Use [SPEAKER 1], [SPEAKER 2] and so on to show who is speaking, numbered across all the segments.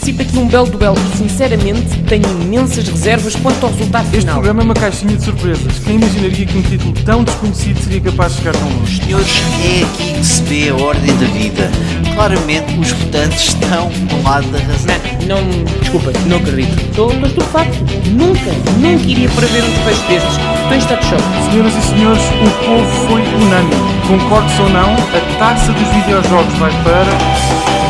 [SPEAKER 1] participa aqui num belo duelo e, sinceramente, tenho imensas reservas quanto ao resultado final.
[SPEAKER 2] Este programa é uma caixinha de surpresas. Quem imaginaria que um título tão desconhecido seria capaz de chegar tão longe?
[SPEAKER 3] Senhores, é aqui que se vê a ordem da vida. Claramente os votantes estão do lado da razão.
[SPEAKER 1] Desculpa, não acredito. Estou estupefacto. Nunca iria prever um desfecho destes. Estou em estado de choque.
[SPEAKER 2] Senhoras e senhores, o povo foi unânime. Concordes ou não, a taça dos videojogos vai para...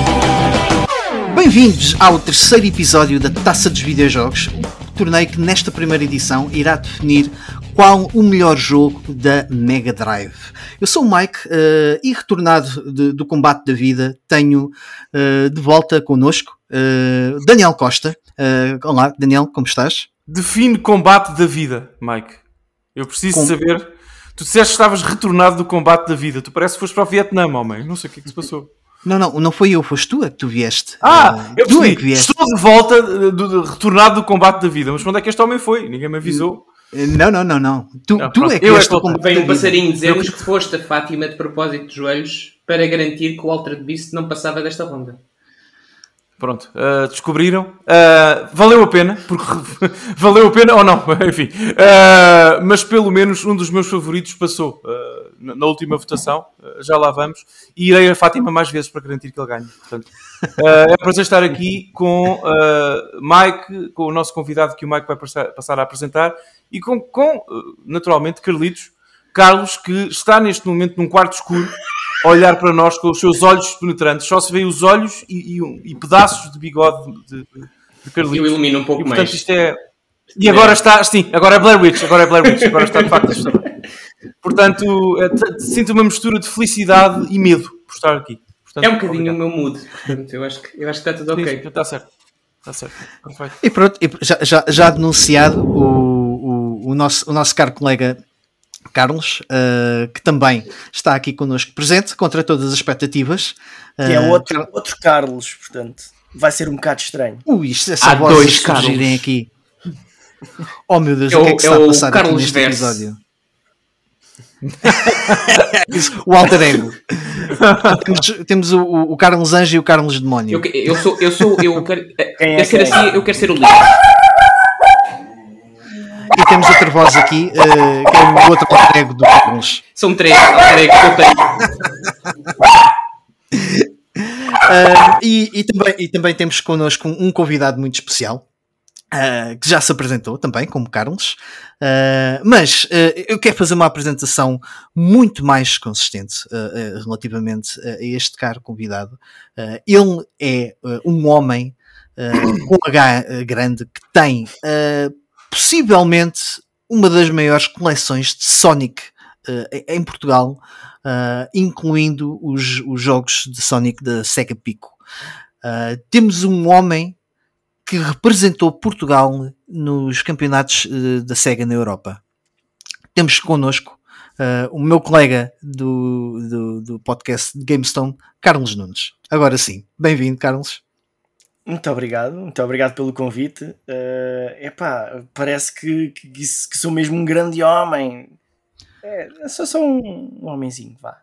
[SPEAKER 3] Bem-vindos ao terceiro episódio da Taça dos Videojogos, o torneio que nesta primeira edição irá definir qual o melhor jogo da Mega Drive. Eu sou o Mike e retornado do combate da vida tenho de volta connosco Daniel Costa. Olá Daniel, como estás?
[SPEAKER 2] Define combate da vida, Mike. Eu preciso saber... Tu disseste que estavas retornado do combate da vida. Tu parece que foste para o Vietnã, homem. Não sei o que é que se passou.
[SPEAKER 3] Não foi eu, foste tu que tu vieste.
[SPEAKER 2] Eu
[SPEAKER 3] tu
[SPEAKER 2] percebi.
[SPEAKER 3] é que vieste.
[SPEAKER 2] Estou de volta, retornado do combate da vida. Mas quando é que este homem foi? Ninguém me avisou.
[SPEAKER 3] Não. Tu é que
[SPEAKER 1] eu
[SPEAKER 3] vieste do combate da
[SPEAKER 1] vida. Vem um
[SPEAKER 3] vida.
[SPEAKER 1] passarinho dizer-nos que foste a Fátima de propósito de joelhos para garantir que o Altered Beast não passava desta ronda.
[SPEAKER 2] Pronto, descobriram. Valeu a pena, porque valeu a pena ou não, enfim. Mas pelo menos um dos meus favoritos passou na última votação. Já lá vamos. E irei a Fátima mais vezes para garantir que ele ganhe. Portanto, é um prazer estar aqui com Mike, com o nosso convidado que o Mike vai passar a apresentar, e com naturalmente, Carlos, que está neste momento num quarto escuro, a olhar para nós com os seus olhos penetrantes. Só se vê os olhos e pedaços de bigode de Carlitos.
[SPEAKER 1] Eu ilumino um pouco,
[SPEAKER 2] e, portanto,
[SPEAKER 1] mais.
[SPEAKER 2] Isto é... E agora está... Sim, agora é Blair Witch. Agora está de facto assustador. Portanto, sinto uma mistura de felicidade e medo por estar aqui. Portanto,
[SPEAKER 1] é um bocadinho o meu mood. Portanto, eu acho que está tudo ok.
[SPEAKER 2] Sim, está certo. Perfeito.
[SPEAKER 3] E pronto, já denunciado o nosso caro colega Carlos, que também está aqui connosco presente, contra todas as expectativas.
[SPEAKER 4] Que é outro Carlos, portanto, vai ser um bocado estranho.
[SPEAKER 3] Essa voz de surgirem aqui. Oh meu Deus, o que é que está a passar aqui neste episódio? O alter ego. Temos o Carlos Anjo e o Carlos Demónio.
[SPEAKER 1] Eu quero ser o líder.
[SPEAKER 3] E temos outra voz aqui, que é o outro alter ego do Carlos.
[SPEAKER 1] São 3 alter egos que eu tenho.
[SPEAKER 3] E também temos connosco um convidado muito especial, que já se apresentou também, como Carlos. Mas eu quero fazer uma apresentação muito mais consistente relativamente a este caro convidado. Ele é um homem com H grande que tem... possivelmente uma das maiores coleções de Sonic em Portugal, incluindo os jogos de Sonic da Sega Pico. Temos um homem que representou Portugal nos campeonatos da Sega na Europa. Temos connosco o meu colega do podcast de GameStone, Carlos Nunes. Agora sim, bem-vindo, Carlos.
[SPEAKER 4] Muito obrigado pelo convite. Parece que sou mesmo um grande homem. Sou um homenzinho, vá.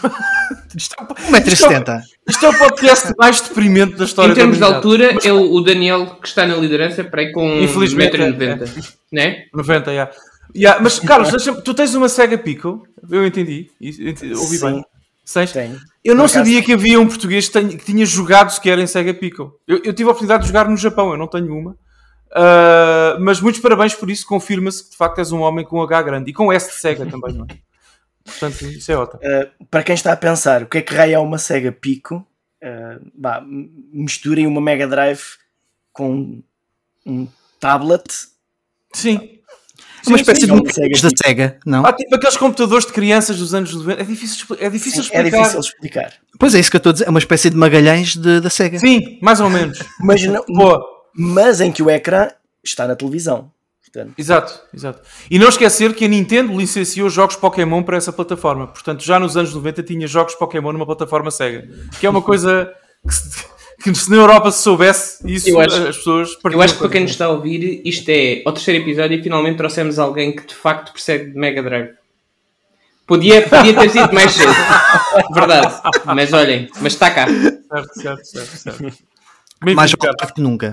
[SPEAKER 3] 1,70m.
[SPEAKER 2] Isto é o podcast mais deprimente da história.
[SPEAKER 1] Em termos de altura, é o Daniel que está na liderança, para aí com 1,90m. Né?
[SPEAKER 2] 90, Mas, Carlos, tu tens uma Sega Pico? Eu entendi. Ouvi bem.
[SPEAKER 4] Tenho.
[SPEAKER 2] Eu não sabia que havia um português que tinha jogado sequer em Sega Pico. Eu tive a oportunidade de jogar no Japão, eu não tenho uma. Mas muitos parabéns por isso, confirma-se que de facto és um homem com H grande e com S de Sega também, não é? Portanto, isso é ótimo.
[SPEAKER 4] Para quem está a pensar o que é que raio é uma Sega Pico, misturem uma Mega Drive com um tablet.
[SPEAKER 2] Sim.
[SPEAKER 3] Uma espécie de Sega da Sega, não?
[SPEAKER 2] Tipo aqueles computadores de crianças dos anos 90. É difícil explicar.
[SPEAKER 3] Pois é isso que eu estou a dizer. É uma espécie de Magalhães da Sega.
[SPEAKER 2] Sim, mais ou menos.
[SPEAKER 4] Mas em que o ecrã está na televisão. Portanto.
[SPEAKER 2] Exato. E não esquecer que a Nintendo licenciou jogos Pokémon para essa plataforma. Portanto, já nos anos 90 tinha jogos Pokémon numa plataforma Sega. Que é uma coisa que se na Europa se soubesse isso, as pessoas...
[SPEAKER 1] Eu acho que para quem nos está a ouvir, isto é o terceiro episódio e finalmente trouxemos alguém que de facto percebe de Mega Drive. Podia ter sido mais cedo. Verdade. Mas olhem, mas está cá.
[SPEAKER 2] Certo.
[SPEAKER 3] Mais vontade que nunca.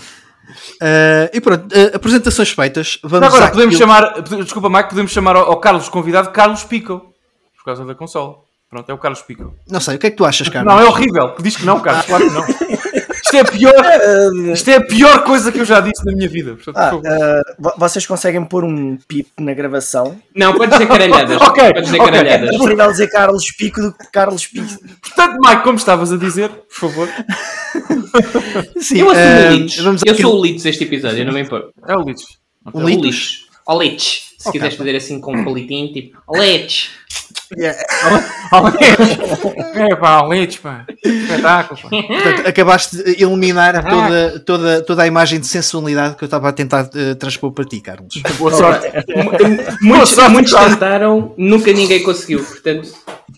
[SPEAKER 3] E pronto, apresentações feitas. Vamos
[SPEAKER 2] agora, podemos chamar... Desculpa, Mike, podemos chamar ao Carlos convidado Carlos Pico. Por causa da consola. Pronto, é o Carlos Pico.
[SPEAKER 3] Não sei, o que é que tu achas, Carlos?
[SPEAKER 2] Não, é horrível. Diz que não, Carlos, claro que não. Isto é a pior coisa que eu já disse na minha vida. Portanto,
[SPEAKER 4] vocês conseguem pôr um pip na gravação?
[SPEAKER 1] Não, pode dizer caralhadas.
[SPEAKER 2] Ok.
[SPEAKER 1] Pode dizer caralhadas.
[SPEAKER 4] É preferível dizer Carlos Pico do que Carlos Pico.
[SPEAKER 2] Portanto, Mike, como estavas a dizer, por favor.
[SPEAKER 3] Sim,
[SPEAKER 1] Eu assumo o Litos.
[SPEAKER 3] vamos
[SPEAKER 1] Eu
[SPEAKER 3] àquilo-
[SPEAKER 1] sou o Litos deste episódio, não me importa.
[SPEAKER 2] É o Litos.
[SPEAKER 3] O
[SPEAKER 1] O
[SPEAKER 3] Litos?
[SPEAKER 1] Litos. O Litos. Se quiseres fazer assim com um palitinho, tipo, o Litos.
[SPEAKER 2] É pá, o Litos, pá. Espetáculo, pá.
[SPEAKER 3] Portanto, acabaste de eliminar toda a imagem de sensualidade que eu estava a tentar transpor para ti, Carlos.
[SPEAKER 2] Boa sorte.
[SPEAKER 1] Muitos tentaram, nunca ninguém conseguiu, portanto...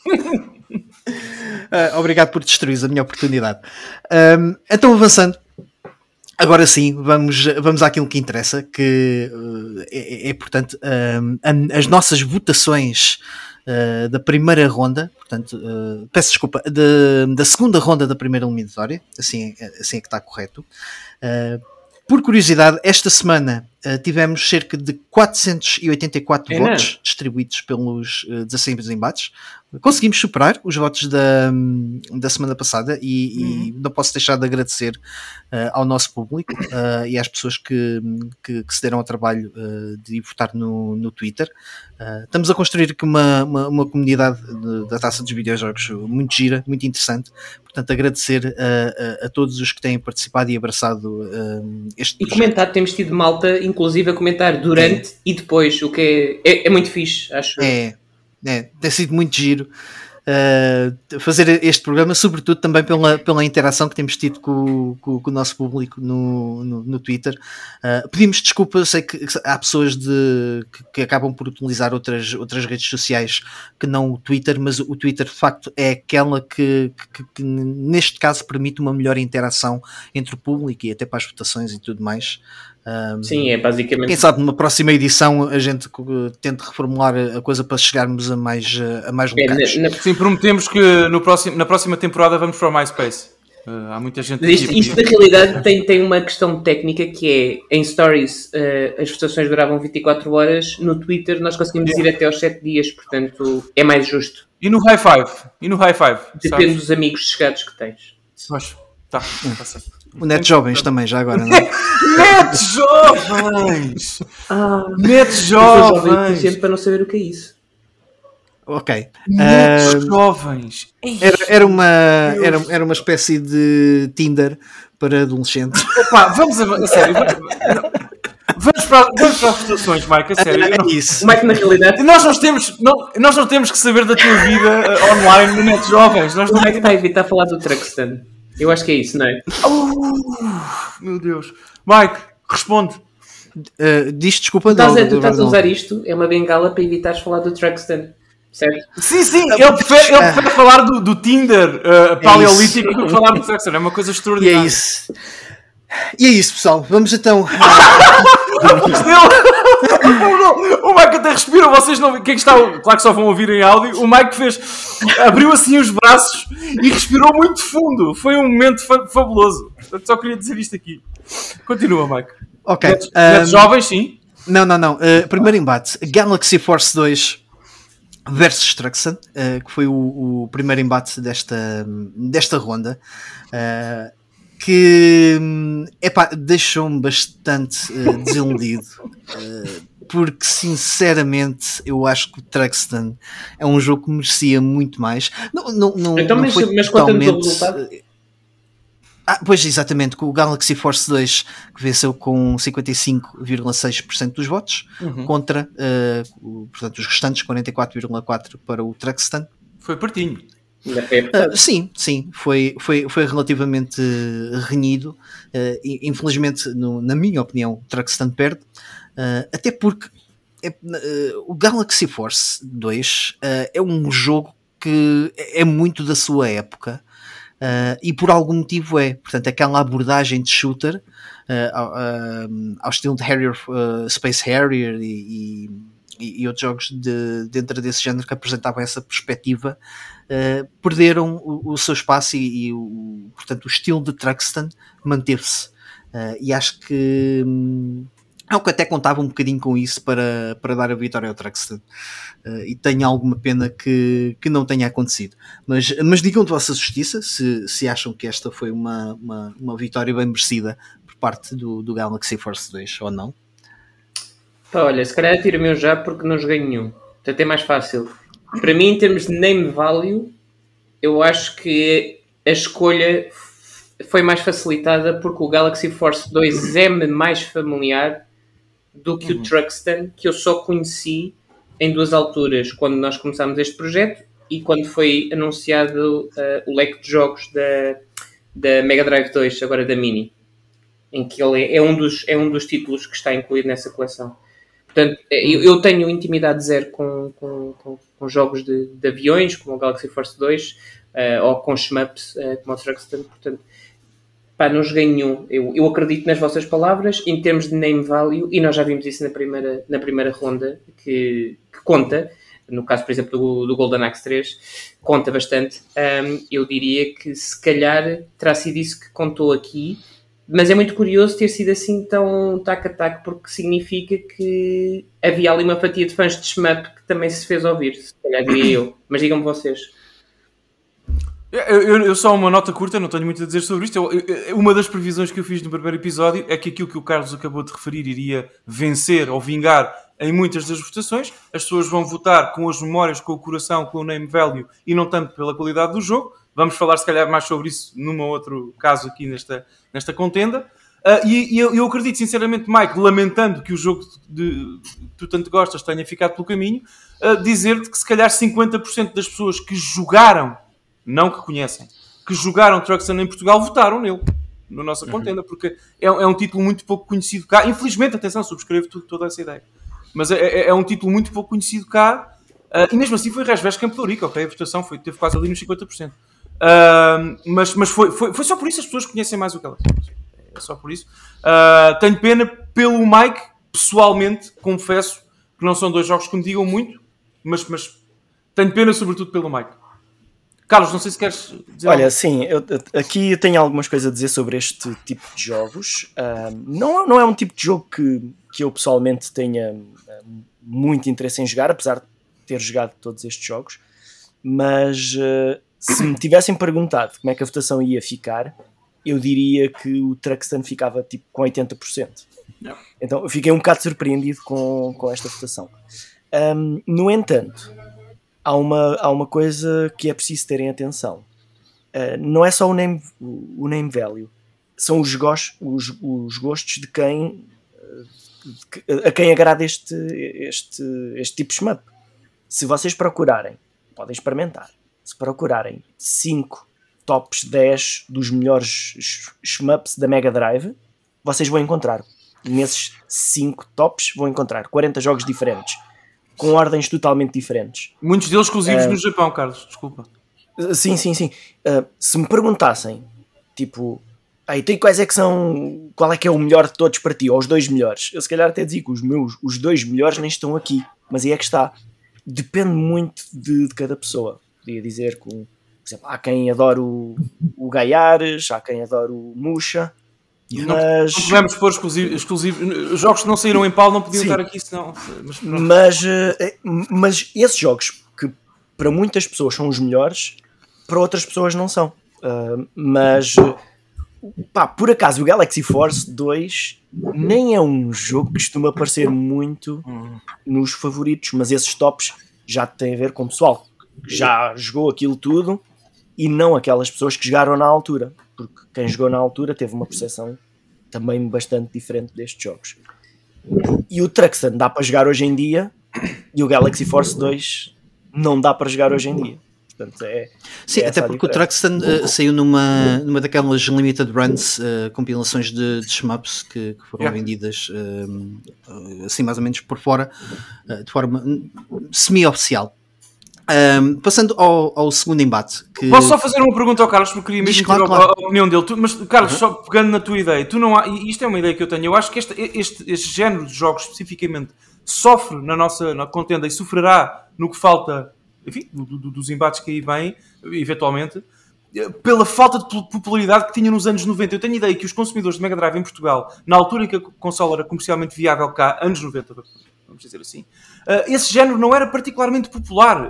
[SPEAKER 3] Obrigado por destruir a minha oportunidade. Então, avançando. Agora sim, vamos àquilo que interessa, que portanto, as nossas votações da primeira ronda, portanto, peço desculpa, da segunda ronda da primeira eliminatória, assim é que está correto. Por curiosidade, esta semana tivemos cerca de 484 votos distribuídos pelos 16 embates. Conseguimos superar os votos da semana passada e não posso deixar de agradecer ao nosso público e às pessoas que se deram ao trabalho de ir votar no Twitter. Estamos a construir aqui uma comunidade da Taça dos Videojogos muito gira, muito interessante. Portanto, agradecer a todos os que têm participado e abraçado este projeto.
[SPEAKER 1] E comentar, temos tido malta, inclusive a comentar durante e depois, o que é muito fixe, acho.
[SPEAKER 3] Tem sido muito giro fazer este programa, sobretudo também pela interação que temos tido com o nosso público no Twitter. Pedimos desculpa, eu sei que há pessoas que acabam por utilizar outras redes sociais que não o Twitter, mas o Twitter de facto é aquela que neste caso permite uma melhor interação entre o público e até para as votações e tudo mais.
[SPEAKER 1] Sim, é basicamente.
[SPEAKER 3] Quem sabe numa próxima edição a gente tente reformular a coisa para chegarmos a mais locais.
[SPEAKER 2] Sim, prometemos que na próxima temporada vamos para o MySpace. Há muita gente
[SPEAKER 1] isto na realidade tem uma questão técnica que é, em Stories as votações duravam 24 horas, no Twitter nós conseguimos ir até aos 7 dias, portanto é mais justo.
[SPEAKER 2] E no High Five?
[SPEAKER 1] Depende dos amigos chegados que tens.
[SPEAKER 2] Mas, tá certo.
[SPEAKER 3] O Net Jovens também, já agora, não é?
[SPEAKER 2] Net Jovens! Net
[SPEAKER 1] Eu sou jovem
[SPEAKER 2] Jovens!
[SPEAKER 1] suficiente para não saber o que é isso.
[SPEAKER 3] Ok.
[SPEAKER 2] Net Jovens!
[SPEAKER 3] Era uma espécie de Tinder para adolescentes.
[SPEAKER 2] Opa, vamos a sério. Vamos para as votações, Mike, a sério.
[SPEAKER 3] É isso.
[SPEAKER 1] O Mike, na realidade,
[SPEAKER 2] Nós não temos que saber da tua vida online no Net Jovens.
[SPEAKER 1] o Mike está a evitar falar do Truxton. Eu acho que é isso, não é?
[SPEAKER 2] Meu Deus. Mike, responde.
[SPEAKER 3] Diz desculpa.
[SPEAKER 1] Tu estás a usar isto, é uma bengala para evitares falar do Truxton. Certo?
[SPEAKER 2] Sim, ele prefere falar do Tinder paleolítico do que falar do Truxton. É uma coisa extraordinária.
[SPEAKER 3] E é isso, pessoal. Vamos então.
[SPEAKER 2] O Mike até respira, vocês não. Quem está, claro que só vão ouvir em áudio. O Mike abriu assim os braços e respirou muito fundo. Foi um momento fabuloso. Portanto, só queria dizer isto aqui. Continua, Mike.
[SPEAKER 3] Ok.
[SPEAKER 2] Netos jovens, sim.
[SPEAKER 3] Não. Primeiro embate: Galaxy Force 2 versus Truxton, que foi o primeiro embate desta ronda. Que deixou-me bastante desiludido, porque sinceramente eu acho que o Truxton é um jogo que merecia muito mais.
[SPEAKER 1] Mas conta-nos o resultado.
[SPEAKER 3] Pois, exatamente, com o Galaxy Force 2 que venceu com 55,6% dos votos, contra portanto, os restantes 44,4% para o Truxton.
[SPEAKER 2] Foi pertinho.
[SPEAKER 3] Sim, foi relativamente renhido. Infelizmente, na minha opinião, o Truxton perde, até porque o Galaxy Force 2 é um jogo que é muito da sua época, e por algum motivo portanto, aquela abordagem de shooter ao estilo de Harrier, Space Harrier e e outros jogos dentro desse género que apresentavam essa perspectiva, perderam o seu espaço portanto, o estilo de Truxton manteve-se. E acho que eu até contava um bocadinho com isso para dar a vitória ao Truxton. E tenho alguma pena que não tenha acontecido. Mas digam de vossa justiça se acham que esta foi uma vitória bem merecida por parte do Galaxy Force 2 ou não.
[SPEAKER 1] Pá, olha, se calhar tiro o meu já porque não joguei nenhum. Portanto é mais fácil. Para mim, em termos de name value, eu acho que a escolha foi mais facilitada porque o Galaxy Force 2 é-me mais familiar do que o Truxton, que eu só conheci em duas alturas, quando nós começámos este projeto e quando foi anunciado o leque de jogos da Mega Drive 2, agora da Mini, em que ele é um dos títulos que está incluído nessa coleção. Portanto, eu tenho intimidade zero com jogos de aviões, como o Galaxy Force 2, ou com shmups, como o Truxton. Portanto, pá, não joguei nenhum. Eu acredito nas vossas palavras, em termos de name value, e nós já vimos isso na primeira ronda, que conta, no caso, por exemplo, do Golden Axe 3, conta bastante. Eu diria que, se calhar, terá sido isso que contou aqui. Mas é muito curioso ter sido assim tão tac-a-tac, porque significa que havia ali uma fatia de fãs de shmup que também se fez ouvir, se calhar diria eu. Mas digam-me vocês.
[SPEAKER 2] Eu só uma nota curta, não tenho muito a dizer sobre isto. Uma das previsões que eu fiz no primeiro episódio é que aquilo que o Carlos acabou de referir iria vencer ou vingar em muitas das votações. As pessoas vão votar com as memórias, com o coração, com o name value e não tanto pela qualidade do jogo. Vamos falar, se calhar, mais sobre isso num outro caso aqui nesta contenda. E eu acredito, sinceramente, Mike, lamentando que o jogo que tu tanto gostas tenha ficado pelo caminho, dizer-te que, se calhar, 50% das pessoas que jogaram, não que conhecem, que jogaram Truxton em Portugal, votaram nele, na nossa contenda, porque é um título muito pouco conhecido cá. Infelizmente, atenção, subscrevo toda essa ideia. Mas é um título muito pouco conhecido cá, e mesmo assim foi Resves Campo-Rico, ok? A votação teve quase ali nos 50%. Mas foi só por isso as pessoas conhecem mais o que ela fez. É só por isso. Tenho pena pelo Mike, pessoalmente, confesso que não são dois jogos que me digam muito, mas tenho pena sobretudo pelo Mike. Carlos, não sei se queres dizer
[SPEAKER 4] Olha,
[SPEAKER 2] algo.
[SPEAKER 4] sim, aqui eu tenho algumas coisas a dizer sobre este tipo de jogos. Não é um tipo de jogo que eu pessoalmente tenha muito interesse em jogar, apesar de ter jogado todos estes jogos, mas se me tivessem perguntado como é que a votação ia ficar, eu diria que o Truxton ficava tipo com 80%.
[SPEAKER 2] Não.
[SPEAKER 4] Então eu fiquei um bocado surpreendido com esta votação. No entanto, há uma coisa que é preciso terem atenção. Não é só o name value, são os gostos de quem a quem agrada este tipo de shmup. Se vocês procurarem, podem experimentar, se procurarem 5 tops 10 dos melhores shmups da Mega Drive, vocês vão encontrar, nesses 5 tops, vão encontrar 40 jogos diferentes, com ordens totalmente diferentes.
[SPEAKER 2] Muitos deles exclusivos no Japão, Carlos, desculpa.
[SPEAKER 4] Sim. Se me perguntassem, tipo, então qual é que é o melhor de todos para ti, ou os 2 melhores? Eu se calhar até dizia que os 2 melhores nem estão aqui, mas aí é que está. Depende muito de cada pessoa. Podia dizer que, por exemplo, há quem adora o Gaiares, há quem adora o Musha, mas...
[SPEAKER 2] Não podemos pôr exclusivo. Os jogos que não saíram em pau não podiam estar aqui, senão...
[SPEAKER 4] Mas esses jogos, que para muitas pessoas são os melhores, para outras pessoas não são. Por acaso, o Galaxy Force 2 nem é um jogo que costuma aparecer muito nos favoritos, mas esses tops já têm a ver com o pessoal que já jogou aquilo tudo e não aquelas pessoas que jogaram na altura, porque quem jogou na altura teve uma percepção também bastante diferente destes jogos. E o Truxton dá para jogar hoje em dia e o Galaxy Force 2 não dá para jogar hoje em dia. Portanto,
[SPEAKER 3] sim, até porque o Truxton saiu numa daquelas limited runs, compilações de shmups que foram vendidas assim mais ou menos por fora, de forma semi-oficial. Passando ao segundo embate.
[SPEAKER 2] Posso só fazer uma pergunta ao Carlos, porque queria mesmo ter a opinião dele. Mas, Carlos, só pegando na tua ideia, isto é uma ideia que eu tenho. Eu acho que este género de jogos, especificamente, sofre na contenda e sofrerá no que falta, enfim, dos embates que aí vêm, eventualmente, pela falta de popularidade que tinha nos anos 90. Eu tenho ideia que os consumidores de Mega Drive em Portugal, na altura em que a consola era comercialmente viável cá, anos 90, vamos dizer assim, esse género não era particularmente popular.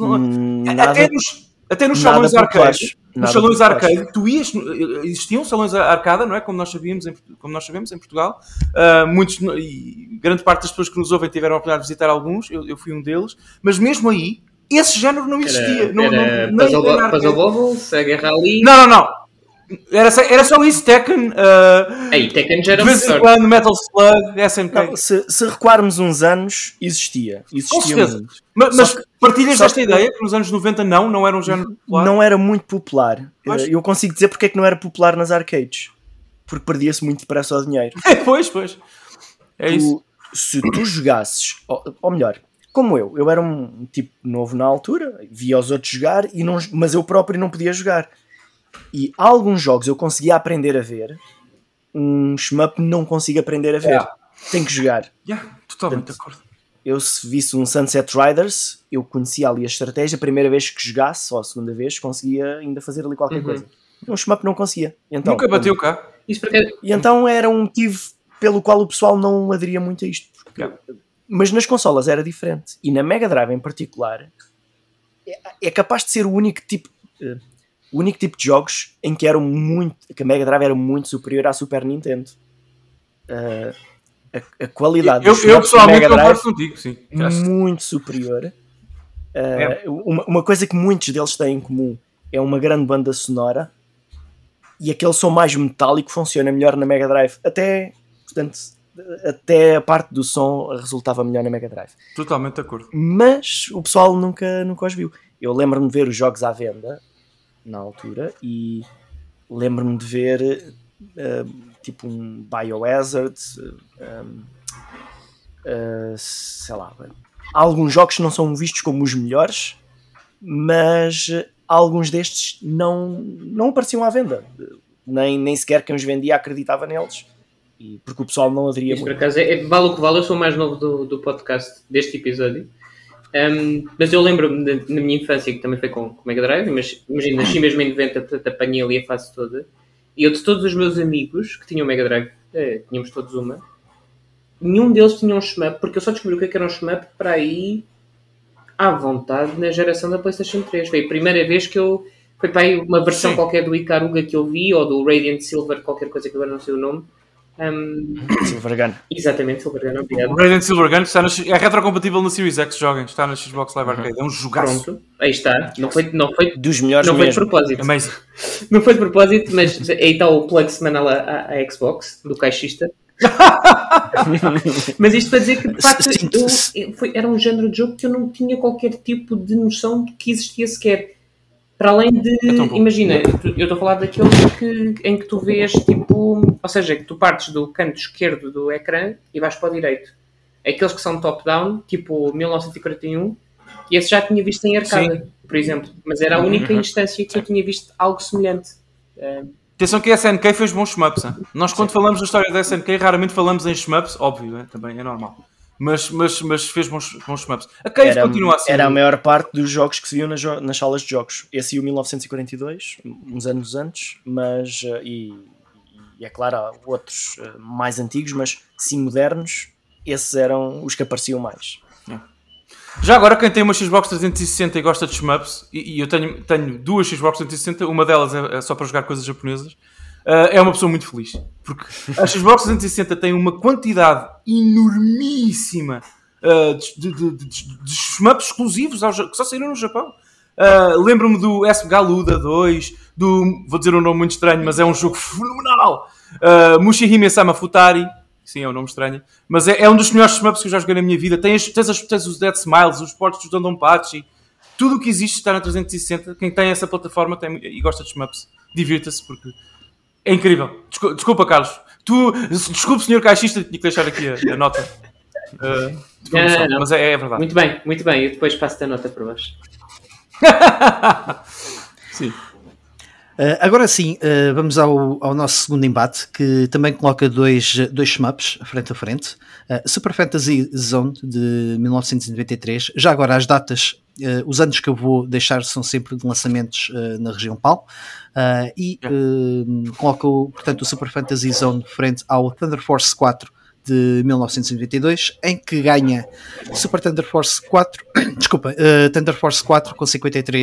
[SPEAKER 2] Até nos salões arcade. Nos salões arcade, existiam salões arcade, não é? Como nós sabemos em Portugal. Grande parte das pessoas que nos ouvem tiveram a oportunidade de visitar alguns, eu fui um deles, mas mesmo aí, esse género não existia.
[SPEAKER 1] Puzzle Bobbles, a Guerra Ali.
[SPEAKER 2] Não. Era só isso, Tekken.
[SPEAKER 1] Tekken já era
[SPEAKER 2] muito. Metal Slug, SNK.
[SPEAKER 4] Não, se recuarmos uns anos, existia muito.
[SPEAKER 2] Mas partilhas desta ideia que nos anos 90 não era um género popular?
[SPEAKER 4] Não era muito popular. Eu consigo dizer porque é que não era popular nas arcades. Porque perdia-se muito depressa o dinheiro.
[SPEAKER 2] Pois. É isso.
[SPEAKER 4] Se tu jogasses, ou melhor, como eu era um tipo novo na altura, via os outros jogar, mas eu próprio não podia jogar. E alguns jogos eu conseguia aprender a ver, um shmup não consigo aprender a ver. Tem que jogar.
[SPEAKER 2] Totalmente de acordo.
[SPEAKER 4] Eu, se visse um Sunset Riders, eu conhecia ali a estratégia. A primeira vez que jogasse, ou a segunda vez, conseguia ainda fazer ali qualquer coisa. Um shmup não conseguia. Então,
[SPEAKER 2] nunca bateu cá.
[SPEAKER 4] E então era um motivo pelo qual o pessoal não aderia muito a isto. Mas nas consolas era diferente. E na Mega Drive em particular, é capaz de ser o único tipo de jogos em que que a Mega Drive era muito superior à Super Nintendo. A qualidade
[SPEAKER 2] eu pessoalmente concordo contigo, sim.
[SPEAKER 4] Muito superior. Uma coisa que muitos deles têm em comum é uma grande banda sonora, e aquele som mais metálico funciona melhor na Mega Drive. Até a parte do som resultava melhor na Mega Drive.
[SPEAKER 2] Totalmente de acordo.
[SPEAKER 4] Mas o pessoal nunca os viu. Eu lembro-me de ver os jogos à venda na altura, e lembro-me de ver tipo um Biohazard, sei lá, alguns jogos que não são vistos como os melhores, mas alguns destes não apareciam à venda, nem sequer quem os vendia acreditava neles, porque o pessoal não aderia muito.
[SPEAKER 1] Por acaso, vale o que vale, eu sou o mais novo do podcast deste episódio. Mas eu lembro-me na minha infância, que também foi com Mega Drive, mas imagina, nasci mesmo em 90, portanto apanhei ali a fase toda, e eu de todos os meus amigos que tinham Mega Drive, tínhamos todos uma, nenhum deles tinha um shmup, porque eu só descobri o que era um shmup para aí à vontade na geração da PlayStation 3. Foi a primeira vez que foi para aí uma versão qualquer do Ikaruga que eu vi, ou do Radiant Silver, qualquer coisa que agora não sei o nome.
[SPEAKER 4] Silver Gun.
[SPEAKER 1] Exatamente, Silver Gun, obrigado.
[SPEAKER 2] O Radiant Silver Gun é retrocompatível na Series X, joguem, está na Xbox Live Arcade, é um jogaço.
[SPEAKER 1] Pronto, aí está. Não foi
[SPEAKER 4] dos melhores,
[SPEAKER 1] não foi
[SPEAKER 4] mesmo.
[SPEAKER 1] de propósito.
[SPEAKER 2] Amazing.
[SPEAKER 1] Não foi de propósito, mas aí está o plug semanal à Xbox, do caixista. Mas isto para dizer que de facto era um género de jogo que eu não tinha qualquer tipo de noção de que existia sequer. Para além de, imagina, eu estou a falar daqueles em que tu vês, tipo, ou seja, que tu partes do canto esquerdo do ecrã e vais para o direito. Aqueles que são top-down, tipo 1941, e esse já tinha visto em arcade, por exemplo. Mas era a única instância que eu tinha visto algo semelhante.
[SPEAKER 2] Atenção que a SNK fez bons shmups. Hein? Nós quando falamos da história da SNK raramente falamos em shmups, óbvio, né? Também é normal. Mas fez bons shmups. A Cave continua assim.
[SPEAKER 4] Era a maior parte dos jogos que se viam nas salas de jogos. Esse e o 1942, uns anos antes, mas e é claro, há outros mais antigos, mas sim modernos, esses eram os que apareciam mais.
[SPEAKER 2] Já agora, quem tem uma Xbox 360 e gosta de shmups, e eu tenho duas Xbox 360, uma delas é só para jogar coisas japonesas, é uma pessoa muito feliz. Porque a Xbox 360 tem uma quantidade enormíssima de shmups exclusivos que só saíram no Japão. Lembro-me do S Galuda 2, vou dizer um nome muito estranho, mas é um jogo fenomenal. Mushihime Sama Futari. Sim, é um nome estranho. Mas é um dos melhores shmups que eu já joguei na minha vida. Tens os Dead Smiles, os portos dos Dondonpachi. Tudo o que existe está na 360. Quem tem essa plataforma e gosta de shmups, divirta-se porque é incrível. Desculpa, Carlos. Desculpe, senhor caixista, tinha que deixar aqui a nota. Não. Mas é verdade.
[SPEAKER 1] Muito bem. Eu depois passo-te a nota para baixo.
[SPEAKER 2] Sim.
[SPEAKER 3] Agora sim, vamos ao nosso segundo embate, que também coloca dois shmups frente a frente. Super Fantasy Zone de 1993. Já agora as datas, os anos que eu vou deixar são sempre de lançamentos na região PAL. Coloca, portanto, o Super Fantasy Zone frente ao Thunder Force 4 de 1992, em que ganha Super Thunder Force 4, Thunder Force 4 com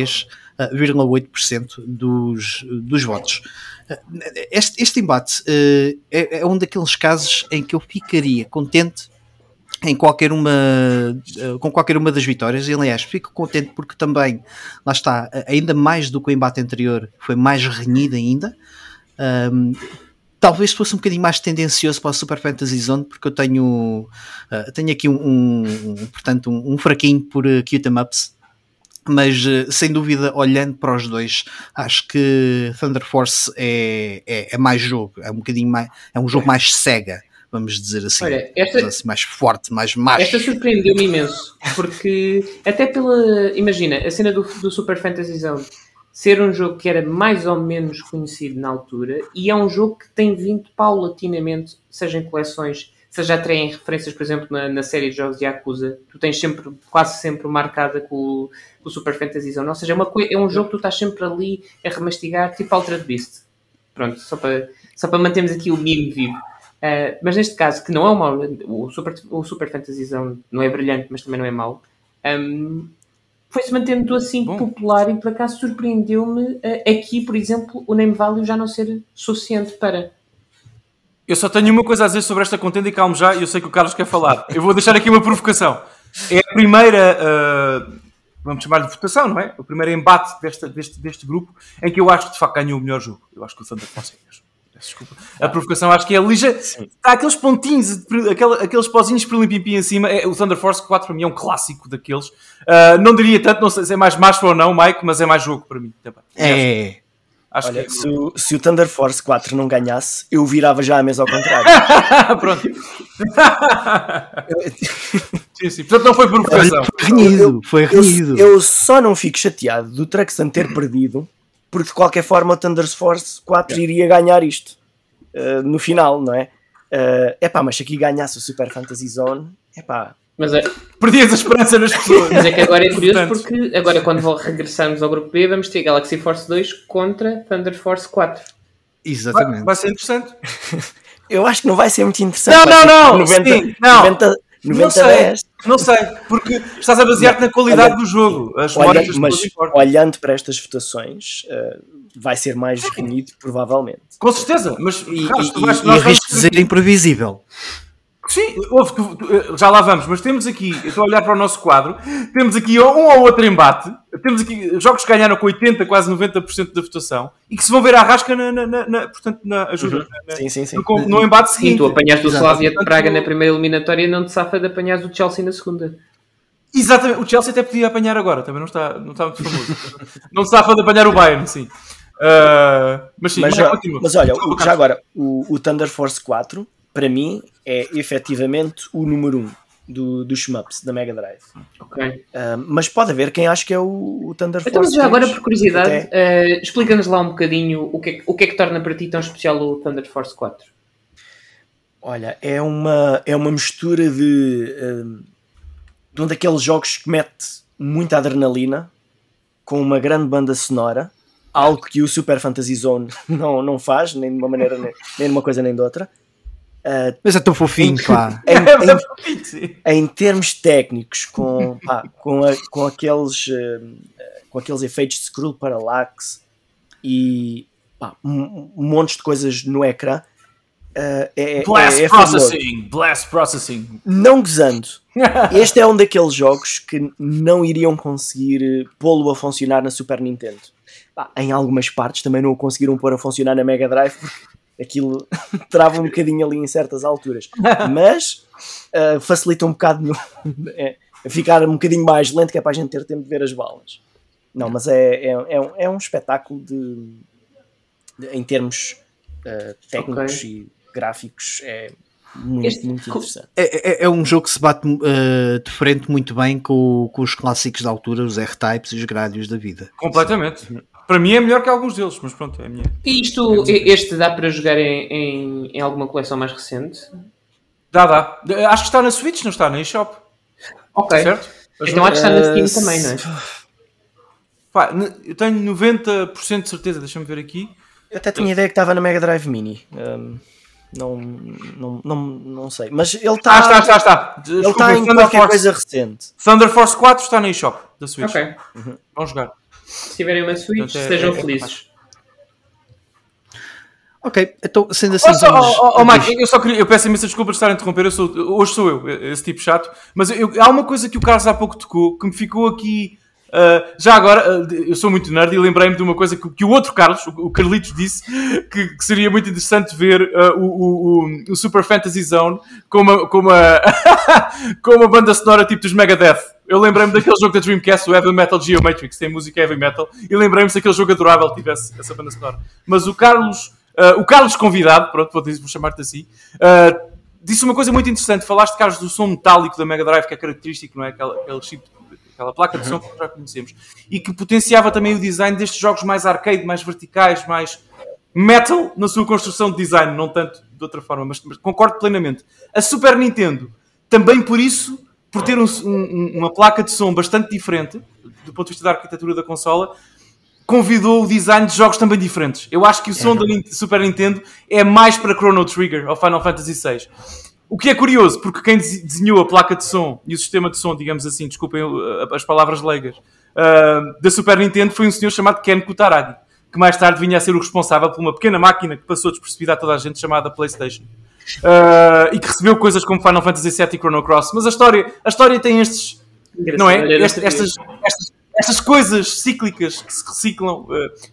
[SPEAKER 3] 53,8% dos votos. Este embate é um daqueles casos em que eu ficaria contente com qualquer uma das vitórias, e aliás fico contente porque também, lá está, ainda mais do que o embate anterior, foi mais renhido ainda. Talvez fosse um bocadinho mais tendencioso para o Super Fantasy Zone, porque eu tenho aqui portanto, um fraquinho por Cute 'em Ups, mas sem dúvida, olhando para os dois, acho que Thunder Force é mais jogo, é um bocadinho mais, é um jogo mais cega, vamos dizer assim.
[SPEAKER 1] Olha,
[SPEAKER 3] mais forte, mais macho.
[SPEAKER 1] Esta surpreendeu-me imenso, porque até imagina, a cena do Super Fantasy Zone ser um jogo que era mais ou menos conhecido na altura, e é um jogo que tem vindo paulatinamente, seja em coleções, seja até em referências, por exemplo, na série de jogos de Yakuza, tu tens sempre, quase sempre marcada com o Super Fantasy Zone, ou seja, é um jogo que tu estás sempre ali a remastigar, tipo Altered Beast. Pronto, só para mantermos aqui o meme vivo. Mas neste caso, que não é um mau, o Super Fantasy Zone não é brilhante, mas também não é mau, foi-se mantendo assim popular, e por acaso surpreendeu-me aqui, por exemplo, o name value já não ser suficiente para...
[SPEAKER 2] Eu só tenho uma coisa a dizer sobre esta contenda, e calmo já, eu sei que o Carlos quer falar. Eu vou deixar aqui uma provocação. É a primeira, vamos chamar de votação, não é? O primeiro embate deste grupo, em que eu acho que de facto ganhou o melhor jogo. Eu acho que o Thunder Force é mesmo. Desculpa. A provocação acho que é ligeira. Há aqueles pontinhos, aqueles pozinhos por limpim em cima. O Thunder Force 4 para mim é um clássico daqueles. Não diria tanto, não sei se é mais macho ou não, Mike, mas é mais jogo para mim também. Acho
[SPEAKER 4] Olha,
[SPEAKER 2] que...
[SPEAKER 4] se o Thunder Force 4 não ganhasse, eu virava já a mesa ao contrário.
[SPEAKER 2] Pronto. Sim. Portanto, não foi provocação.
[SPEAKER 3] Foi renhido.
[SPEAKER 4] Eu só não fico chateado do Truxton ter perdido, porque de qualquer forma o Thunder Force 4 iria ganhar isto no final, não é? Mas se aqui ganhasse o Super Fantasy Zone,
[SPEAKER 1] Mas
[SPEAKER 2] perdias a esperança nas pessoas.
[SPEAKER 1] Mas é que agora é curioso, porque agora quando regressarmos ao grupo B, vamos ter Galaxy Force 2 contra Thunder Force 4.
[SPEAKER 3] Exatamente.
[SPEAKER 2] Vai ser interessante.
[SPEAKER 4] Eu acho que não vai ser muito interessante.
[SPEAKER 2] Não!
[SPEAKER 4] 90-10.
[SPEAKER 2] Não sei, porque estás a basear-te na qualidade do jogo.
[SPEAKER 4] Olhando para estas votações, vai ser mais renhido, provavelmente.
[SPEAKER 2] Com certeza, mas
[SPEAKER 3] e arrisco dizer imprevisível.
[SPEAKER 2] Sim, já lá vamos, mas temos aqui, eu estou a olhar para o nosso quadro, temos aqui um ou outro embate, temos aqui jogos que ganharam com 80%, quase 90% da votação, e que se vão ver à rasca portanto, na ajuda,
[SPEAKER 4] sim.
[SPEAKER 2] no embate seguinte.
[SPEAKER 1] Sim, tu apanhaste o Slavia de Praga na primeira eliminatória e não te safa de apanhares o Chelsea na segunda.
[SPEAKER 2] Exatamente, o Chelsea até podia apanhar agora, também não está muito famoso. Não se safa de apanhar o Bayern, sim. Mas
[SPEAKER 4] olha, já agora, o Thunder Force 4, para mim, é efetivamente o número 1 dos shmups da Mega Drive.
[SPEAKER 1] Ok.
[SPEAKER 4] Mas pode haver quem ache que é o Thunder Force.
[SPEAKER 1] Então, mas já agora, por curiosidade, explica-nos lá um bocadinho o que é que torna para ti tão especial o Thunder Force 4.
[SPEAKER 4] Olha, é uma mistura de um daqueles jogos que mete muita adrenalina, com uma grande banda sonora, algo que o Super Fantasy Zone não faz, nem de uma maneira, nem de uma coisa nem de outra.
[SPEAKER 3] Mas é tão fofinho, pá.
[SPEAKER 4] Em termos técnicos, com aqueles efeitos de scroll parallax e um monte de coisas no ecrã,
[SPEAKER 2] Blast Processing.
[SPEAKER 4] Não gozando, este é um daqueles jogos que não iriam conseguir pô-lo a funcionar na Super Nintendo. Em algumas partes também não o conseguiram pôr a funcionar na Mega Drive, porque aquilo trava um bocadinho ali em certas alturas, mas facilita um bocado a ficar um bocadinho mais lento, que é para a gente ter tempo de ver as balas. Não, mas é um espetáculo em termos técnicos e gráficos, é muito interessante.
[SPEAKER 3] É um jogo que se bate de frente muito bem com os clássicos da altura, os R-Types e os Gradius da vida.
[SPEAKER 2] Completamente. Para mim é melhor que alguns deles, mas pronto, é a minha.
[SPEAKER 1] E este dá para jogar em alguma coleção mais recente?
[SPEAKER 2] Dá. Acho que está na Switch, não está na eShop.
[SPEAKER 1] Ok.
[SPEAKER 2] Certo?
[SPEAKER 1] Então acho que está na Steam também, não é?
[SPEAKER 2] Pá, eu tenho 90% de certeza, deixa-me ver aqui.
[SPEAKER 4] Eu até tinha ideia que estava na Mega Drive Mini. Não sei. Mas ele está.
[SPEAKER 2] Está.
[SPEAKER 4] Ele está em qualquer coisa recente.
[SPEAKER 2] Thunder Force 4 está na eShop da Switch.
[SPEAKER 1] Ok.
[SPEAKER 2] Vão jogar.
[SPEAKER 1] Se tiverem uma Switch,
[SPEAKER 2] Portanto,
[SPEAKER 1] sejam felizes.
[SPEAKER 3] Ok, então sendo assim.
[SPEAKER 2] Mike, eu peço imensa desculpa de estar a interromper. Hoje sou eu, esse tipo chato. Mas há uma coisa que o Carlos há pouco tocou que me ficou aqui. Já agora, eu sou muito nerd e lembrei-me de uma coisa que o outro Carlos, o Carlitos, disse que seria muito interessante ver o Super Fantasy Zone com uma banda sonora tipo dos Megadeth. Eu lembrei-me daquele jogo da Dreamcast, o Heavy Metal Geomatrix, tem música Heavy Metal, e lembrei-me se aquele jogo adorável tivesse essa banda sonora. Mas o Carlos convidado, pronto, vou chamar-te assim, disse uma coisa muito interessante. Falaste, Carlos, do som metálico da Mega Drive, que é característico, não é? Aquele chip, aquela placa de som que já conhecemos, e que potenciava também o design destes jogos mais arcade, mais verticais, mais metal na sua construção de design, não tanto de outra forma, mas concordo plenamente. A Super Nintendo, também por isso, por ter uma placa de som bastante diferente, do ponto de vista da arquitetura da consola, convidou o design de jogos também diferentes. Eu acho que o som da Super Nintendo é mais para Chrono Trigger ou Final Fantasy VI. O que é curioso, porque quem desenhou a placa de som e o sistema de som, digamos assim, desculpem as palavras leigas, da Super Nintendo foi um senhor chamado Ken Kutaragi, que mais tarde vinha a ser o responsável por uma pequena máquina que passou despercebida a toda a gente, chamada PlayStation. E que recebeu coisas como Final Fantasy VII e Chrono Cross. Mas a história tem estes... Não é? Estas coisas cíclicas que se reciclam.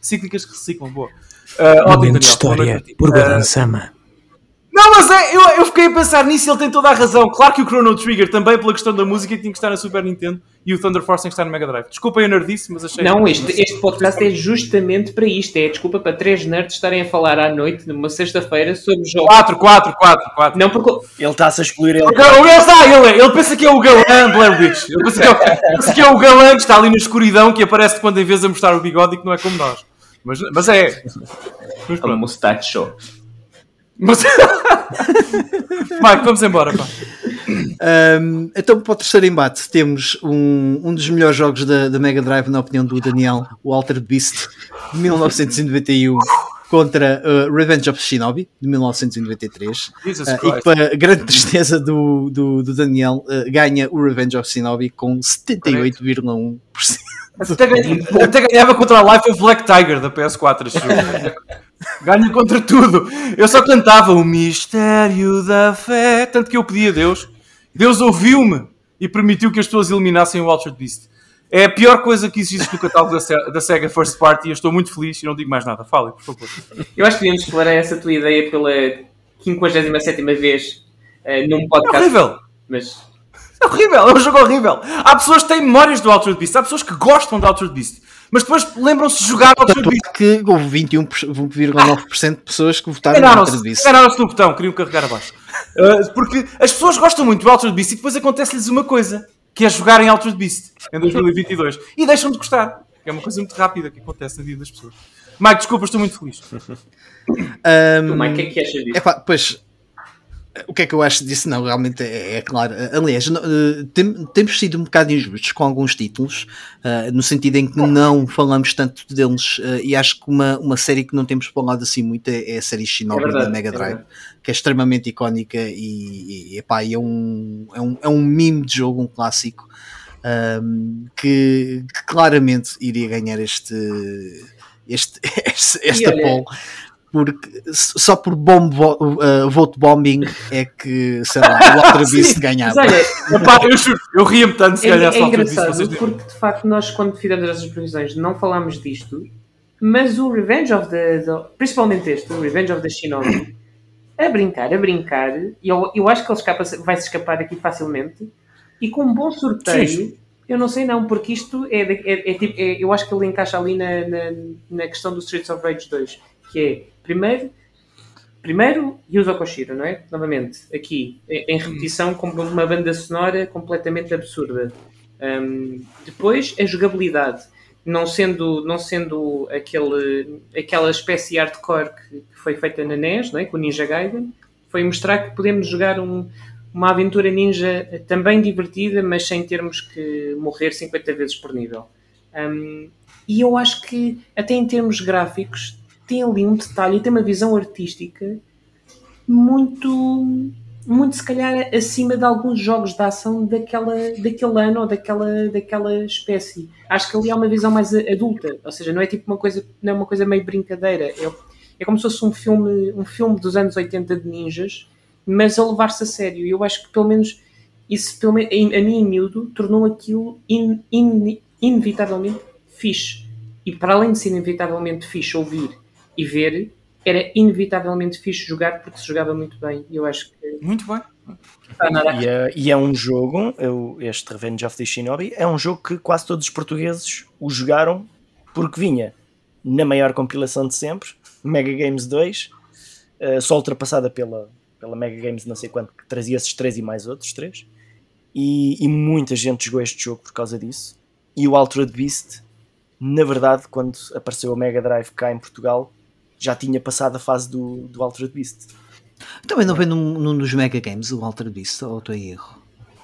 [SPEAKER 2] Boa.
[SPEAKER 5] Momento de história, por Godan-sama.
[SPEAKER 2] Não, mas eu fiquei a pensar nisso e ele tem toda a razão. Claro que o Chrono Trigger também, pela questão da música, tinha que estar na Super Nintendo e o Thunder Force tem que estar no Mega Drive. Desculpem a nerdice, mas achei...
[SPEAKER 1] Não, este podcast é justamente para isto. É desculpa para 3 nerds estarem a falar à noite, numa sexta-feira, sobre jogos...
[SPEAKER 2] 4.
[SPEAKER 1] Não, porque...
[SPEAKER 4] Ele está-se a excluir ele.
[SPEAKER 2] Ele pensa que é o galã Blair Witch. Ele pensa que é o galã que está ali na escuridão, que aparece de quando em vez a mostrar o bigode e que não é como nós. Mas é...
[SPEAKER 1] É uma mustache show.
[SPEAKER 2] Mas... Mike, vamos embora, pá.
[SPEAKER 3] Então, para o terceiro embate, temos um dos melhores jogos da Mega Drive, na opinião do Daniel, o Altered Beast, de 1991, contra Revenge of Shinobi, de 1993. E para a grande tristeza do Daniel, ganha o Revenge of Shinobi com 78,1%.
[SPEAKER 2] Até ganhava contra a Life of Black Tiger da PS4 este jogo. Ganha contra tudo. Eu só cantava o mistério da fé, tanto que eu pedi a Deus. Deus ouviu-me e permitiu que as pessoas eliminassem o Altered Beast. É a pior coisa que existe no catálogo da Sega First Party e eu estou muito feliz e não digo mais nada. Fale, por favor.
[SPEAKER 1] Eu acho que devíamos explorar essa tua ideia pela 57ª vez num podcast.
[SPEAKER 2] É horrível.
[SPEAKER 1] Mas...
[SPEAKER 2] É horrível, é um jogo horrível. Há pessoas que têm memórias do Altered Beast, há pessoas que gostam do Altered Beast, mas depois lembram-se de jogar Altered Beast.
[SPEAKER 3] Que houve 21,9% de pessoas que votaram no Altered Beast.
[SPEAKER 2] Enganaram-se no botão, queriam carregar abaixo. Porque as pessoas gostam muito do Altered Beast e depois acontece-lhes uma coisa, que é jogarem Altered Beast em 2022 e deixam de gostar. É uma coisa muito rápida que acontece na vida das pessoas. Mike, desculpa, estou muito feliz.
[SPEAKER 1] Mike, o que é que achas disso?
[SPEAKER 3] Pois, o que é que eu acho disso? Não, realmente é claro. Aliás, temos sido um bocado injustos com alguns títulos, no sentido em que não falamos tanto deles, e acho que uma série que não temos falado assim muito é a série Shinobi da Mega Drive, que é extremamente icónica e é um meme de jogo, um clássico, que claramente iria ganhar esta poll. Porque só por vote bombing é que, sei lá, o Altered Beast ganhava.
[SPEAKER 1] Olha,
[SPEAKER 2] eu ria-me tanto se ganhasse o Altered Beast.
[SPEAKER 1] É engraçado, porque de facto nós, quando fizemos essas previsões, não falámos disto, mas o Revenge of principalmente este, o Revenge of the Shinobi, a brincar, e eu acho que ele vai se escapar aqui facilmente, e com um bom sorteio, eu não sei não, porque isto eu acho que ele encaixa ali na questão do Streets of Rage 2, que é primeiro Yuzo Koshiro, não é? Novamente, aqui, em repetição, com uma banda sonora completamente absurda. Depois, a jogabilidade. não sendo aquela espécie hardcore que foi feita na NES, não é? Com o Ninja Gaiden, foi mostrar que podemos jogar uma aventura ninja também divertida, mas sem termos que morrer 50 vezes por nível. E eu acho que, até em termos gráficos, tem ali um detalhe e tem uma visão artística muito se calhar acima de alguns jogos de ação daquele ano ou daquela espécie. Acho que ali há uma visão mais adulta, ou seja, não é tipo não é uma coisa meio brincadeira, é como se fosse um filme dos anos 80 de ninjas, mas a levar-se a sério. E eu acho que pelo menos isso, a mim em miúdo, tornou aquilo inevitavelmente fixe. E para além de ser inevitavelmente fixe ouvir e ver, era inevitavelmente fixe jogar, porque se jogava muito bem. E eu acho que...
[SPEAKER 2] Muito bem.
[SPEAKER 4] E é um jogo, este Revenge of the Shinobi, é um jogo que quase todos os portugueses o jogaram porque vinha na maior compilação de sempre, Mega Games 2, só ultrapassada pela Mega Games não sei quanto, que trazia esses 3 e mais outros 3. E muita gente jogou este jogo por causa disso. E o Altered Beast, na verdade, quando apareceu a Mega Drive cá em Portugal, já tinha passado a fase do Altered Beast.
[SPEAKER 3] Também não vem num dos Mega Games o Altered Beast, ou estou em erro?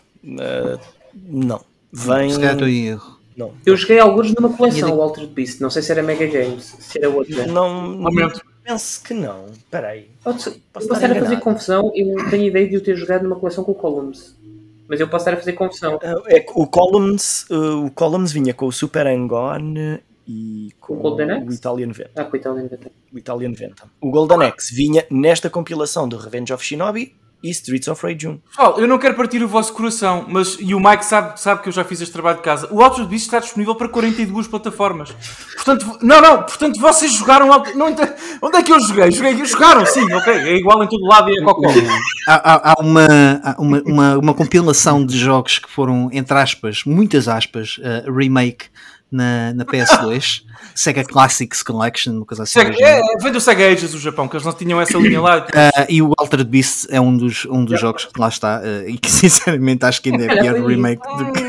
[SPEAKER 4] Não. Vem...
[SPEAKER 3] Se calhar estou em erro.
[SPEAKER 4] Não.
[SPEAKER 1] Eu joguei alguns numa coleção, o Altered Beast. Não sei se era Mega Games, se era outra.
[SPEAKER 4] Não penso que não. Espera aí.
[SPEAKER 1] Posso estar a fazer confusão. Eu tenho a ideia de eu ter jogado numa coleção com o Columns. Mas eu posso estar a fazer confusão.
[SPEAKER 4] O Columns vinha com o Super Hang-On e com o Italian Venta.
[SPEAKER 1] Com o Italian Venta.
[SPEAKER 4] O Italian Venta. O Golden Axe vinha nesta compilação do Revenge of Shinobi e Streets of Rage 1.
[SPEAKER 2] Pessoal, eu não quero partir o vosso coração, mas e o Mike sabe que eu já fiz este trabalho de casa. O Altered Beast está disponível para 42 plataformas. Portanto, portanto vocês jogaram onde é que eu joguei? Jogaram, sim, ok, é igual em todo lado e é cocó.
[SPEAKER 3] Há uma compilação de jogos que foram, entre aspas, muitas aspas, remake na PS2, Sega Classics Collection, uma coisa assim.
[SPEAKER 2] Vem do Sega Ages, o Japão, que eles não tinham essa linha lá.
[SPEAKER 3] E o Altered Beast é um dos jogos que lá está, e que sinceramente acho que ainda é pior remake do que...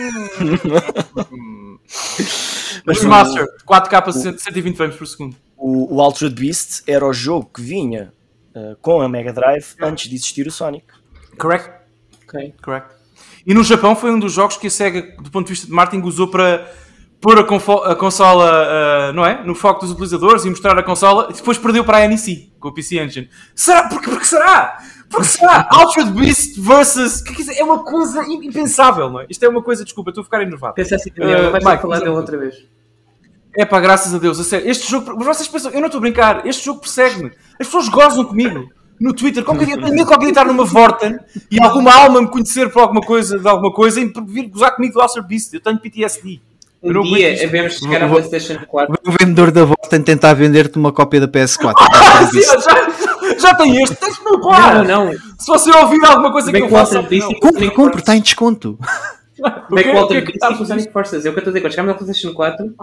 [SPEAKER 2] Mas Master, 4K 120 frames por segundo.
[SPEAKER 4] O Altered Beast era o jogo que vinha com a Mega Drive antes de existir o Sonic.
[SPEAKER 2] Correct.
[SPEAKER 1] Ok.
[SPEAKER 2] Correct. E no Japão foi um dos jogos que a Sega, do ponto de vista de marketing, usou para pôr a consola não é? No foco dos utilizadores e mostrar a consola, e depois perdeu para a NEC com o PC Engine. Será? Porque será? Porque será? Altered Beast versus... É uma coisa impensável, não é? Isto é uma coisa, desculpa, estou a ficar enervado.
[SPEAKER 1] Pensa assim, não vais falar dele outra vez.
[SPEAKER 2] É pá, graças a Deus, a sério. Este jogo, vocês pensam, eu não estou a brincar, este jogo persegue-me. As pessoas gozam comigo no Twitter. Qualquer dia, tenho medo de alguém estar numa Vorten e alguma alma me conhecer por alguma coisa e vir gozar comigo do Altered Beast. Eu tenho PTSD.
[SPEAKER 1] Um dia devemos chegar à PlayStation 4.
[SPEAKER 3] O vendedor da Volta tentar vender-te uma cópia da PS4.
[SPEAKER 2] Já tem este, tens-me no par.
[SPEAKER 1] Não.
[SPEAKER 2] Se você ouvir alguma coisa que eu faça,
[SPEAKER 3] compre, está em desconto.
[SPEAKER 1] Como é que o Altered Beast e o Sonic Forces? É o que eu estou a dizer, quando chegarmos à PlayStation 4...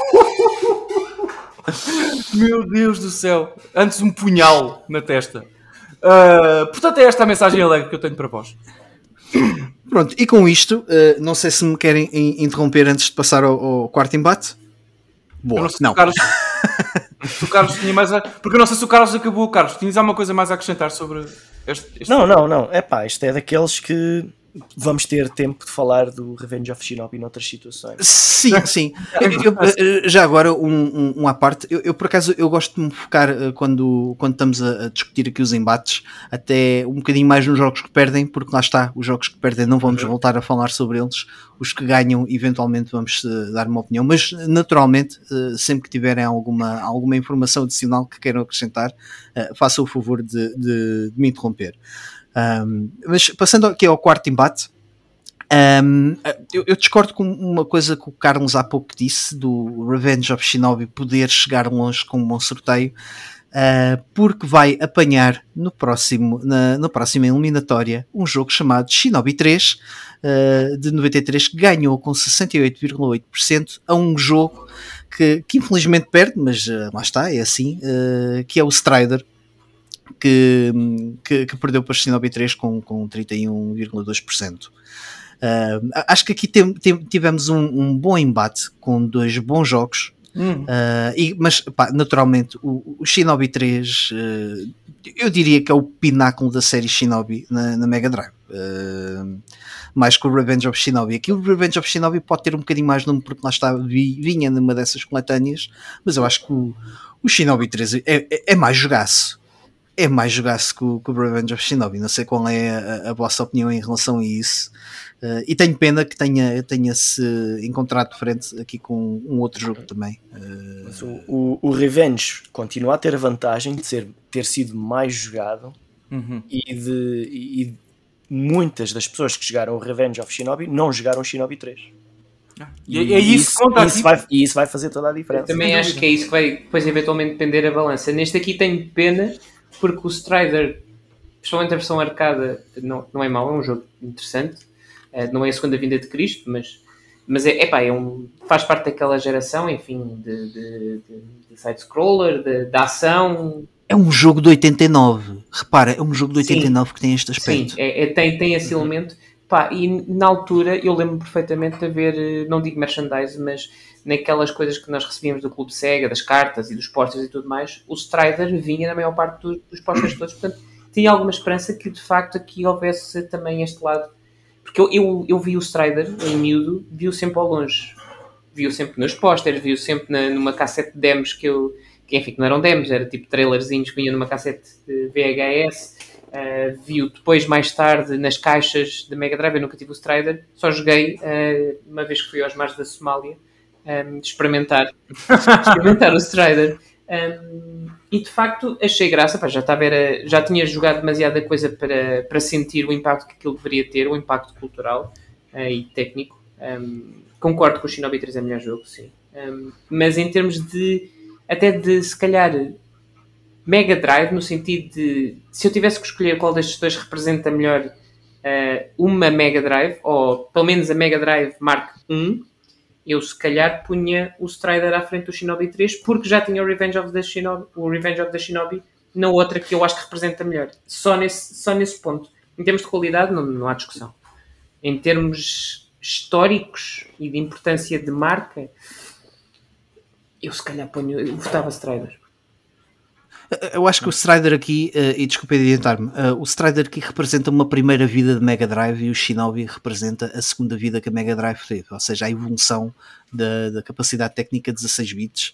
[SPEAKER 2] Meu Deus do céu. Antes um punhal na testa. Portanto, é esta a mensagem alegre que eu tenho para vós.
[SPEAKER 3] Pronto, e com isto, não sei se me querem interromper antes de passar ao quarto embate. Boa,
[SPEAKER 2] eu não. Se o Carlos tinha mais porque eu não sei se o Carlos acabou. Carlos, tinhas alguma coisa mais a acrescentar sobre este...
[SPEAKER 4] Não. Isto é daqueles que vamos ter tempo de falar do Revenge of Shinobi noutras situações.
[SPEAKER 3] Sim. Já agora, um à parte, eu por acaso eu gosto de me focar quando estamos a discutir aqui os embates, até um bocadinho mais nos jogos que perdem, porque lá está, os jogos que perdem não vamos voltar a falar sobre eles, os que ganham eventualmente vamos dar uma opinião, mas naturalmente sempre que tiverem alguma informação adicional que queiram acrescentar, façam o favor de me interromper. Mas passando aqui ao quarto embate, eu discordo com uma coisa que o Carlos há pouco disse do Revenge of Shinobi poder chegar longe com um bom sorteio, porque vai apanhar na próxima eliminatória um jogo chamado Shinobi 3 de 93, que ganhou com 68,8% a um jogo que infelizmente perde, mas lá está, é assim, que é o Strider, que perdeu para Shinobi 3 com 31,2%. Acho que aqui tivemos um bom embate com 2 bons jogos. Mas pá, naturalmente o Shinobi 3 eu diria que é o pináculo da série Shinobi na Mega Drive, mais que o Revenge of Shinobi. Aqui o Revenge of Shinobi pode ter um bocadinho mais nome porque lá está, vinha numa dessas coletâneas, mas eu acho que o Shinobi 3 é mais jogaço. É mais jogaço que o Revenge of Shinobi. Não sei qual é a vossa opinião em relação a isso. E tenho pena que tenha-se encontrado de frente aqui com um outro jogo também.
[SPEAKER 4] Mas o Revenge continua a ter a vantagem de ter sido mais jogado e muitas das pessoas que jogaram o Revenge of Shinobi não jogaram o Shinobi 3.
[SPEAKER 2] E é isso que conta aqui.
[SPEAKER 4] E isso vai fazer toda a diferença.
[SPEAKER 1] Eu também acho que é isso que vai depois eventualmente depender a balança. Neste aqui tenho pena porque o Strider, principalmente a versão arcada, não é mau, é um jogo interessante. Não é a segunda vinda de Cristo, mas faz parte daquela geração, enfim, de side-scroller, de ação.
[SPEAKER 3] É um jogo de 89, repara, é um jogo de 89 que tem este aspecto.
[SPEAKER 1] Sim, tem esse elemento. Pá, e na altura eu lembro perfeitamente de haver, não digo merchandise, mas naquelas coisas que nós recebíamos do Clube Sega, das cartas e dos posters e tudo mais, o Strider vinha na maior parte dos posters todos, portanto tinha alguma esperança que de facto aqui houvesse também este lado, porque eu vi o Strider em miúdo, vi-o sempre ao longe, vi-o sempre nos posters, vi-o sempre numa cassete de demos que enfim, que não eram demos, era tipo trailerzinhos que vinham numa cassete de VHS. Vi-o depois, mais tarde, nas caixas de Mega Drive. Eu nunca tive o Strider, só joguei uma vez que fui aos mares da Somália experimentar o Strider. E de facto achei graça, pá, já tinha jogado demasiada coisa para sentir o impacto que aquilo deveria ter, o impacto cultural e técnico. Concordo que o Shinobi 3 é o melhor jogo, sim. Mas em termos de se calhar Mega Drive, no sentido de se eu tivesse que escolher qual destes dois representa melhor uma Mega Drive, ou pelo menos a Mega Drive Mark I, eu se calhar punha o Strider à frente do Shinobi 3, porque já tinha o Revenge of the Shinobi na outra que eu acho que representa melhor. Só nesse ponto. Em termos de qualidade não há discussão. Em termos históricos e de importância de marca, eu se calhar eu votava Strider.
[SPEAKER 3] Eu acho que o Strider aqui, e desculpe adiantar-me, o Strider aqui representa uma primeira vida de Mega Drive e o Shinobi representa a segunda vida que a Mega Drive teve, ou seja, a evolução da capacidade técnica de 16 bits.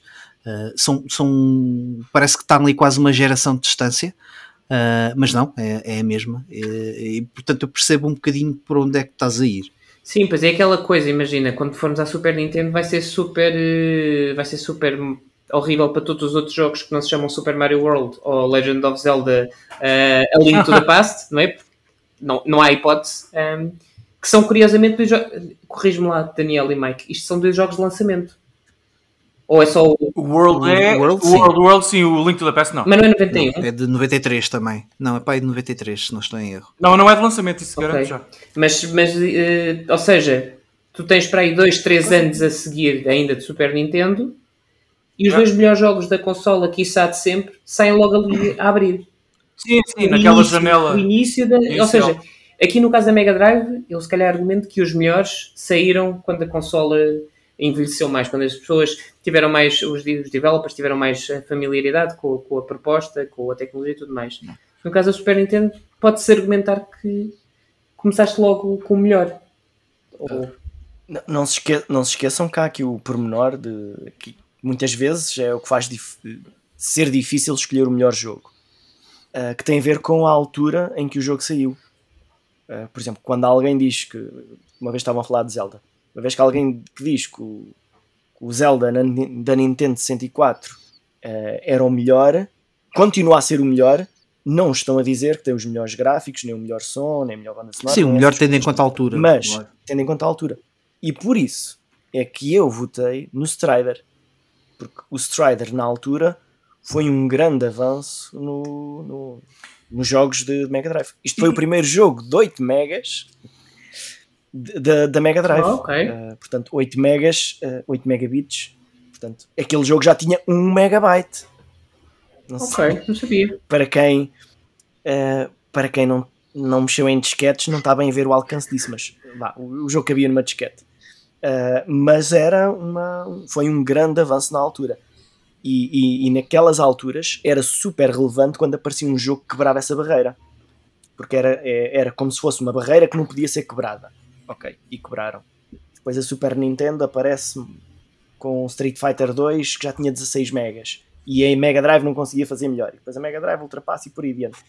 [SPEAKER 3] Parece que está ali quase uma geração de distância, mas não, é a mesma, e portanto eu percebo um bocadinho por onde é que estás a ir.
[SPEAKER 1] Sim, pois é aquela coisa, imagina, quando formos à Super Nintendo vai ser super horrível para todos os outros jogos que não se chamam Super Mario World ou Legend of Zelda A Link to the Past, não é? Não há hipótese. Que são curiosamente dois jogos. Corrijo-me lá, Daniel e Mike, isto são dois jogos de lançamento. Ou é só o
[SPEAKER 2] World, sim, o Link to the Past não.
[SPEAKER 1] Mas não é 91?
[SPEAKER 3] Não, é de 93 também. Não, é para aí de 93, se não estou em erro.
[SPEAKER 2] Não é de lançamento, isso se garante já.
[SPEAKER 1] Mas ou seja, tu tens para aí 2-3 anos a seguir ainda de Super Nintendo e os dois melhores jogos da consola, quiçá de sempre, saem logo ali a abrir.
[SPEAKER 2] Sim, naquela janela.
[SPEAKER 1] O início da... Ou seja, aqui no caso da Mega Drive, eu se calhar argumento que os melhores saíram quando a consola envelheceu mais, quando as pessoas tiveram mais, os developers tiveram mais familiaridade com a proposta, com a tecnologia e tudo mais. No caso da Super Nintendo, pode-se argumentar que começaste logo com o melhor.
[SPEAKER 4] Não se esqueçam que há aqui o pormenor que muitas vezes é o que faz ser difícil escolher o melhor jogo, que tem a ver com a altura em que o jogo saiu. Por exemplo, quando alguém diz que, uma vez estavam a falar de Zelda, uma vez que alguém diz que o Zelda da Nintendo 64 era o melhor, continua a ser o melhor, não estão a dizer que tem os melhores gráficos, nem o melhor som, nem a melhor banda sonora.
[SPEAKER 3] Sim, o melhor tendo em conta a altura.
[SPEAKER 4] Mas, tendo em conta a altura. E por isso é que eu votei no Strider. Porque o Strider, na altura, foi um grande avanço nos jogos de Mega Drive. Isto foi o primeiro jogo de 8 megas da Mega Drive.
[SPEAKER 1] Okay.
[SPEAKER 4] Portanto, 8 megabits. Portanto, aquele jogo já tinha 1 megabyte.
[SPEAKER 1] Não sabia.
[SPEAKER 4] Para quem não mexeu em disquetes, não está bem a ver o alcance disso, mas o jogo cabia numa disquete. Mas foi um grande avanço na altura. E naquelas alturas era super relevante quando aparecia um jogo que quebrava essa barreira. Porque era como se fosse uma barreira que não podia ser quebrada. Ok, e quebraram. Depois a Super Nintendo aparece com Street Fighter 2 que já tinha 16 megas. E a Mega Drive não conseguia fazer melhor. E depois a Mega Drive ultrapassa e por aí adiante.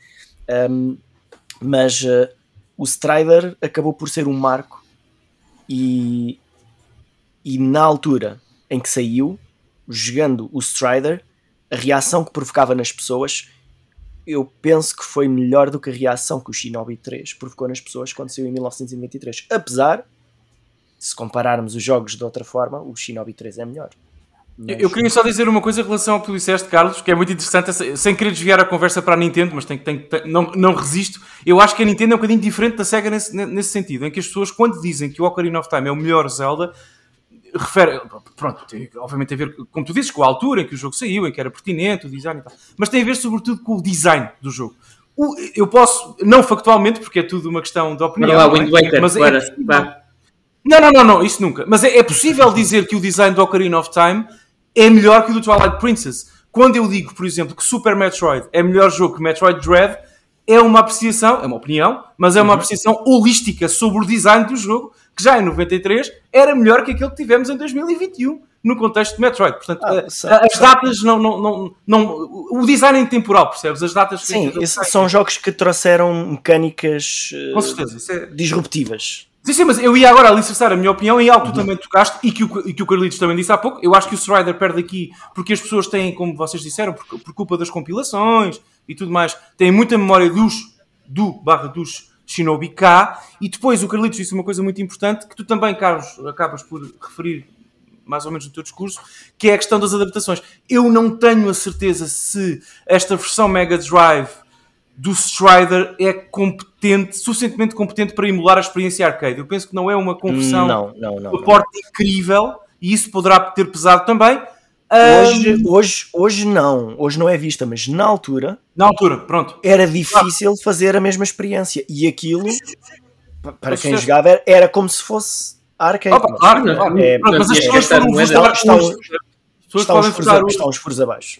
[SPEAKER 4] Mas o Strider acabou por ser um marco. E na altura em que saiu, jogando o Strider, a reação que provocava nas pessoas, eu penso que foi melhor do que a reação que o Shinobi 3 provocou nas pessoas quando saiu em 1993. Apesar, se compararmos os jogos de outra forma, o Shinobi 3 é melhor. Mas...
[SPEAKER 2] Eu queria só dizer uma coisa em relação ao que tu disseste, Carlos, que é muito interessante, sem querer desviar a conversa para a Nintendo, mas não resisto. Eu acho que a Nintendo é um bocadinho diferente da Sega nesse sentido, em que as pessoas, quando dizem que o Ocarina of Time é o melhor Zelda, refere, pronto, tem, obviamente a ver, como tu dizes, com a altura em que o jogo saiu, em que era pertinente, o design e tal, mas tem a ver sobretudo com o design do jogo. Eu posso, não factualmente, porque é tudo uma questão de opinião,
[SPEAKER 1] lá, Wind Waker,
[SPEAKER 2] mas não, isso nunca. Mas é possível dizer que o design do Ocarina of Time é melhor que o do Twilight Princess. Quando eu digo, por exemplo, que Super Metroid é melhor jogo que Metroid Dread, é uma apreciação, é uma opinião, mas é uma apreciação holística sobre o design do jogo, que já em 93 era melhor que aquele que tivemos em 2021, no contexto de Metroid. Portanto, as datas não... O design é intemporal, percebes? As datas...
[SPEAKER 4] Sim, são jogos que trouxeram mecânicas
[SPEAKER 2] com certeza,
[SPEAKER 4] disruptivas.
[SPEAKER 2] Sim, mas eu ia agora alicerçar a minha opinião em algo que tu também tocaste e que o Carlitos também disse há pouco. Eu acho que o Strider perde aqui porque as pessoas têm, como vocês disseram, por culpa das compilações e tudo mais, têm muita memória dos Shinobi K. E depois o Carlitos disse uma coisa muito importante que tu também, Carlos, acabas por referir mais ou menos no teu discurso, que é a questão das adaptações. Eu não tenho a certeza se esta versão Mega Drive do Strider é suficientemente competente para emular a experiência arcade. Eu penso que não é uma conversão de aporte incrível e isso poderá ter pesado também.
[SPEAKER 4] Hoje não é vista, mas na altura,
[SPEAKER 2] pronto,
[SPEAKER 4] era difícil fazer a mesma experiência e aquilo, para quem jogava, era como se fosse arcade.
[SPEAKER 2] Claro. Mas as pessoas foram
[SPEAKER 4] estão os furos abaixo.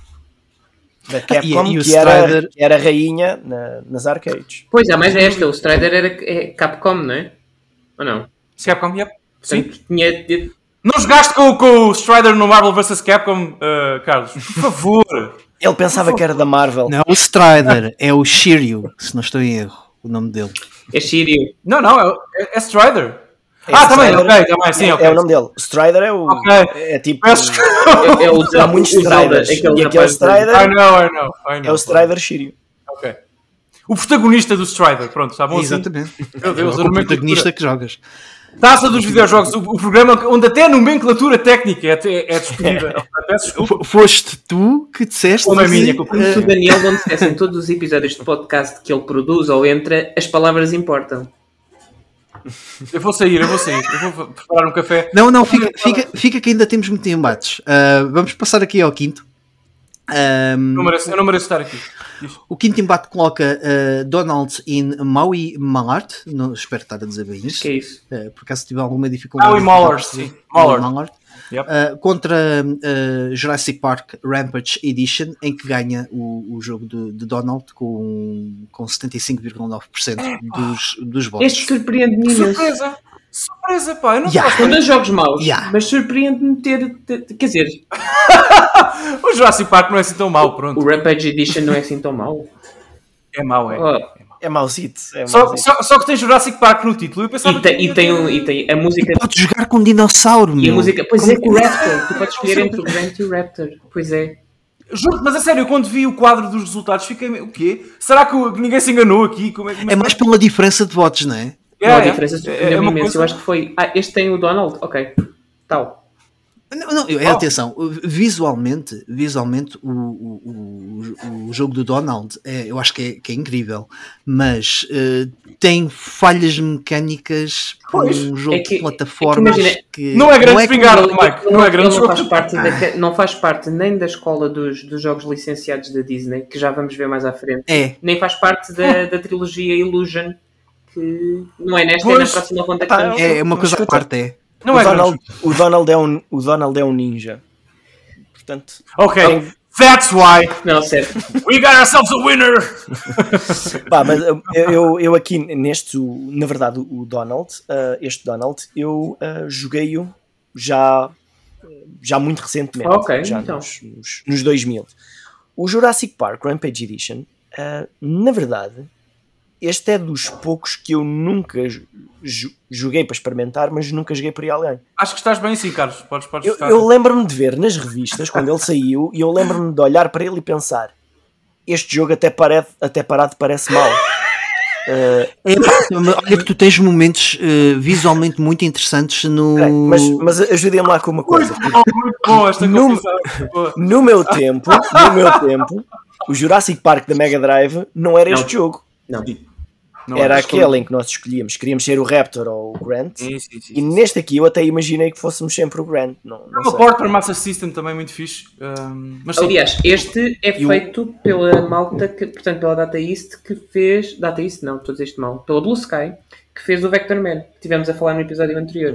[SPEAKER 4] Da Capcom, que era rainha nas arcades.
[SPEAKER 1] Pois, mas esta, o Strider é Capcom, não é? Ou não?
[SPEAKER 2] Capcom, yep. Sim.
[SPEAKER 1] Não
[SPEAKER 2] jogaste com o Strider no Marvel vs Capcom, Carlos? Por favor.
[SPEAKER 4] Ele pensava que era da Marvel.
[SPEAKER 3] Não, o Strider é o Shiryu, se não estou em erro, o nome dele.
[SPEAKER 1] É Shiryu.
[SPEAKER 2] Não, é Strider. Também, ok, sim, ok.
[SPEAKER 4] É o nome dele. Strider é o...
[SPEAKER 2] Ok.
[SPEAKER 4] É tipo...
[SPEAKER 1] É o
[SPEAKER 4] há muitos Striders. E aquele Strider...
[SPEAKER 2] I know.
[SPEAKER 4] É o Strider Shiryu.
[SPEAKER 2] Ok. O protagonista do Strider, pronto, está bom assim?
[SPEAKER 3] Exatamente.
[SPEAKER 2] Meu Deus,
[SPEAKER 3] é o protagonista que jogas.
[SPEAKER 2] Taça dos videojogos, o programa onde até a nomenclatura técnica é disponível.
[SPEAKER 3] Foste tu que disseste...
[SPEAKER 2] Como a minha.
[SPEAKER 1] Como se o Daniel não dissesse em todos os episódios de podcast que ele produz ou entra, as palavras importam.
[SPEAKER 2] Eu vou sair. Eu vou preparar um café.
[SPEAKER 3] Não, fica que ainda temos muito embates. Vamos passar aqui ao quinto.
[SPEAKER 2] Eu não mereço estar aqui.
[SPEAKER 3] O quinto embate coloca Donald in Maui Mallard. Não, espero estar a dizer bem isso.
[SPEAKER 1] Que é isso?
[SPEAKER 3] Por acaso tive alguma dificuldade.
[SPEAKER 2] Maui Mallard, sim. Mallard.
[SPEAKER 3] Yep. Contra Jurassic Park Rampage Edition, em que ganha o jogo de Donald com 75,9% dos votos.
[SPEAKER 1] Este surpreende-me.
[SPEAKER 2] Surpresa, pá. Eu não
[SPEAKER 1] São dois jogos maus, mas surpreende-me ter... Quer dizer...
[SPEAKER 2] O Jurassic Park não é assim tão mau, pronto.
[SPEAKER 1] O Rampage Edition não é assim tão mau.
[SPEAKER 2] É mau,
[SPEAKER 4] É mauzito.
[SPEAKER 2] Só que tem Jurassic Park no título. Eu pensava
[SPEAKER 1] e tem a música...
[SPEAKER 3] Tu podes jogar com um dinossauro, meu.
[SPEAKER 1] E a música... Pois é, com o Raptor. Tu podes escolher entre o Grant e o Raptor. Pois é.
[SPEAKER 2] Juro, mas a sério, quando vi o quadro dos resultados, fiquei... O quê? Será que ninguém se enganou aqui?
[SPEAKER 3] É mais pela diferença de votos, não é?
[SPEAKER 1] A diferença surpreendeu-me imenso. Eu acho que foi... este tem o Donald? Ok. Tal.
[SPEAKER 3] Atenção, visualmente o jogo do Donald eu acho que é incrível, mas tem falhas mecânicas para um jogo de plataformas que
[SPEAKER 2] não é grande espingarda, Mike. Não é grande jogo.
[SPEAKER 1] Não faz parte nem da escola dos jogos licenciados da Disney, que já vamos ver mais à frente, nem faz parte da trilogia Illusion, que não é nesta, é na próxima ronda que estamos.
[SPEAKER 3] É uma coisa à parte,
[SPEAKER 4] Não o Donald é um ninja. Portanto,
[SPEAKER 2] ok, that's why.
[SPEAKER 1] Não, certo.
[SPEAKER 2] We got ourselves a winner.
[SPEAKER 4] Mas eu aqui na verdade, o Donald, eu joguei-o já muito recentemente, já
[SPEAKER 1] então.
[SPEAKER 4] nos 2000. O Jurassic Park Rampage Edition, na verdade, este é dos poucos que eu nunca joguei para experimentar, mas nunca joguei por aí além.
[SPEAKER 2] Acho que estás bem assim, Carlos. Podes
[SPEAKER 4] eu lembro-me de ver nas revistas, quando ele saiu, e eu lembro-me de olhar para ele e pensar: este jogo até parado parece mau.
[SPEAKER 3] Olha que tu tens momentos visualmente muito interessantes no...
[SPEAKER 4] Mas ajudem-me lá com uma coisa.
[SPEAKER 2] Muito bom esta conversa.
[SPEAKER 4] No meu tempo, o Jurassic Park da Mega Drive não era este jogo.
[SPEAKER 1] Não.
[SPEAKER 4] Era aquele em que nós escolhíamos. Queríamos ser o Raptor ou o Grant.
[SPEAKER 2] Sim.
[SPEAKER 4] E neste aqui eu até imaginei que fôssemos sempre o Grant. Não
[SPEAKER 2] o port para Master System também muito fixe. Mas
[SPEAKER 1] aliás, este é feito pela malta, portanto pela Data East, que fez... Data East não, estou a dizer isto mal. Pela Blue Sky, que fez o Vector Man. Que tivemos a falar no episódio anterior.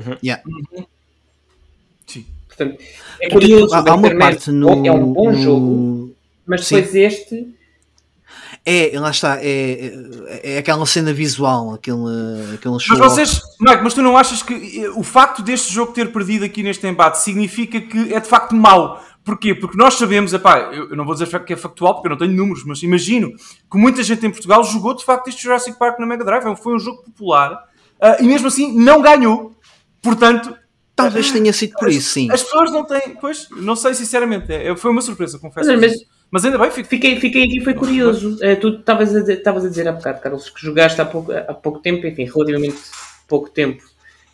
[SPEAKER 2] Sim.
[SPEAKER 1] Portanto, é curioso.
[SPEAKER 3] Há uma parte
[SPEAKER 1] é um bom jogo, mas depois este...
[SPEAKER 3] lá está, é aquela cena visual, aquele show.
[SPEAKER 2] Mas tu não achas que o facto deste jogo ter perdido aqui neste embate significa que é de facto mau? Porquê? Porque nós sabemos, eu não vou dizer que é factual porque eu não tenho números, mas imagino que muita gente em Portugal jogou de facto este Jurassic Park na Mega Drive, foi um jogo popular e mesmo assim não ganhou, portanto...
[SPEAKER 3] Talvez tenha sido por isso, sim.
[SPEAKER 2] As pessoas não têm, pois, não sei sinceramente, foi uma surpresa, confesso. Mas ainda bem,
[SPEAKER 1] fiquei aqui, foi curioso. Tu estavas a dizer há bocado, Carlos, que jogaste há pouco tempo, enfim, relativamente pouco tempo,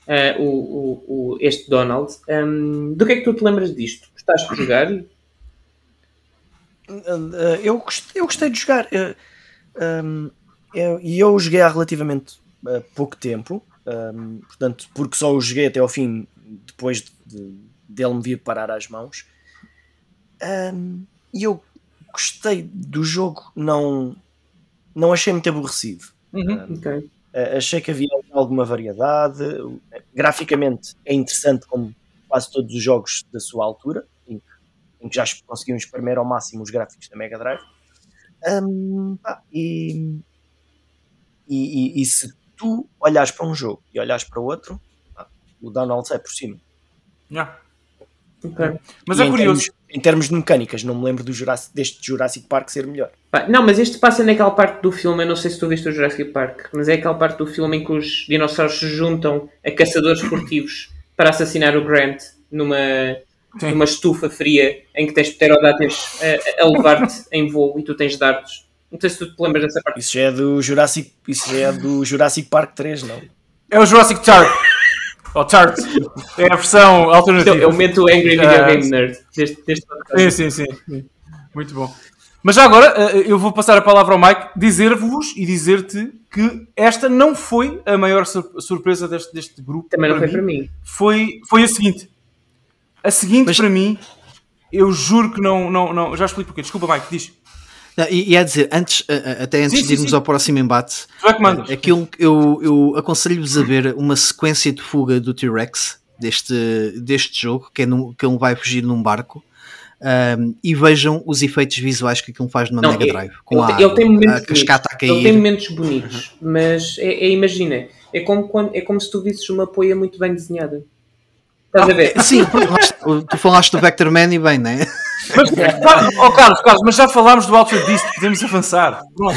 [SPEAKER 1] este Donald. Do que é que tu te lembras disto? Gostaste de jogar?
[SPEAKER 4] Eu gostei de jogar. Eu joguei há relativamente pouco tempo, portanto, porque só o joguei até ao fim, depois dele me vir parar às mãos. E eu gostei do jogo, não achei muito aborrecido.
[SPEAKER 1] Okay.
[SPEAKER 4] Achei que havia alguma variedade. Graficamente é interessante, como quase todos os jogos da sua altura, em que já conseguiam exprimir ao máximo os gráficos da Mega Drive. E se tu olhares para um jogo e olhares para o outro, o Donald sai por cima.
[SPEAKER 1] Okay.
[SPEAKER 2] Mas é curioso.
[SPEAKER 4] Em termos de mecânicas, não me lembro deste Jurassic Park ser melhor.
[SPEAKER 1] Não, mas este passa naquela parte do filme, eu não sei se tu viste o Jurassic Park, mas é aquela parte do filme em que os dinossauros se juntam a caçadores furtivos para assassinar o Grant numa estufa fria em que tens pterodáteis a levar-te em voo e tu tens dardos. Não sei se tu te lembras dessa parte.
[SPEAKER 4] Isso já é do Jurassic Park 3, não?
[SPEAKER 2] É o Jurassic Chart. Ou Chart. É a versão alternativa.
[SPEAKER 1] Eu meto o Angry Video Game Nerd deste podcast.
[SPEAKER 2] Sim. Muito bom. Mas já agora, eu vou passar a palavra ao Mike, dizer-vos e dizer-te que esta não foi a maior surpresa deste grupo.
[SPEAKER 1] Também não foi para mim.
[SPEAKER 2] Foi a seguinte. A seguinte, para mim, eu juro que não... Já explico porquê. Desculpa, Mike, diz.
[SPEAKER 3] E a dizer, antes de irmos ao próximo embate, aquilo que eu aconselho-vos a ver uma sequência de fuga do T-Rex deste jogo, que ele vai fugir num barco, e vejam os efeitos visuais que aquilo faz numa Mega Drive, com a cascata a cair.
[SPEAKER 1] Ele tem momentos bonitos, mas imagina, é como se tu visses uma poia muito bem desenhada. Estás a ver?
[SPEAKER 3] Sim, tu falaste do Vector Man e bem, não é?
[SPEAKER 2] Mas, Carlos, mas já falámos do Altered Beast, podemos avançar. Pronto.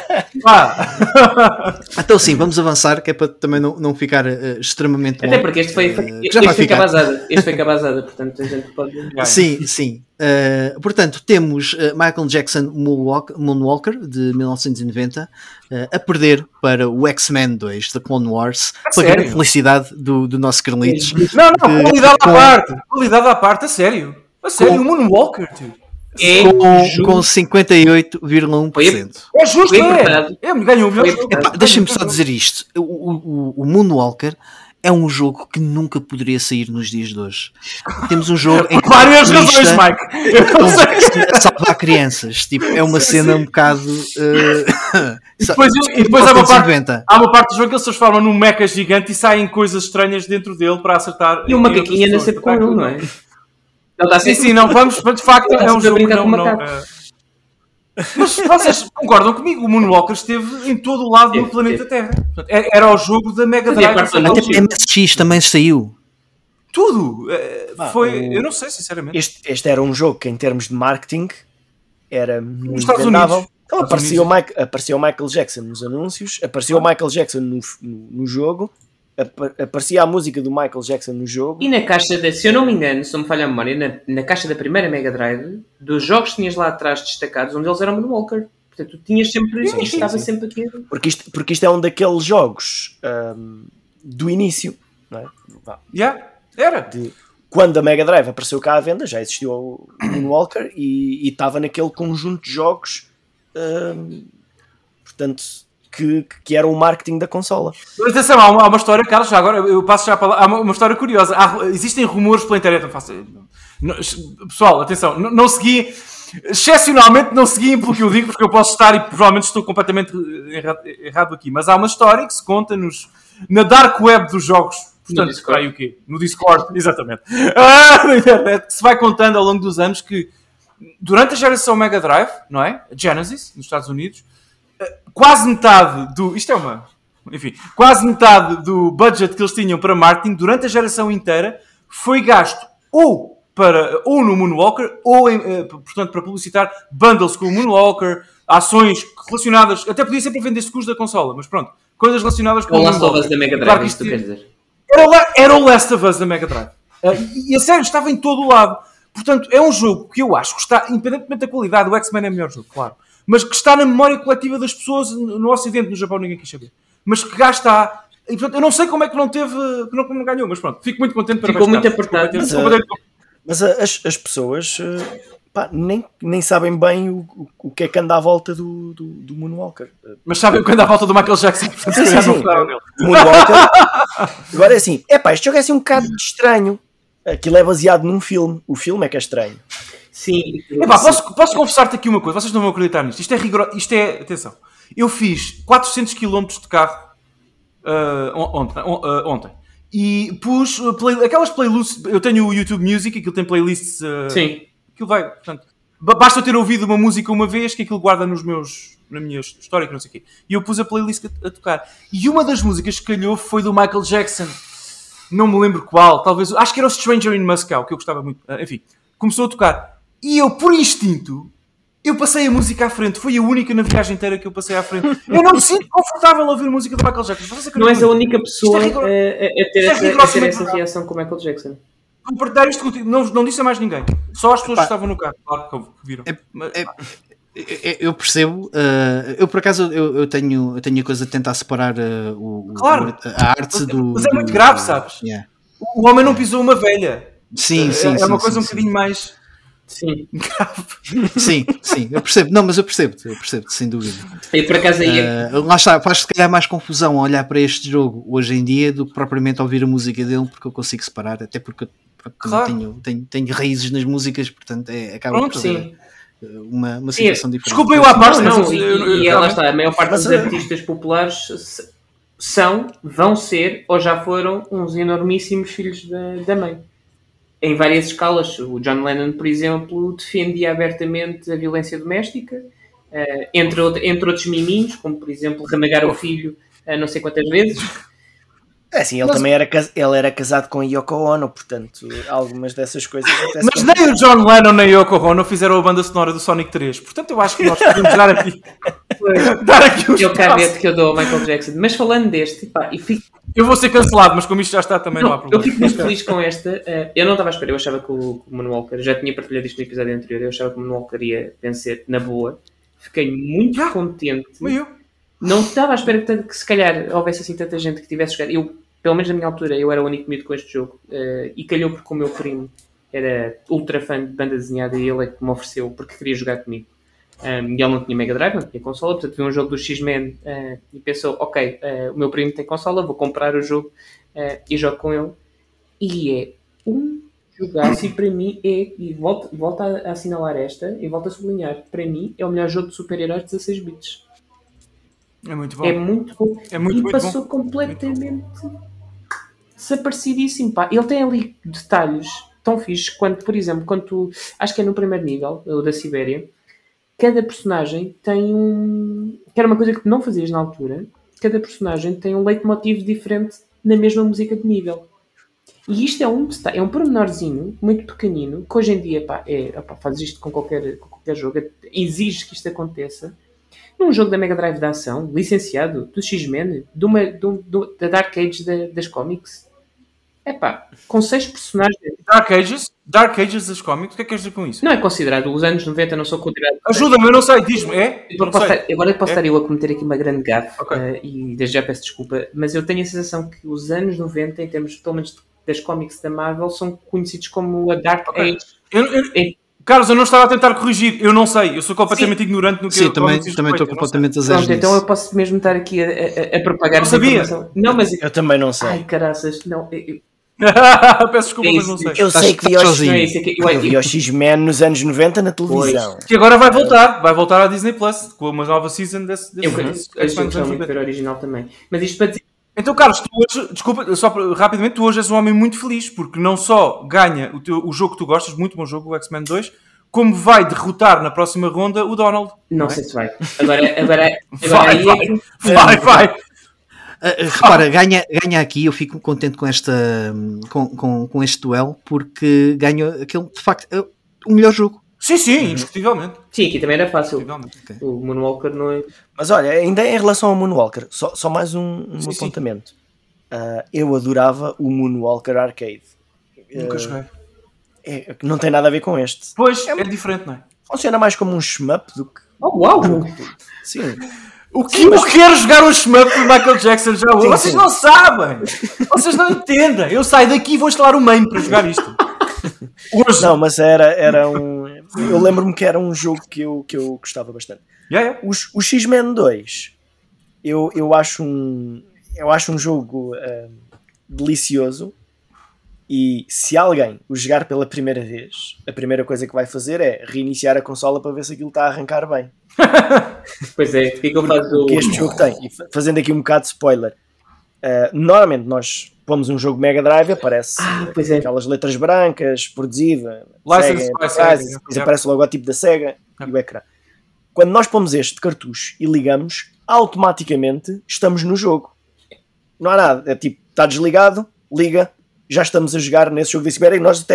[SPEAKER 3] Então sim, vamos avançar, que é para também não ficar extremamente longo.
[SPEAKER 1] Até porque este foi cabazada, portanto a gente pode...
[SPEAKER 3] Sim. Portanto, temos Michael Jackson Moonwalker, de 1990, a perder para o X-Men 2, da Clone Wars, para a grande felicidade do nosso Carlitos.
[SPEAKER 2] Não, qualidade à parte, a sério. O Moonwalker, tio.
[SPEAKER 3] Com 58,1%.
[SPEAKER 2] É justo, ganhou o melhor.
[SPEAKER 3] Deixa-me só dizer isto. O Moonwalker é um jogo que nunca poderia sair nos dias de hoje. Temos um jogo em que
[SPEAKER 2] várias razões, Mike.
[SPEAKER 3] salvar crianças. Tipo, é uma cena um bocado
[SPEAKER 2] e depois há uma parte do jogo que eles se transformam num mecha gigante e saem coisas estranhas dentro dele para acertar.
[SPEAKER 1] E uma macaquinha não sempre com ele, não é?
[SPEAKER 2] Sim, não vamos, mas de facto é um jogo Mas vocês concordam comigo? O Moonwalker esteve em todo o lado do planeta Terra. Portanto, era o jogo da Mega Drive.
[SPEAKER 3] Até MSX também saiu.
[SPEAKER 2] Tudo. Eu não sei, sinceramente.
[SPEAKER 4] Este era um jogo que, em termos de marketing, era muito
[SPEAKER 2] vendável.
[SPEAKER 4] Então, aparecia o Michael Jackson nos anúncios, aparecia o Michael Jackson no jogo, aparecia a música do Michael Jackson no jogo.
[SPEAKER 1] E na caixa, se eu não me engano, se não me falha a memória, na caixa da primeira Mega Drive, dos jogos que tinhas lá atrás destacados, um deles era o Moonwalker. Portanto, tu tinhas sempre isto, estava sempre aqui.
[SPEAKER 4] Porque isto é um daqueles jogos do início, não é?
[SPEAKER 2] Era.
[SPEAKER 4] Quando a Mega Drive apareceu cá à venda, já existiu o Moonwalker e estava naquele conjunto de jogos, portanto, que era o marketing da consola.
[SPEAKER 2] Mas atenção, há uma história, Carlos, agora eu passo já para lá, há uma história curiosa. Existem rumores pela internet, pessoal, atenção, não seguiem, excepcionalmente não seguiem pelo que eu digo, porque eu posso estar e provavelmente estou completamente errado aqui, mas há uma história que se conta na dark web dos jogos, portanto, no Discord, exatamente, na internet, que se vai contando ao longo dos anos que durante a geração Mega Drive, não é? A Genesis, nos Estados Unidos, quase metade quase metade do budget que eles tinham para marketing durante a geração inteira foi gasto ou no Moonwalker portanto, para publicitar bundles com o Moonwalker, ações relacionadas, até podia ser para vender seguros da consola, mas pronto, coisas relacionadas com
[SPEAKER 1] o Last of Us da Mega Drive, isto quer dizer.
[SPEAKER 2] Era o Last of Us da Mega Drive. E a sério, estava em todo o lado. Portanto, é um jogo que eu acho que está, independentemente da qualidade, o X-Men é o melhor jogo, claro, mas que está na memória coletiva das pessoas no Ocidente, no Japão ninguém quis saber. Mas que cá está. E, portanto, eu não sei como é que não ganhou, mas pronto, fico muito contente.
[SPEAKER 1] Ficou muito apertado.
[SPEAKER 4] Mas as pessoas nem sabem bem o que é que anda à volta do Moonwalker.
[SPEAKER 2] Mas sabem o que anda à volta do Michael Jackson.
[SPEAKER 4] O Moonwalker. Agora é assim, isto jogo é assim um bocado estranho. Aquilo é baseado num filme. O filme é que é estranho.
[SPEAKER 1] Sim.
[SPEAKER 2] Posso confessar-te aqui uma coisa? Vocês não vão acreditar nisto. Isto é atenção. Eu fiz 400 km de carro ontem. E pus aquelas playlists. Eu tenho o YouTube Music, aquilo tem playlists.
[SPEAKER 1] Sim.
[SPEAKER 2] Aquilo vai. Portanto, basta eu ter ouvido uma música uma vez que aquilo guarda na minha história, que não sei o quê. E eu pus a playlist a tocar. E uma das músicas que calhou foi do Michael Jackson. Não me lembro qual. Talvez. Acho que era o Stranger in Moscow, que eu gostava muito. Enfim, começou a tocar. E eu, por instinto, eu passei a música à frente. Foi a única na viagem inteira que eu passei à frente. Eu não me sinto confortável a ouvir música do Michael Jackson.
[SPEAKER 1] Não és a única pessoa a ter essa reação com o Michael Jackson.
[SPEAKER 2] Vou partilhar isto contigo. Não disse a mais ninguém. Só as pessoas que estavam no carro. Claro que viram.
[SPEAKER 3] Eu percebo. Eu, por acaso, eu tenho a coisa de tentar separar a arte do...
[SPEAKER 2] Mas é muito grave, sabes?
[SPEAKER 3] Yeah.
[SPEAKER 2] O homem não pisou uma velha.
[SPEAKER 3] Sim.
[SPEAKER 2] É uma coisa um bocadinho mais...
[SPEAKER 1] Sim.
[SPEAKER 3] Sim, eu percebo. Não, mas eu percebo, sem dúvida.
[SPEAKER 1] E por acaso aí
[SPEAKER 3] lá está, faz se calhar mais confusão olhar para este jogo hoje em dia do que propriamente ouvir a música dele, porque eu consigo separar, até porque claro. tenho raízes nas músicas, portanto acaba por ser uma situação diferente.
[SPEAKER 2] Desculpa eu à parte,
[SPEAKER 1] lá está, a maior parte dos artistas populares vão ser ou já foram uns enormíssimos filhos da mãe. Em várias escalas. O John Lennon, por exemplo, defendia abertamente a violência doméstica, entre outros miminhos, como, por exemplo, ramagar o filho não sei quantas vezes.
[SPEAKER 4] É assim, ele era casado com a Yoko Ono, portanto, algumas dessas coisas acontecem.
[SPEAKER 2] Mas nem o John Lennon nem a Yoko Ono fizeram a banda sonora do Sonic 3. Portanto, eu acho que nós podemos dar aqui um
[SPEAKER 1] Eu canete que eu dou ao Michael Jackson. Mas falando deste, pá,
[SPEAKER 2] eu vou ser cancelado, mas como isto já está também não há
[SPEAKER 1] eu
[SPEAKER 2] problema.
[SPEAKER 1] fico muito feliz com esta. Eu não estava à espera, eu achava que o Moonwalker, já tinha partilhado isto no episódio anterior, eu achava que o Moonwalker ia vencer na boa. Fiquei muito contente.
[SPEAKER 2] Eu.
[SPEAKER 1] Não estava à espera que se calhar houvesse assim tanta gente que tivesse jogado. Eu, pelo menos na minha altura, eu era o único miúdo com este jogo. E calhou porque o meu primo era ultra fã de banda desenhada e ele é que me ofereceu porque queria jogar comigo. E ele não tinha Mega Drive, não tinha consola, portanto viu um jogo do X-Men e pensou, ok, o meu primo tem consola, vou comprar o jogo e jogo com ele. E é um jogaço e para mim é, e volto a assinalar esta e volto a sublinhar, para mim é o melhor jogo de super-heróis de 16 bits.
[SPEAKER 2] É muito bom.
[SPEAKER 1] É muito bom.
[SPEAKER 2] É muito,
[SPEAKER 1] e
[SPEAKER 2] muito
[SPEAKER 1] passou
[SPEAKER 2] bom.
[SPEAKER 1] completamente desaparecidíssimo. Pá. Ele tem ali detalhes tão fixes quando, por exemplo, quando tu, acho que é no primeiro nível, o da Sibéria, cada personagem tem que era uma coisa que tu não fazias na altura, cada personagem tem um leitmotiv diferente na mesma música de nível. E isto é um pormenorzinho muito pequenino, que hoje em dia fazes isto com qualquer jogo, exige que isto aconteça. Num jogo da Mega Drive de ação, licenciado, do X-Men, da Dark Age das Comics. Com 6 personagens.
[SPEAKER 2] Dark Ages das Comics? O que é que queres dizer com isso?
[SPEAKER 1] Não é considerado, os anos 90 não são considerados.
[SPEAKER 2] Ajuda-me, eu não sei, diz-me, é?
[SPEAKER 1] Agora posso estar eu a cometer aqui uma grande gafe, e desde já peço desculpa, mas eu tenho a sensação que os anos 90, em termos, pelo menos, das comics da Marvel, são conhecidos como a Dark Age.
[SPEAKER 2] Carlos, eu não estava a tentar corrigir, eu não sei, eu sou completamente ignorante no que
[SPEAKER 3] eu também estou completamente a zero.
[SPEAKER 1] Então eu posso mesmo estar aqui a propagar essa informação. Não, mas
[SPEAKER 4] eu também não sei.
[SPEAKER 1] Ai, caraças, não.
[SPEAKER 2] Peço desculpa, mas não sei.
[SPEAKER 4] Eu sei que vi o X-Men nos anos 90 na televisão.
[SPEAKER 2] Que agora vai voltar à Disney Plus, com uma nova season desse
[SPEAKER 1] eu gostava muito de ver o original também. Mas isto para dizer...
[SPEAKER 2] Então, Carlos, tu hoje, desculpa, só rapidamente, tu hoje és um homem muito feliz, porque não só ganha o jogo que tu gostas, muito bom jogo, o X-Men 2, como vai derrotar na próxima ronda o Donald.
[SPEAKER 1] Não sei se vai. Agora
[SPEAKER 2] vai.
[SPEAKER 3] Repara, ganha aqui, eu fico contente com com este duelo, porque ganho aquele, de facto, o melhor jogo.
[SPEAKER 2] Sim, indiscutivelmente.
[SPEAKER 1] Sim, aqui também era fácil. O Moonwalker não é...
[SPEAKER 4] Mas olha, ainda em relação ao Moonwalker, só mais um apontamento. Eu adorava o Moonwalker Arcade.
[SPEAKER 2] Nunca joguei.
[SPEAKER 4] Não tem nada a ver com este.
[SPEAKER 2] Pois, é diferente, não é?
[SPEAKER 4] Funciona mais como um shmup do que...
[SPEAKER 1] Oh, uau!
[SPEAKER 4] Sim.
[SPEAKER 2] O que eu quero jogar um shmup do Michael Jackson já hoje? Vocês não sabem! Vocês não entendem! Eu saio daqui e vou instalar o MAME para jogar isto.
[SPEAKER 4] Não, mas era um... Eu lembro-me que era um jogo que eu gostava bastante. O X-Men 2 eu acho um jogo delicioso, e se alguém o jogar pela primeira vez, a primeira coisa que vai fazer é reiniciar a consola para ver se aquilo está a arrancar bem.
[SPEAKER 1] Pois é, o que eu faço?
[SPEAKER 4] O que este jogo tem, e fazendo aqui um bocado de spoiler, normalmente nós pomos um jogo Mega Drive, aparece aquelas letras brancas, produzida, depois aparece o logotipo da Sega e o ecrã. Quando nós pomos este de cartucho e ligamos, automaticamente estamos no jogo. Não há nada, é tipo, está desligado, liga, já estamos a jogar nesse jogo de Sibéria, e nós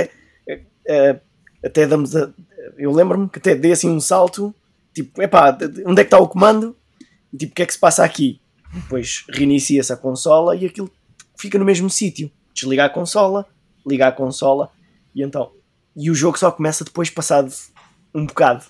[SPEAKER 4] até damos eu lembro-me que até dei assim um salto, tipo, onde é que está o comando? Tipo, o que é que se passa aqui? Depois reinicia-se a consola e aquilo fica no mesmo sítio. Desliga a consola, liga a consola, e o jogo só começa depois, passado um bocado.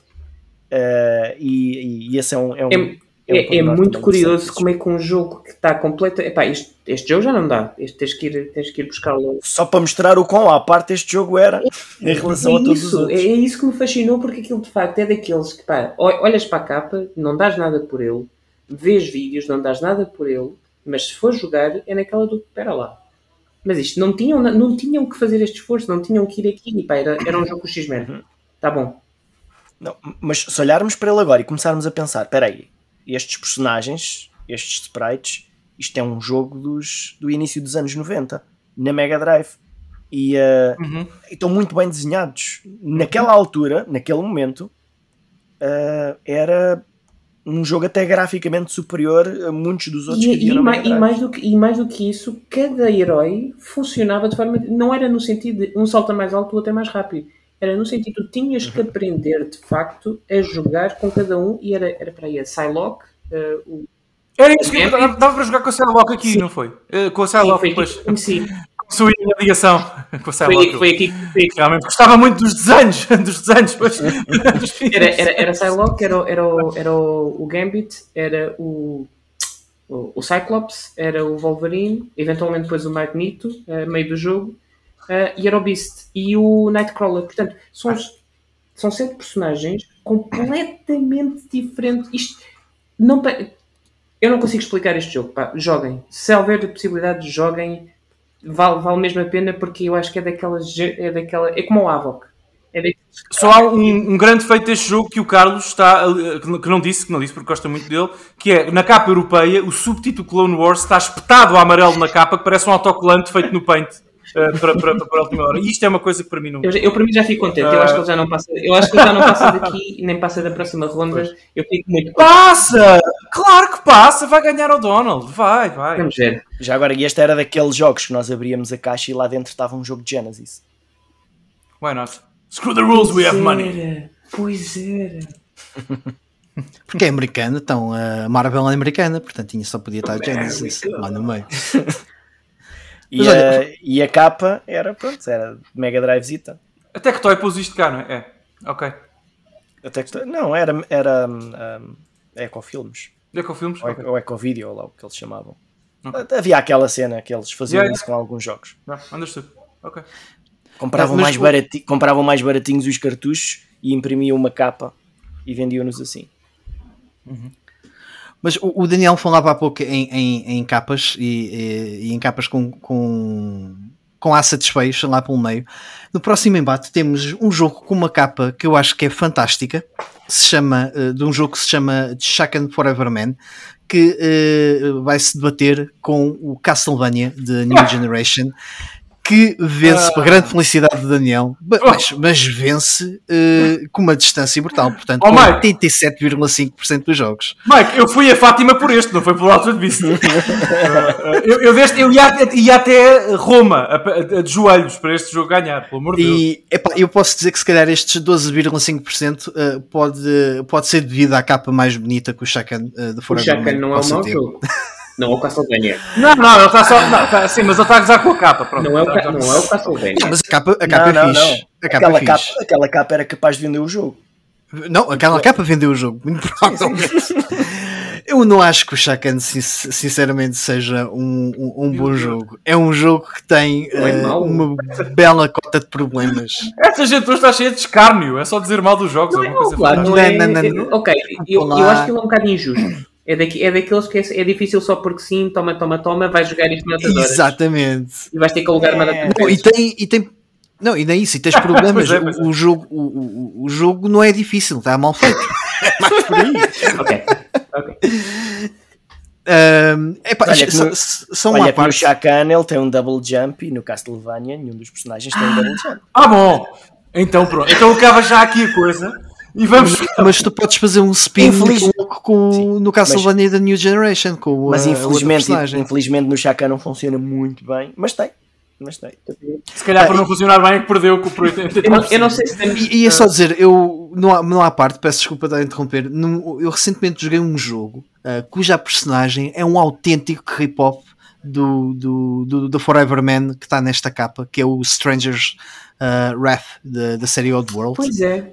[SPEAKER 4] E esse
[SPEAKER 1] é muito curioso como é que um jogo que está completo... Este jogo já não dá. Tens que ir buscá-lo.
[SPEAKER 4] Só para mostrar o quão à parte este jogo era em relação a todos os outros.
[SPEAKER 1] É isso que me fascinou, porque aquilo de facto é daqueles que, olhas para a capa, não dás nada por ele, vês vídeos, não dás nada por ele, mas se for jogar, é naquela do... Espera lá. Mas isto, não tinham que fazer este esforço, não tinham que ir aqui. Era um jogo com X-Men. Tá bom.
[SPEAKER 4] Não, mas se olharmos para ele agora e começarmos a pensar, espera aí, estes personagens, estes sprites, isto é um jogo do início dos anos 90, na Mega Drive, e estão muito bem desenhados. Naquela altura, naquele momento, era um jogo até graficamente superior a muitos dos outros que havia
[SPEAKER 1] E,
[SPEAKER 4] no
[SPEAKER 1] mais,
[SPEAKER 4] Mega
[SPEAKER 1] e,
[SPEAKER 4] Drive.
[SPEAKER 1] mais do que isso, cada herói funcionava de forma... Não era no sentido de um salta mais alto, o outro é mais rápido. Era no sentido de tinhas que aprender, de facto, a jogar com cada um. E era para aí a Psylocke, o
[SPEAKER 2] Era isso que dava para jogar com a Psylocke aqui,
[SPEAKER 1] Sim.
[SPEAKER 2] não foi? Com a Psylocke
[SPEAKER 1] foi
[SPEAKER 2] depois.
[SPEAKER 1] aqui que conheci.
[SPEAKER 2] Sua ligação com a Psylocke.
[SPEAKER 1] Foi aqui que
[SPEAKER 2] Realmente gostava muito dos desenhos. Pois.
[SPEAKER 1] era Psylocke, era o Gambit, era o Cyclops, era o Wolverine, eventualmente depois o Magneto, meio do jogo, e era o Beast e o Nightcrawler. Portanto, são 7 personagens completamente diferentes. Isto não eu não consigo explicar este jogo. Pá. Joguem. Se houver possibilidade, joguem. Vale mesmo a pena, porque eu acho que é daquela. É como o Havok.
[SPEAKER 2] Só há um grande feito deste jogo que o Carlos está, que não disse porque gosta muito dele, que é, na capa europeia, o subtítulo Clone Wars está espetado a amarelo na capa, que parece um autocolante feito no Paint para a última hora. E isto é uma coisa que para mim não...
[SPEAKER 1] Eu para mim já fico contente. Eu acho que ele já não passa. Eu acho que ele já não passa daqui, nem passa da próxima ronda. Pois. Eu fico muito contente.
[SPEAKER 2] Passa! Claro que passa! Vai ganhar o Donald. Vai.
[SPEAKER 1] Vamos ver.
[SPEAKER 4] Já agora, e este era daqueles jogos que nós abríamos a caixa e lá dentro estava um jogo de Genesis.
[SPEAKER 2] Why not? Screw the rules, we have money.
[SPEAKER 1] Pois era.
[SPEAKER 3] Porque é americana, então a Marvel é americana, portanto só podia estar Genesis lá no meio.
[SPEAKER 4] E a capa era Mega Drivezita.
[SPEAKER 2] Até que Toy pôs isto cá, não é? Ok.
[SPEAKER 4] Não, era Ecofilmes.
[SPEAKER 2] Ecofilmes?
[SPEAKER 4] Ou Ecovideo, ou lá o que eles chamavam.
[SPEAKER 2] Okay.
[SPEAKER 4] Havia aquela cena que eles faziam isso com alguns jogos.
[SPEAKER 2] Understood. Ok.
[SPEAKER 4] Compravam mais baratinhos os cartuchos e imprimiam uma capa e vendiam-nos assim.
[SPEAKER 3] Uhum. Mas o Daniel falava há pouco em capas e em capas com assets feios lá pelo meio. No próximo embate temos um jogo com uma capa que eu acho que é fantástica, de um jogo que se chama Shaken Forever Man, que vai se debater com o Castlevania de New Generation, que vence para a grande felicidade de Daniel, mas vence com uma distância brutal, portanto, com 87,5% dos jogos.
[SPEAKER 2] Mike, eu fui a Fátima por este, não foi pelo Altered Beast. eu ia até Roma, de joelhos, para este jogo ganhar, pelo amor de Deus.
[SPEAKER 3] E eu posso dizer que se calhar estes 12,5% pode ser devido à capa mais bonita que o Shaken de Forever Man.
[SPEAKER 1] O Shaken não é um mau jogo. Não é o Castlevania.
[SPEAKER 2] Não, ele está só... sim, mas ele está a gozar com a capa. Pronto.
[SPEAKER 1] Não é o Castlevania.
[SPEAKER 3] Mas a capa é fixe.
[SPEAKER 4] Aquela capa era capaz de vender o jogo.
[SPEAKER 3] Não, aquela capa vendeu o jogo. Muito provavelmente. Eu não acho que o Shaken, sinceramente, seja um bom jogo. É um jogo que tem uma bela cota de problemas.
[SPEAKER 2] Essa gente hoje está cheia de escárnio. É só dizer mal dos jogos.
[SPEAKER 1] Não. Ok, eu acho que ele é um bocado injusto. É daqueles que é difícil só porque sim, toma, vai jogar isto noutras horas.
[SPEAKER 3] Exatamente.
[SPEAKER 1] E vais ter que alugar uma data
[SPEAKER 3] de não, e nem isso, e tens problemas. O jogo não é difícil, está mal feito. É mais por aí.
[SPEAKER 1] Ok.
[SPEAKER 4] Olha que no Shaken ele tem um double jump e no Castlevania nenhum dos personagens tem um double jump.
[SPEAKER 2] Bom! Então pronto, então acaba já aqui a coisa. E vamos...
[SPEAKER 3] Mas tu podes fazer um spin no Castlevania da New Generation com
[SPEAKER 4] mas infelizmente no Shaken não funciona muito bem, mas tem.
[SPEAKER 2] Se calhar para não funcionar bem é que perdeu com o Pro 84%.
[SPEAKER 1] Eu não sei se temos...
[SPEAKER 3] E é só dizer, não há parte, peço desculpa de interromper, eu recentemente joguei um jogo cuja personagem é um autêntico rip-off do Forever Man que está nesta capa, que é o Stranger's Wrath da série Oddworld.
[SPEAKER 1] Pois é.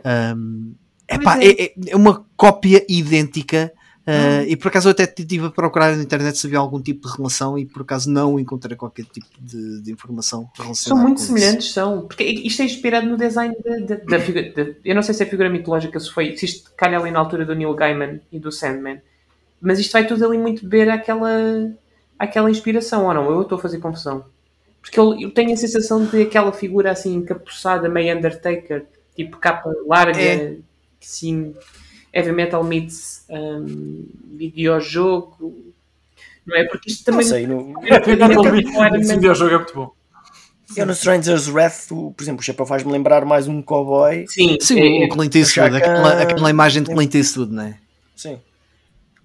[SPEAKER 3] É uma cópia idêntica. E por acaso eu até estive a procurar na internet se havia algum tipo de relação e por acaso não encontrei qualquer tipo de informação relacionada.
[SPEAKER 1] São muito semelhantes, porque isto é inspirado no design da figura. Eu não sei se é figura mitológica, se isto calha ali na altura do Neil Gaiman e do Sandman, mas isto vai tudo ali muito beber aquela inspiração, ou não? Eu estou a fazer confusão, porque eu tenho a sensação de aquela figura assim encapuçada, meio Undertaker, tipo capa larga, assim. Heavy Metal meets videojogo, não é? Porque isto também...
[SPEAKER 2] Não sei, esse videojogo é muito bom.
[SPEAKER 4] Eu no Stranger's Wrath, por exemplo, o chapéu faz-me lembrar mais um cowboy.
[SPEAKER 3] Sim, o Clint Eastwood, aquela imagem de Clint Eastwood, não é?
[SPEAKER 4] Sim.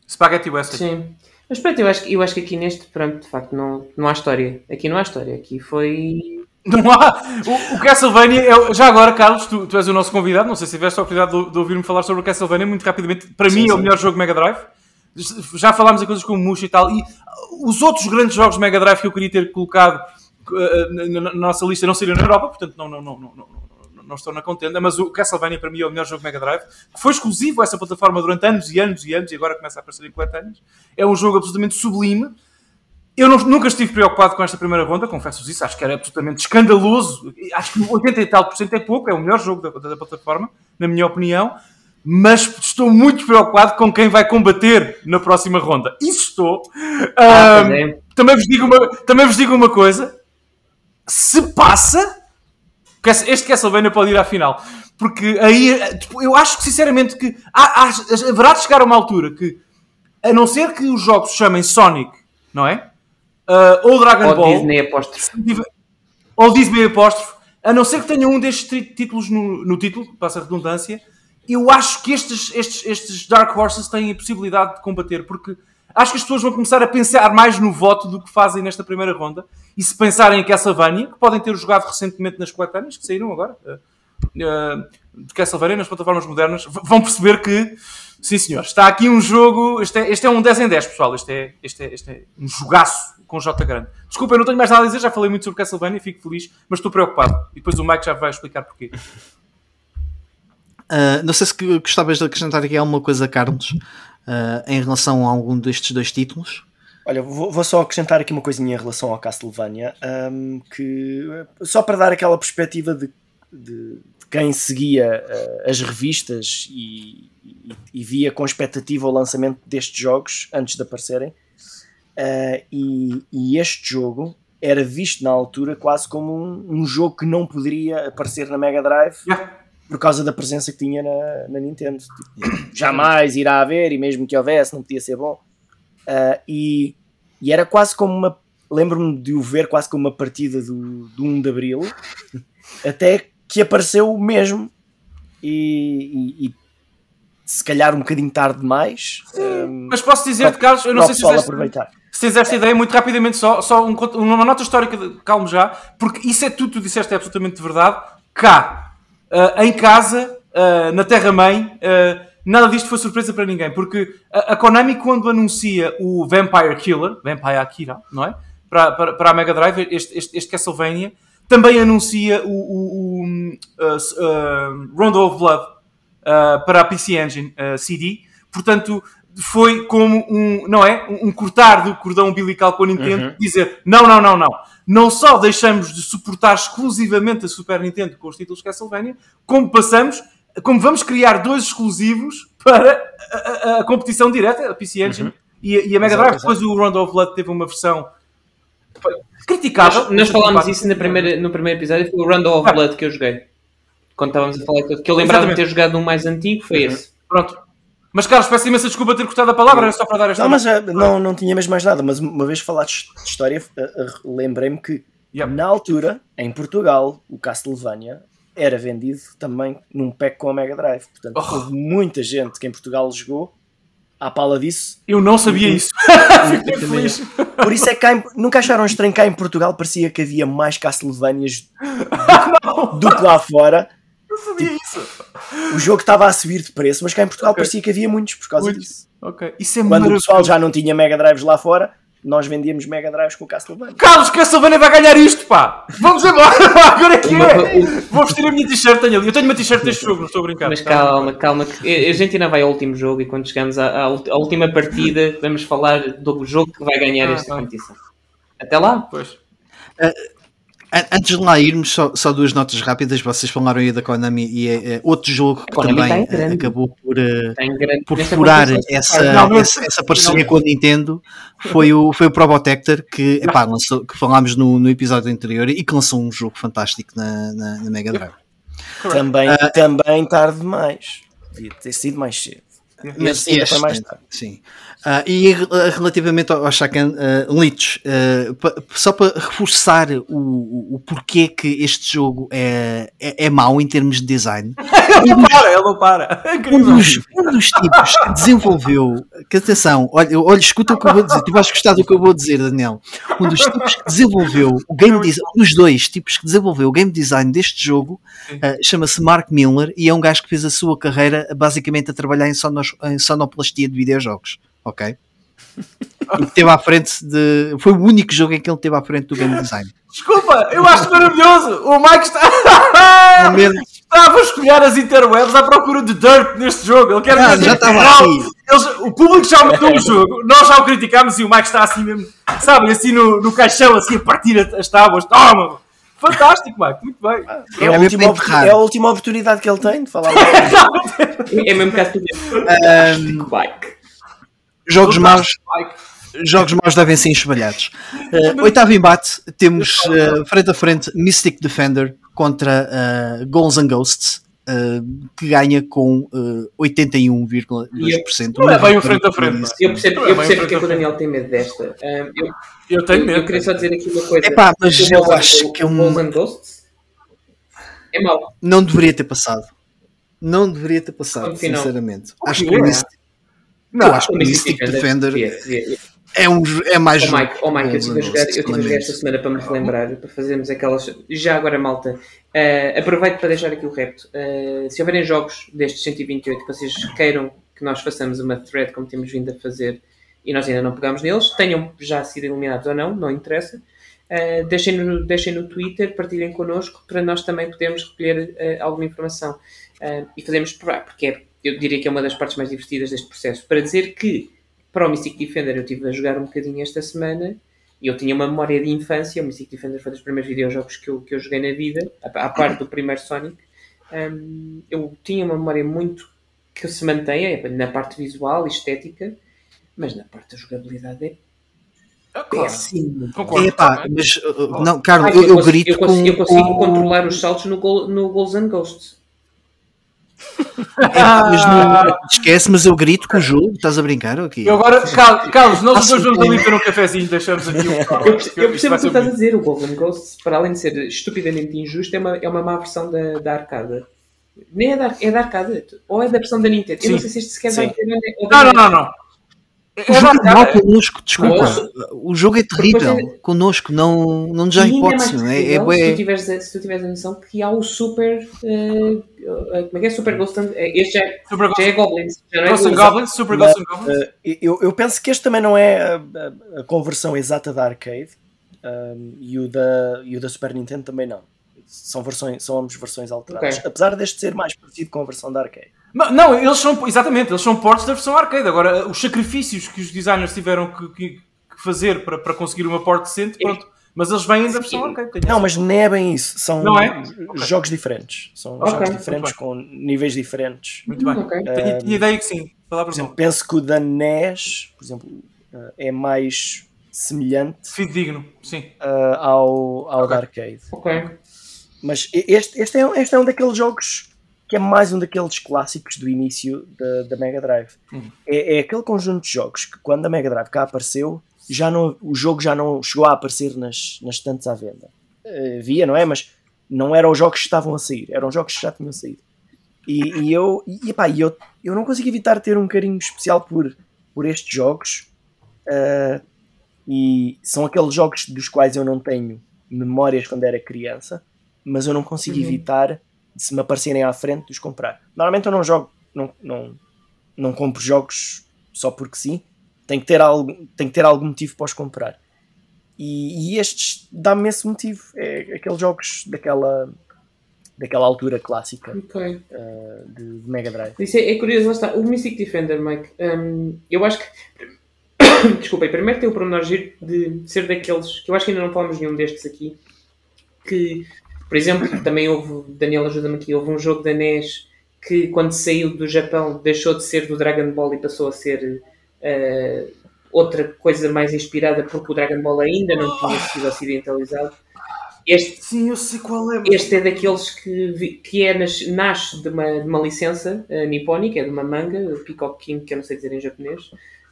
[SPEAKER 2] Spaghetti Western.
[SPEAKER 1] Sim. Mas pronto, eu acho que aqui neste, pronto, de facto, não há história. Aqui não há história. Aqui foi...
[SPEAKER 2] Não há. O Castlevania, já agora, Carlos, tu és o nosso convidado, não sei se tiveste a oportunidade de ouvir-me falar sobre o Castlevania muito rapidamente. Para mim é o melhor jogo Mega Drive. Já falámos em coisas como Musha e tal. E os outros grandes jogos Mega Drive que eu queria ter colocado na nossa lista não seriam na Europa, portanto não estou na contenda, mas o Castlevania para mim é o melhor jogo Mega Drive, que foi exclusivo a essa plataforma durante anos e anos e anos, e agora começa a aparecer em coletâneos. É um jogo absolutamente sublime. Eu nunca estive preocupado com esta primeira ronda, confesso-vos isso, acho que era absolutamente escandaloso. Acho que 80 e tal por cento é pouco, é o melhor jogo da plataforma, na minha opinião, mas estou muito preocupado com quem vai combater na próxima ronda. Isso estou. Também vos digo uma coisa, se passa, este Castlevania pode ir à final, porque aí eu acho que sinceramente que haverá de chegar a uma altura que, a não ser que os jogos se chamem Sonic, não é? Ou Dragon Ball,
[SPEAKER 1] Disney apóstrofe.
[SPEAKER 2] ou Disney apóstrofe, a não ser que tenha um destes títulos no título, passa a redundância, eu acho que estes Dark Horses têm a possibilidade de combater, porque acho que as pessoas vão começar a pensar mais no voto do que fazem nesta primeira ronda, e se pensarem em Castlevania, que podem ter jogado recentemente nas coletâneas, que saíram agora, de Castlevania nas plataformas modernas, vão perceber que, sim senhor, está aqui um jogo, este é um 10 em 10, pessoal, este é um jogaço com J grande. Desculpa, eu não tenho mais nada a dizer, já falei muito sobre Castlevania, fico feliz, mas estou preocupado. E depois o Mike já vai explicar porquê.
[SPEAKER 3] Não sei se gostavas de acrescentar aqui alguma coisa, Carlos, em relação a algum destes dois títulos.
[SPEAKER 4] Olha, vou só acrescentar aqui uma coisinha em relação ao Castlevania, que só para dar aquela perspectiva de quem seguia as revistas e via com expectativa o lançamento destes jogos antes de aparecerem. E este jogo era visto na altura quase como um jogo que não poderia aparecer na Mega Drive por causa da presença que tinha na Nintendo. Tipo, jamais irá haver, e mesmo que houvesse não podia ser bom. E era quase como lembro-me de o ver quase como uma partida do 1 de Abril, até que apareceu mesmo, e se calhar um bocadinho tarde demais.
[SPEAKER 2] Mas posso dizer-te, Carlos, eu não sei se tens esta ideia, muito rapidamente, só uma nota histórica, calmo já, porque isso é tudo, tu disseste, é absolutamente verdade. Cá, em casa, na Terra-mãe, nada disto foi surpresa para ninguém, porque a Konami, quando anuncia o Vampire Killer, não é? Para a Mega Drive, este Castlevania, também anuncia o Rondo of Blood para a PC Engine CD, portanto foi como um cortar do cordão umbilical com a Nintendo, dizer não só deixamos de suportar exclusivamente a Super Nintendo com os títulos Castlevania, como vamos criar dois exclusivos para a competição direta, a PC Engine e a Mega Drive. Depois o Rondo of Blood teve uma versão criticável.
[SPEAKER 1] Nós falámos isso no primeiro episódio, foi o Rondo of Blood que eu joguei. Quando estávamos a falar, que eu lembrava de ter jogado um mais antigo, foi esse.
[SPEAKER 2] Pronto. Mas Carlos, peço imensa desculpa ter cortado a palavra, era só para dar esta...
[SPEAKER 4] Não, mas não tinha mesmo mais nada, mas uma vez falaste de história, lembrei-me que na altura, em Portugal, o Castlevania era vendido também num pack com a Mega Drive. Portanto, houve muita gente que em Portugal jogou à pala disso.
[SPEAKER 2] Eu não sabia isso. Fiquei feliz.
[SPEAKER 4] Por isso é que nunca acharam estranho cá em Portugal, parecia que havia mais Castlevanias do que lá fora.
[SPEAKER 2] Não sabia isso.
[SPEAKER 4] O jogo estava a subir de preço, mas cá em Portugal parecia que havia muitos por causa disso.
[SPEAKER 2] Isso é
[SPEAKER 4] quando o pessoal já não tinha Mega Drives lá fora, nós vendíamos Mega Drives com o Castlevania.
[SPEAKER 2] Carlos, Castlevania vai ganhar isto, pá! Vamos embora! Agora é que é! Vou vestir a minha t-shirt, tenho ali. Eu tenho uma t-shirt deste jogo, não estou a brincar.
[SPEAKER 1] Mas calma, que a gente ainda vai ao último jogo, e quando chegamos à última partida, vamos falar do jogo que vai ganhar esta competição. Até lá!
[SPEAKER 2] Pois.
[SPEAKER 3] Antes de lá irmos, só duas notas rápidas. Vocês falaram aí da Konami, e outro jogo que também acabou por furar essa parceria com a Nintendo foi o Probotector, que falámos no episódio anterior, e que lançou um jogo fantástico na Mega Drive.
[SPEAKER 4] Também tarde demais. Devia ter sido mais cedo.
[SPEAKER 3] Mas ainda foi mais tarde. Sim. E relativamente ao Shakan Lich, só para reforçar o porquê que este jogo é mau em termos de design.
[SPEAKER 2] Ele não para. É incrível.
[SPEAKER 3] Um dos tipos que desenvolveu, que atenção, olha, escuta o que eu vou dizer, tu vais gostar do que eu vou dizer, Daniel. Um dos tipos que desenvolveu o game design, um dos dois tipos que desenvolveu o game design deste jogo, chama-se Mark Miller e é um gajo que fez a sua carreira basicamente a trabalhar em sonoplastia de videojogos, ok? E esteve à frente foi o único jogo em que ele esteve à frente do game design.
[SPEAKER 2] Desculpa, eu acho maravilhoso. O Mike está a vasculhar as interwebs à procura de dirt neste jogo. Ele quer dizer,
[SPEAKER 3] já estava aqui.
[SPEAKER 2] O público já aumentou o jogo, nós já o criticámos e o Mike está assim mesmo, sabe, assim no caixão, assim a partir as tábuas. Toma! Fantástico, Mike, muito bem.
[SPEAKER 4] É a última oportunidade que ele tem de falar.
[SPEAKER 1] É mesmo caso de Mike.
[SPEAKER 3] Jogos maus devem ser enxovalhados. Oitavo embate, temos frente a frente Mystic Defender contra Ghouls and Ghosts, que ganha com 81,2%.
[SPEAKER 2] Não é bem o frente a frente.
[SPEAKER 1] Eu percebo porque é que o Daniel tem medo desta.
[SPEAKER 2] Eu tenho medo.
[SPEAKER 1] Eu queria só dizer aqui uma coisa.
[SPEAKER 3] Mas eu acho que é um...
[SPEAKER 1] Ghouls and Ghosts é mau.
[SPEAKER 3] Não deveria ter passado. Sinceramente. Acho que o Mystic Defender é mais
[SPEAKER 1] jogo. Mike, eu estive a jogar esta semana para me relembrar, para fazermos aquelas... Já agora, malta, aproveito para deixar aqui o repto. Se houverem jogos destes 128 que vocês queiram que nós façamos uma thread, como temos vindo a fazer, e nós ainda não pegámos neles, tenham já sido eliminados ou não interessa, deixem no Twitter, partilhem connosco, para nós também podermos recolher alguma informação. E fazemos, porque eu diria que é uma das partes mais divertidas deste processo, para dizer que para o Mystic Defender eu estive a jogar um bocadinho esta semana e eu tinha uma memória de infância. O Mystic Defender foi dos primeiros videojogos que eu joguei na vida, à parte do primeiro Sonic. Eu tinha uma memória muito que se mantém na parte visual e estética, mas na parte da jogabilidade é péssimo.
[SPEAKER 2] Concordo.
[SPEAKER 3] Mas, não, Carlos, eu grito
[SPEAKER 1] eu consigo controlar os saltos no Ghouls and Ghosts.
[SPEAKER 3] Mas não esquece, mas eu grito com o jogo. Estás a brincar aqui?
[SPEAKER 2] Agora, Carlos, nós dois vamos ali ter um cafezinho, deixamos aqui
[SPEAKER 1] eu percebo o que estás a dizer. O Ghouls and Ghosts, para além de ser estupidamente injusto, é uma má versão da arcada. Nem é da arcada, ou é da versão da Nintendo. Eu não sei se este sequer vai ter.
[SPEAKER 2] Não.
[SPEAKER 3] O jogo é mau connosco, desculpa. O jogo é terrível connosco, não nos dá hipótese.
[SPEAKER 1] Se tu tiveres a noção que há o Super. Como é que é? Super Ghost and... Este já é Goblins.
[SPEAKER 2] Super Ghost and Goblins.
[SPEAKER 4] Eu penso que este também não é a conversão exata da arcade, e o da Super Nintendo também não. São ambas versões alteradas. Okay. Apesar deste ser mais parecido com a versão da arcade.
[SPEAKER 2] Não, eles são ports da versão arcade. Agora, os sacrifícios que os designers tiveram que fazer para conseguir uma port decente, pronto. Mas eles vêm da versão arcade.
[SPEAKER 4] Não, mas nem é bem isso. São jogos diferentes. São jogos diferentes com níveis diferentes.
[SPEAKER 2] Muito bem. Tinha ideia que sim.
[SPEAKER 4] Por exemplo, penso que o da NES, por exemplo, é mais semelhante.
[SPEAKER 2] Fidedigno, sim.
[SPEAKER 4] Ao da arcade.
[SPEAKER 1] Ok.
[SPEAKER 4] Mas este é um daqueles jogos que é mais um daqueles clássicos do início da Mega Drive. É aquele conjunto de jogos que quando a Mega Drive cá apareceu, o jogo já não chegou a aparecer nas estantes à venda. Havia, não é? Mas não eram os jogos que estavam a sair, eram jogos que já tinham saído. E eu não consigo evitar ter um carinho especial por estes jogos. E são aqueles jogos dos quais eu não tenho memórias quando era criança, mas eu não consigo evitar, se me aparecerem à frente, de os comprar. Normalmente eu não jogo, não compro jogos só porque sim. Tem que ter algum motivo para os comprar. E estes dá-me esse motivo. É aqueles jogos daquela altura clássica de Mega Drive.
[SPEAKER 1] Isso é curioso, lá está. O Mystic Defender, Mike, eu acho que... Desculpem, primeiro tem o pormenor giro de ser daqueles... que eu acho que ainda não falamos nenhum destes aqui. Que, por exemplo, também houve... Daniel, ajuda-me aqui. Houve um jogo da NES que, quando saiu do Japão, deixou de ser do Dragon Ball e passou a ser... outra coisa mais inspirada, porque o Dragon Ball ainda não tinha sido ocidentalizado.
[SPEAKER 2] Sim, eu sei qual é.
[SPEAKER 1] Este é daqueles que nasce de uma licença nipónica, é de uma manga, o Peacock King, que eu não sei dizer em japonês.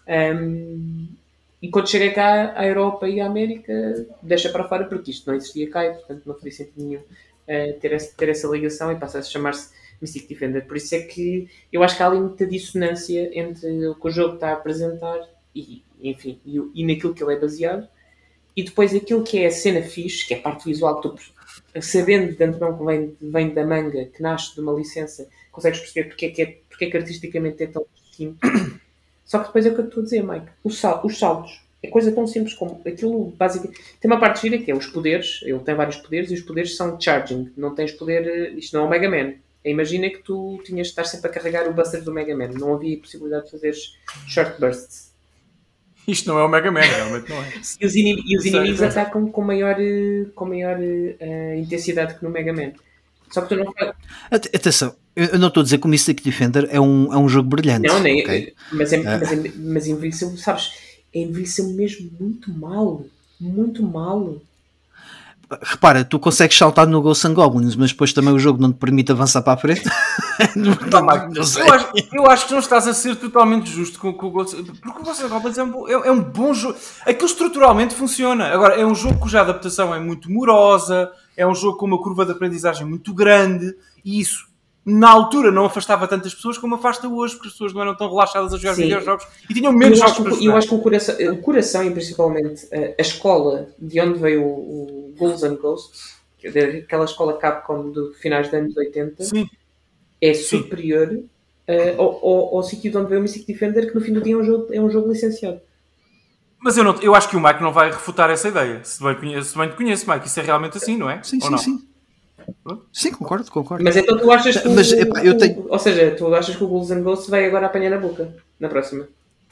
[SPEAKER 1] E quando chega cá à Europa e à América, deixa para fora, porque isto não existia cá e, portanto, não fazia sentido nenhum ter essa ligação, e passa a chamar-se Mystic Defender. Por isso é que eu acho que há ali muita dissonância entre o que o jogo está a apresentar e naquilo que ele é baseado, e depois aquilo que é a cena fixe, que é a parte visual que tu, sabendo de antemão que vem da manga, que nasce de uma licença, consegues perceber porque é que artisticamente é tão distinto. Só que depois é o que eu estou a dizer, Mike. Os saltos. É coisa tão simples como aquilo, basicamente. Tem uma parte gira que é os poderes. Ele tem vários poderes e os poderes são charging. Não tens poder. Isto não é o Mega Man. Imagina que tu tinhas de estar sempre a carregar o buster do Mega Man. Não havia possibilidade de fazer short bursts.
[SPEAKER 2] Isto não é o Mega Man, realmente não é.
[SPEAKER 1] E os inimigos atacam com maior intensidade que no Mega Man. Só que tu não faz.
[SPEAKER 3] Atenção, eu não estou a dizer que o Mystic Defender é um jogo brilhante.
[SPEAKER 1] Não, nem.
[SPEAKER 3] Okay?
[SPEAKER 1] Mas envelheceu, sabes? Envelheceu mesmo muito mal. Muito mal.
[SPEAKER 3] Repara, tu consegues saltar no Ghosts and Goblins, mas depois também o jogo não te permite avançar para a frente.
[SPEAKER 2] Não sei. Eu acho que não estás a ser totalmente justo com o Ghosts, porque o Ghosts and Goblins é um bom jogo. Aquilo estruturalmente funciona. Agora, é um jogo cuja adaptação é muito morosa, é um jogo com uma curva de aprendizagem muito grande, e isso na altura não afastava tantas pessoas como afasta hoje, porque as pessoas não eram tão relaxadas a jogar videojogos e tinham menos jogos para jogar.
[SPEAKER 1] Eu acho que o coração e principalmente a escola de onde veio o Ghouls and Ghosts, aquela escola Capcom de finais dos anos 80,
[SPEAKER 2] sim,
[SPEAKER 1] é superior ao sítio de onde veio o Mystic Defender, que no fim do dia é um jogo licenciado.
[SPEAKER 2] Mas eu acho que o Mike não vai refutar essa ideia. Se bem te conheço, Mike, isso é realmente assim, não é?
[SPEAKER 3] Sim. Sim, concordo.
[SPEAKER 1] Mas então tu achas que
[SPEAKER 3] ou
[SPEAKER 1] seja, tu achas que o Ghouls and Ghosts vai agora apanhar na boca na próxima?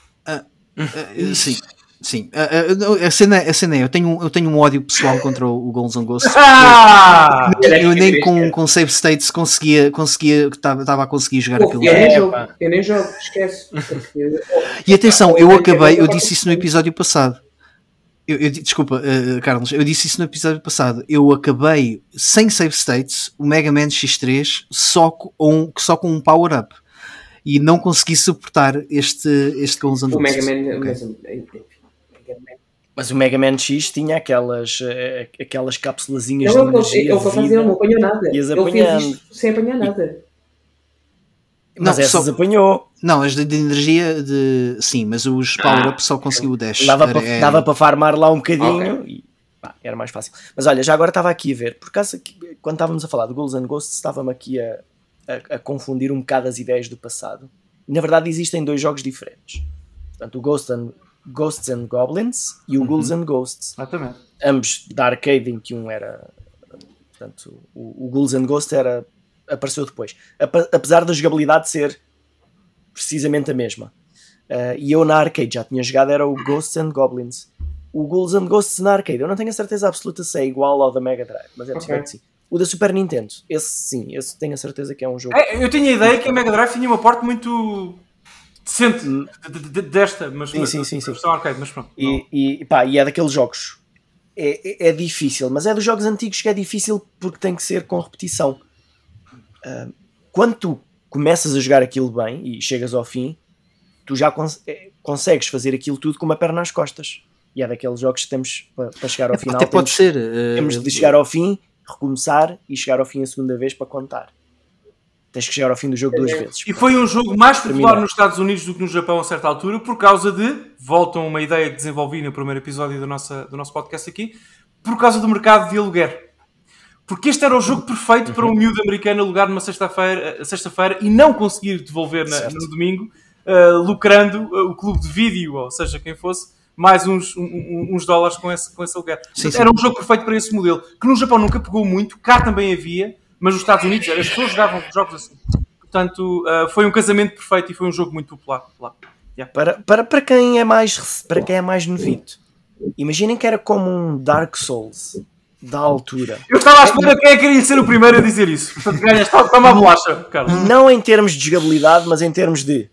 [SPEAKER 3] Sim. A cena é, eu tenho um ódio pessoal contra o Ghouls and Ghosts. Eu nem com save states estava a conseguir jogar aquilo.
[SPEAKER 1] Eu nem jogo, esquece.
[SPEAKER 3] E atenção, eu disse isso no episódio passado. Desculpa, Carlos, eu disse isso no episódio passado. Eu acabei sem save states o Mega Man X3 só com um power-up e não consegui suportar este Ghouls and Ghosts.
[SPEAKER 1] O Mega Man,
[SPEAKER 4] mas o Mega Man X tinha aquelas cápsulazinhas de energia.
[SPEAKER 1] Ele não apanhou nada.
[SPEAKER 4] Ele
[SPEAKER 1] fez isto sem apanhar nada.
[SPEAKER 4] Mas essas apanhou.
[SPEAKER 3] Não, as de energia sim, mas os power-up só conseguiu o dash.
[SPEAKER 4] Dava para farmar lá um bocadinho e era mais fácil. Mas olha, já agora estava aqui a ver, por causa que quando estávamos a falar de Ghouls and Ghosts, estava-me aqui a confundir um bocado as ideias do passado. Na verdade existem dois jogos diferentes. Portanto, o Ghosts and Goblins e o Ghouls and Ghosts.
[SPEAKER 2] Exatamente.
[SPEAKER 4] Ambos da arcade, em que um era... Portanto, o Ghouls and Ghosts apareceu depois. Apesar da jogabilidade ser precisamente a mesma. E eu na arcade já tinha jogado, era o Ghosts and Goblins. O Ghouls and Ghosts na arcade, eu não tenho a certeza absoluta se é igual ao da Mega Drive, mas é possível que sim. O da Super Nintendo, esse tenho a certeza que é um jogo...
[SPEAKER 2] eu tinha a ideia que a Mega Drive tinha uma porte muito... decente desta, mas
[SPEAKER 4] sim.
[SPEAKER 2] versão arcade, mas pronto.
[SPEAKER 4] E é daqueles jogos. É difícil, mas é dos jogos antigos que é difícil porque tem que ser com repetição. Quando tu começas a jogar aquilo bem e chegas ao fim, tu já consegues fazer aquilo tudo com uma perna nas costas. E é daqueles jogos que temos para chegar ao final.
[SPEAKER 3] Até pode ser.
[SPEAKER 4] Temos de chegar ao fim, recomeçar e chegar ao fim a segunda vez para contar. Tens que chegar ao fim do jogo 2 vezes.
[SPEAKER 2] E foi um jogo mais popular nos Estados Unidos do que no Japão a certa altura, por causa voltam a uma ideia que desenvolvi no primeiro episódio do nosso podcast aqui, por causa do mercado de aluguer. Porque este era o jogo perfeito para um miúdo americano alugar numa sexta-feira e não conseguir devolver no domingo, lucrando o clube de vídeo, ou seja, quem fosse, mais uns dólares com esse aluguer.
[SPEAKER 3] Sim.
[SPEAKER 2] Era um jogo perfeito para esse modelo, que no Japão nunca pegou muito, cá também havia, mas nos Estados Unidos as pessoas jogavam jogos assim. Portanto, foi um casamento perfeito e foi um jogo muito popular.
[SPEAKER 4] Yeah. Para quem é mais novito, imaginem que era como um Dark Souls da altura.
[SPEAKER 2] Eu estava à espera quem é que queria ser o primeiro a dizer isso. Portanto, ganhas, toma a bolacha, Carlos.
[SPEAKER 4] Não em termos de jogabilidade, mas em termos de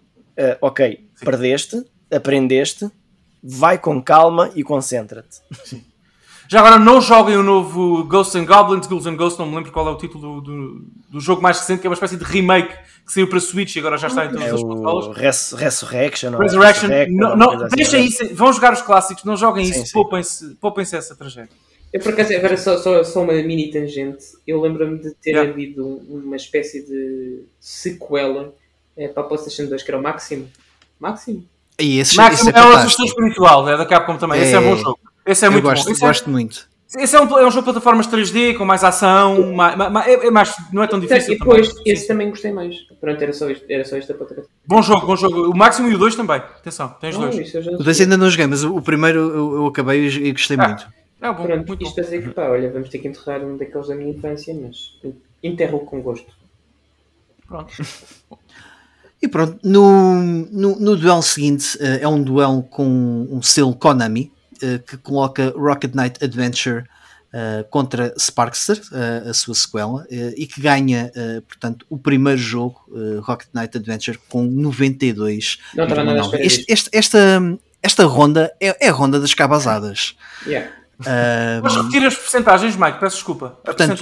[SPEAKER 4] perdeste, aprendeste, vai com calma e concentra-te.
[SPEAKER 2] Sim. Já agora não joguem o novo Ghosts and Goblins, Ghouls and Ghosts, não me lembro qual é o título do jogo mais recente, que é uma espécie de remake que saiu para Switch e agora já está em todas as consolas.
[SPEAKER 4] Resurrection.
[SPEAKER 2] Não, deixa isso, vão jogar os clássicos, não joguem isso, poupem-se essa tragédia.
[SPEAKER 1] Eu, por acaso, agora só uma mini tangente. Eu lembro-me de ter havido uma espécie de sequela para a PlayStation 2, que era o Máximo. Máximo?
[SPEAKER 3] E esse
[SPEAKER 2] Máximo
[SPEAKER 3] é
[SPEAKER 2] é o Assistente Espiritual, é da Capcom também. Esse é um bom jogo. Esse é muito bom.
[SPEAKER 3] Gosto muito.
[SPEAKER 2] Esse é um jogo de plataformas 3D, com mais ação, não é tão difícil.
[SPEAKER 1] E depois, esse também gostei mais. Pronto, era só isto da plataforma.
[SPEAKER 2] Bom jogo. O Máximo e o 2 também. Atenção, tens dois.
[SPEAKER 3] O 2 ainda não joguei, mas o primeiro eu acabei e gostei muito.
[SPEAKER 2] É bom,
[SPEAKER 1] pronto,
[SPEAKER 2] muito
[SPEAKER 1] isto para dizer que pá, olha, vamos ter que enterrar um daqueles da minha infância, mas enterro com gosto.
[SPEAKER 2] Pronto.
[SPEAKER 3] E pronto, no duelo seguinte é um duelo com um selo Konami que coloca Rocket Knight Adventure contra Sparkster, a sua sequela, e que ganha, portanto, o primeiro jogo, Rocket Knight Adventure, com 92.
[SPEAKER 1] Não estava nada a esperar disto.
[SPEAKER 3] Esta ronda é a ronda das cabazadas.
[SPEAKER 1] Yeah.
[SPEAKER 2] Mas retira as percentagens, Mike, peço desculpa.
[SPEAKER 3] Portanto,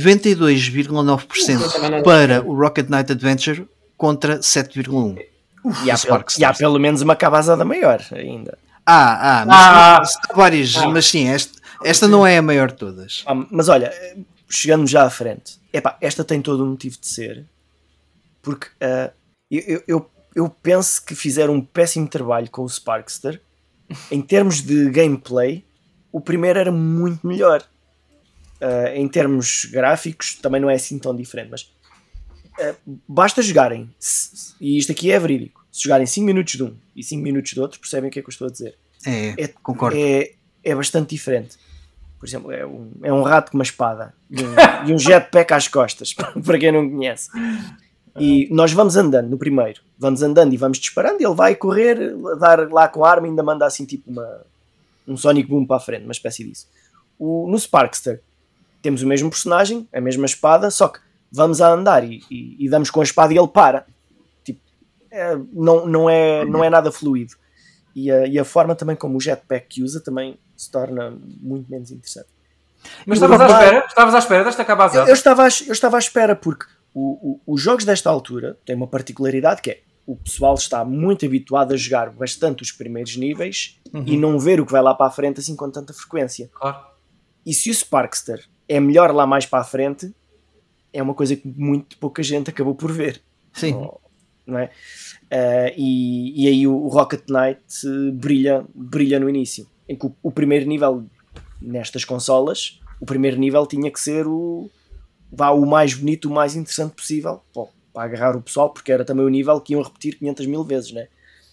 [SPEAKER 3] 92,9% para o Rocket Knight Adventure contra 7,1%.
[SPEAKER 4] E há pelo menos uma cabazada maior ainda.
[SPEAKER 3] Mas mas sim, esta não é a maior de todas.
[SPEAKER 4] Mas olha, chegando já à frente, esta tem todo o motivo de ser, porque eu penso que fizeram um péssimo trabalho com o Sparkster. Em termos de gameplay, o primeiro era muito melhor. Em termos gráficos, também não é assim tão diferente, mas basta jogarem, e isto aqui é verídico, se jogarem 5 minutos de um e 5 minutos de outro, percebem o que é que eu estou a dizer.
[SPEAKER 3] Concordo.
[SPEAKER 4] É bastante diferente. Por exemplo, é um rato com uma espada e um jetpack às costas, para quem não conhece. E nós vamos andando no primeiro, vamos andando e vamos disparando, e ele vai correr, dar lá com a arma e ainda manda assim tipo um Sonic Boom para a frente, uma espécie disso. No Sparkster temos o mesmo personagem, a mesma espada, só que vamos a andar e damos com a espada e ele para. Tipo, não é nada fluido. E a forma também como o jetpack usa também se torna muito menos interessante.
[SPEAKER 2] Mas estavas à espera desta cabazada?
[SPEAKER 4] Eu estava à espera porque os jogos desta altura têm uma particularidade que é o pessoal está muito habituado a jogar bastante os primeiros níveis e não ver o que vai lá para a frente assim com tanta frequência.
[SPEAKER 2] Claro.
[SPEAKER 4] E se o Sparkster é melhor lá mais para a frente, é uma coisa que muito pouca gente acabou por ver.
[SPEAKER 3] Sim.
[SPEAKER 4] Não é? E aí o Rocket Knight brilha no início. Em que o primeiro nível nestas consolas, o primeiro nível tinha que ser o mais bonito, o mais interessante possível para agarrar o pessoal, porque era também o nível que iam repetir 500 mil vezes, né?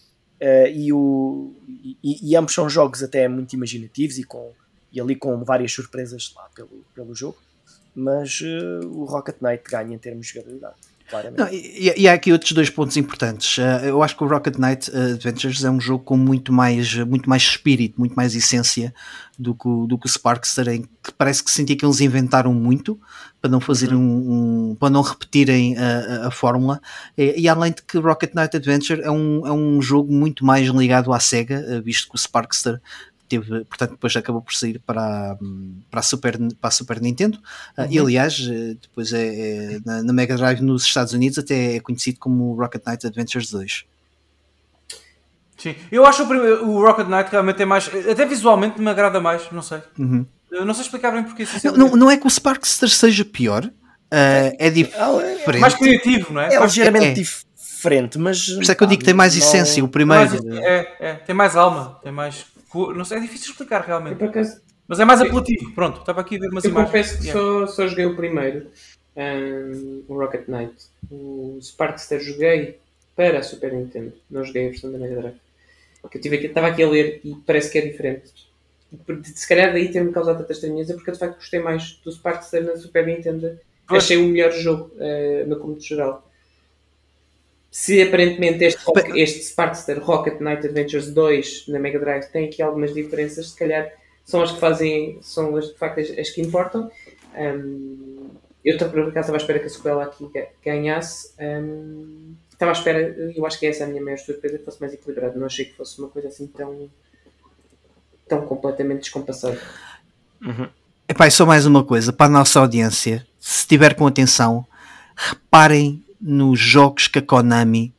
[SPEAKER 4] E ambos são jogos até muito imaginativos e ali com várias surpresas lá pelo jogo, mas o Rocket Knight ganha em termos de jogabilidade.
[SPEAKER 3] Não, e há aqui outros dois pontos importantes. Eu acho que o Rocket Knight Adventures é um jogo com muito mais espírito, muito mais essência do que o Sparkster, em que parece que senti que eles inventaram muito para não fazer para não repetirem a fórmula. E além de que Rocket Knight Adventure é um jogo muito mais ligado à SEGA, visto que o Sparkster portanto depois acabou por sair para a Super Nintendo e aliás depois na Mega Drive nos Estados Unidos até é conhecido como Rocket Knight Adventures 2.
[SPEAKER 2] Sim, eu acho o Rocket Knight realmente é mais, até visualmente me agrada mais, não sei. Eu não sei explicar bem porque
[SPEAKER 3] não é que o Sparkster seja pior, é diferente,
[SPEAKER 2] mais criativo, não é?
[SPEAKER 4] É ligeiramente diferente, mas
[SPEAKER 3] por isso é que eu digo que tem mais essência. O primeiro
[SPEAKER 2] tem mais alma, tem mais. Não sei, é difícil explicar realmente. Mas é mais apelativo. Pronto, estava aqui a ver umas imagens.
[SPEAKER 1] Eu confesso que só joguei o primeiro, o Rocket Knight. O Sparkster joguei para a Super Nintendo. Não joguei a versão da Mega Drive. Estava aqui a ler e parece que é diferente. Se calhar daí ter-me causado tanta estranheza, porque eu de facto gostei mais do Sparkster na Super Nintendo. Achei o melhor jogo no conjunto geral. Se aparentemente este Sparkster Rocket Knight Adventures 2 na Mega Drive tem aqui algumas diferenças, se calhar são as que fazem, são as de facto as que importam. Eu por acaso estava à espera que a sequela aqui ganhasse. Estava à espera, eu acho que essa é a minha maior surpresa, que fosse mais equilibrado. Não achei que fosse uma coisa assim tão completamente descompassada.
[SPEAKER 3] Epá, e só mais uma coisa para a nossa audiência, se estiver com atenção, reparem nos jogos que a Konami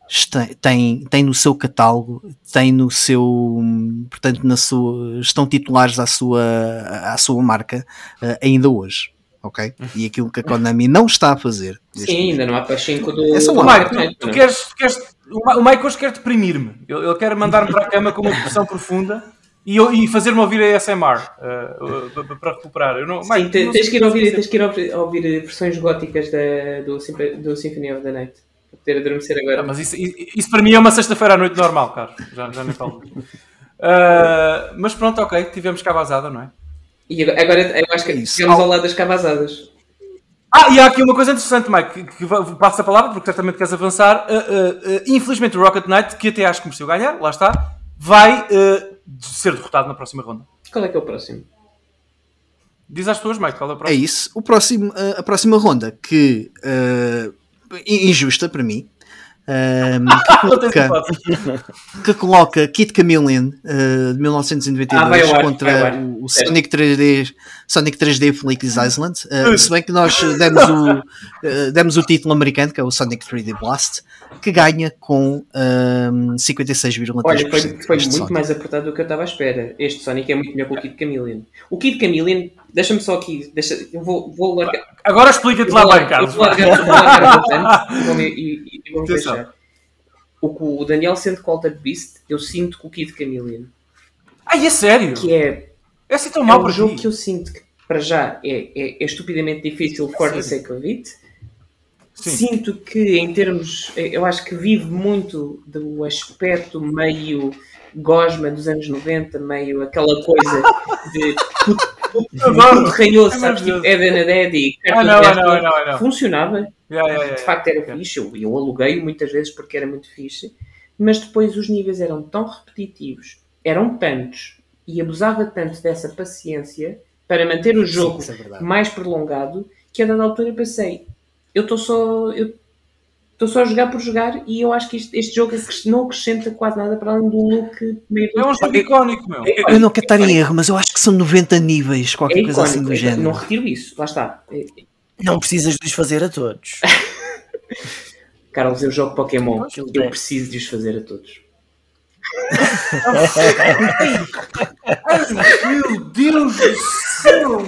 [SPEAKER 3] tem no seu catálogo, tem no seu, portanto, estão titulares à sua marca ainda hoje. Ok? E aquilo que a Konami não está a fazer.
[SPEAKER 1] Sim, ainda não há para 5 do...
[SPEAKER 3] É só
[SPEAKER 2] O Mike, tu queres, o Mike hoje quer deprimir-me. Ele quer mandar-me para a cama com uma depressão profunda e fazer-me ouvir a ASMR para recuperar. Eu não,
[SPEAKER 1] Sim,
[SPEAKER 2] Mike,
[SPEAKER 1] tens que ir ouvir versões góticas do Symphony of the Night para poder adormecer agora.
[SPEAKER 2] mas isso para mim é uma sexta-feira à noite normal, Carlos. Já nem falo. Mas pronto, ok, tivemos cá vazada, não é?
[SPEAKER 1] E agora eu acho que chegamos ao lado das cavazadas.
[SPEAKER 2] E há aqui uma coisa interessante, Mike, que passa a palavra, porque certamente queres avançar. Infelizmente o Rocket Knight, que até acho que mereceu ganhar, lá está, vai ser derrotado na próxima ronda.
[SPEAKER 1] Qual é que é o próximo?
[SPEAKER 2] Diz às pessoas, Mike, qual é o
[SPEAKER 3] É
[SPEAKER 2] próximo?
[SPEAKER 3] isso. A próxima ronda, que injusta para mim, que coloca Kid Chameleon de 1992 contra o Sonic 3D Phoenix Island. Se bem que nós demos o título americano, que é o Sonic 3D Blast, que ganha com 56,3%.
[SPEAKER 1] Olha, foi muito Sonic. Mais apertado do que eu estava à espera. Este Sonic é muito melhor que o Kid Chameleon. O Kid Chameleon, deixa-me só aqui, eu vou largar.
[SPEAKER 2] Agora explica-te lá bem, Carlos.
[SPEAKER 1] Eu vou largar e vamos deixar. O Daniel sente com o Altered Beast, eu sinto com o Kid Chameleon.
[SPEAKER 2] É sério?
[SPEAKER 1] Que é
[SPEAKER 2] assim tão mal para
[SPEAKER 1] um jogo que eu sinto que para já é estupidamente difícil for the sake of it. Sim. Sinto que em termos, eu acho que vive muito do aspecto meio gosma dos anos 90, meio aquela coisa de tudo ranhoso, sabes, tipo Eden and Eddie, funcionava. De facto era fixe, eu aluguei muitas vezes porque era muito fixe, mas depois os níveis eram tão repetitivos, eram tantos, e abusava tanto dessa paciência para manter o jogo mais prolongado, que a dada altura eu pensei, eu estou só a jogar por jogar, e eu acho que este jogo não acrescenta quase nada para além do look meio...
[SPEAKER 2] É um jogo icónico, meu.
[SPEAKER 3] Eu não quero estar em erro, mas eu acho que são 90 níveis, qualquer coisa assim do género.
[SPEAKER 1] Não retiro isso, lá está.
[SPEAKER 4] Não precisas de os fazer a todos.
[SPEAKER 1] Carlos, eu jogo Pokémon, eu preciso de os fazer a todos.
[SPEAKER 2] Meu Deus do céu!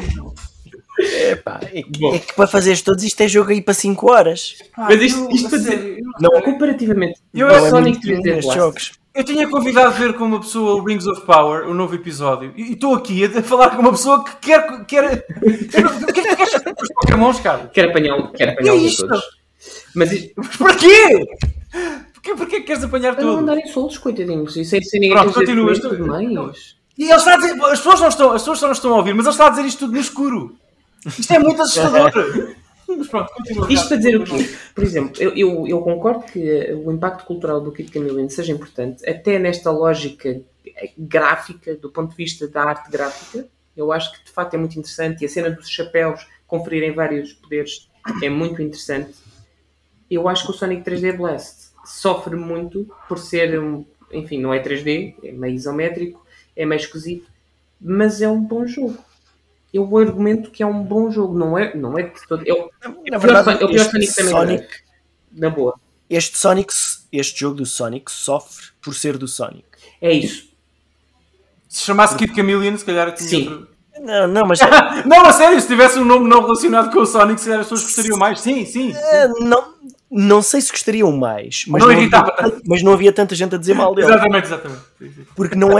[SPEAKER 4] É que para fazeres todos isto é jogo aí para 5 horas.
[SPEAKER 1] Mas isto para dizer, não, comparativamente
[SPEAKER 4] ao Sonic 3D jogos.
[SPEAKER 2] Eu tinha convidado a ver com uma pessoa o Rings of Power, o novo episódio, e estou aqui a falar com uma pessoa que quer... O que é que queres fazer com os Pokémons, cara?
[SPEAKER 1] Quero apanhá-los todos. Mas
[SPEAKER 2] para quê? Porquê que queres apanhar tudo?
[SPEAKER 1] Para não mandarem solos, coitadinhos. E sem ninguém
[SPEAKER 2] continuas
[SPEAKER 1] tudo mais.
[SPEAKER 2] E ele está a dizer... As pessoas só não estão a ouvir, mas ele está a dizer isto tudo no escuro. Isto é muito assustador. Mas pronto, continua.
[SPEAKER 1] Isto para dizer o quê? Por exemplo, eu concordo que o impacto cultural do Kid Chameleon seja importante, até nesta lógica gráfica, do ponto de vista da arte gráfica. Eu acho que de facto é muito interessante, e a cena dos chapéus conferirem vários poderes é muito interessante. Eu acho que o Sonic 3D Blast sofre muito por ser, enfim, não é 3D, é meio isométrico, é meio esquisito, mas é um bom jogo. Eu argumento que é um bom jogo, não é de todo.
[SPEAKER 4] Na verdade,
[SPEAKER 1] o pior Sonic também. Na boa.
[SPEAKER 4] Este jogo do Sonic sofre por ser do Sonic.
[SPEAKER 1] É isso.
[SPEAKER 2] Se chamasse Kid Chameleon, se calhar tinha outro...
[SPEAKER 4] Não, mas...
[SPEAKER 2] não, a sério, se tivesse um nome não relacionado com o Sonic, se calhar as pessoas gostariam mais. Sim.
[SPEAKER 4] Não sei se gostariam mais, mas não havia tanta gente a dizer mal dele.
[SPEAKER 2] Exatamente. Sim.
[SPEAKER 4] Porque não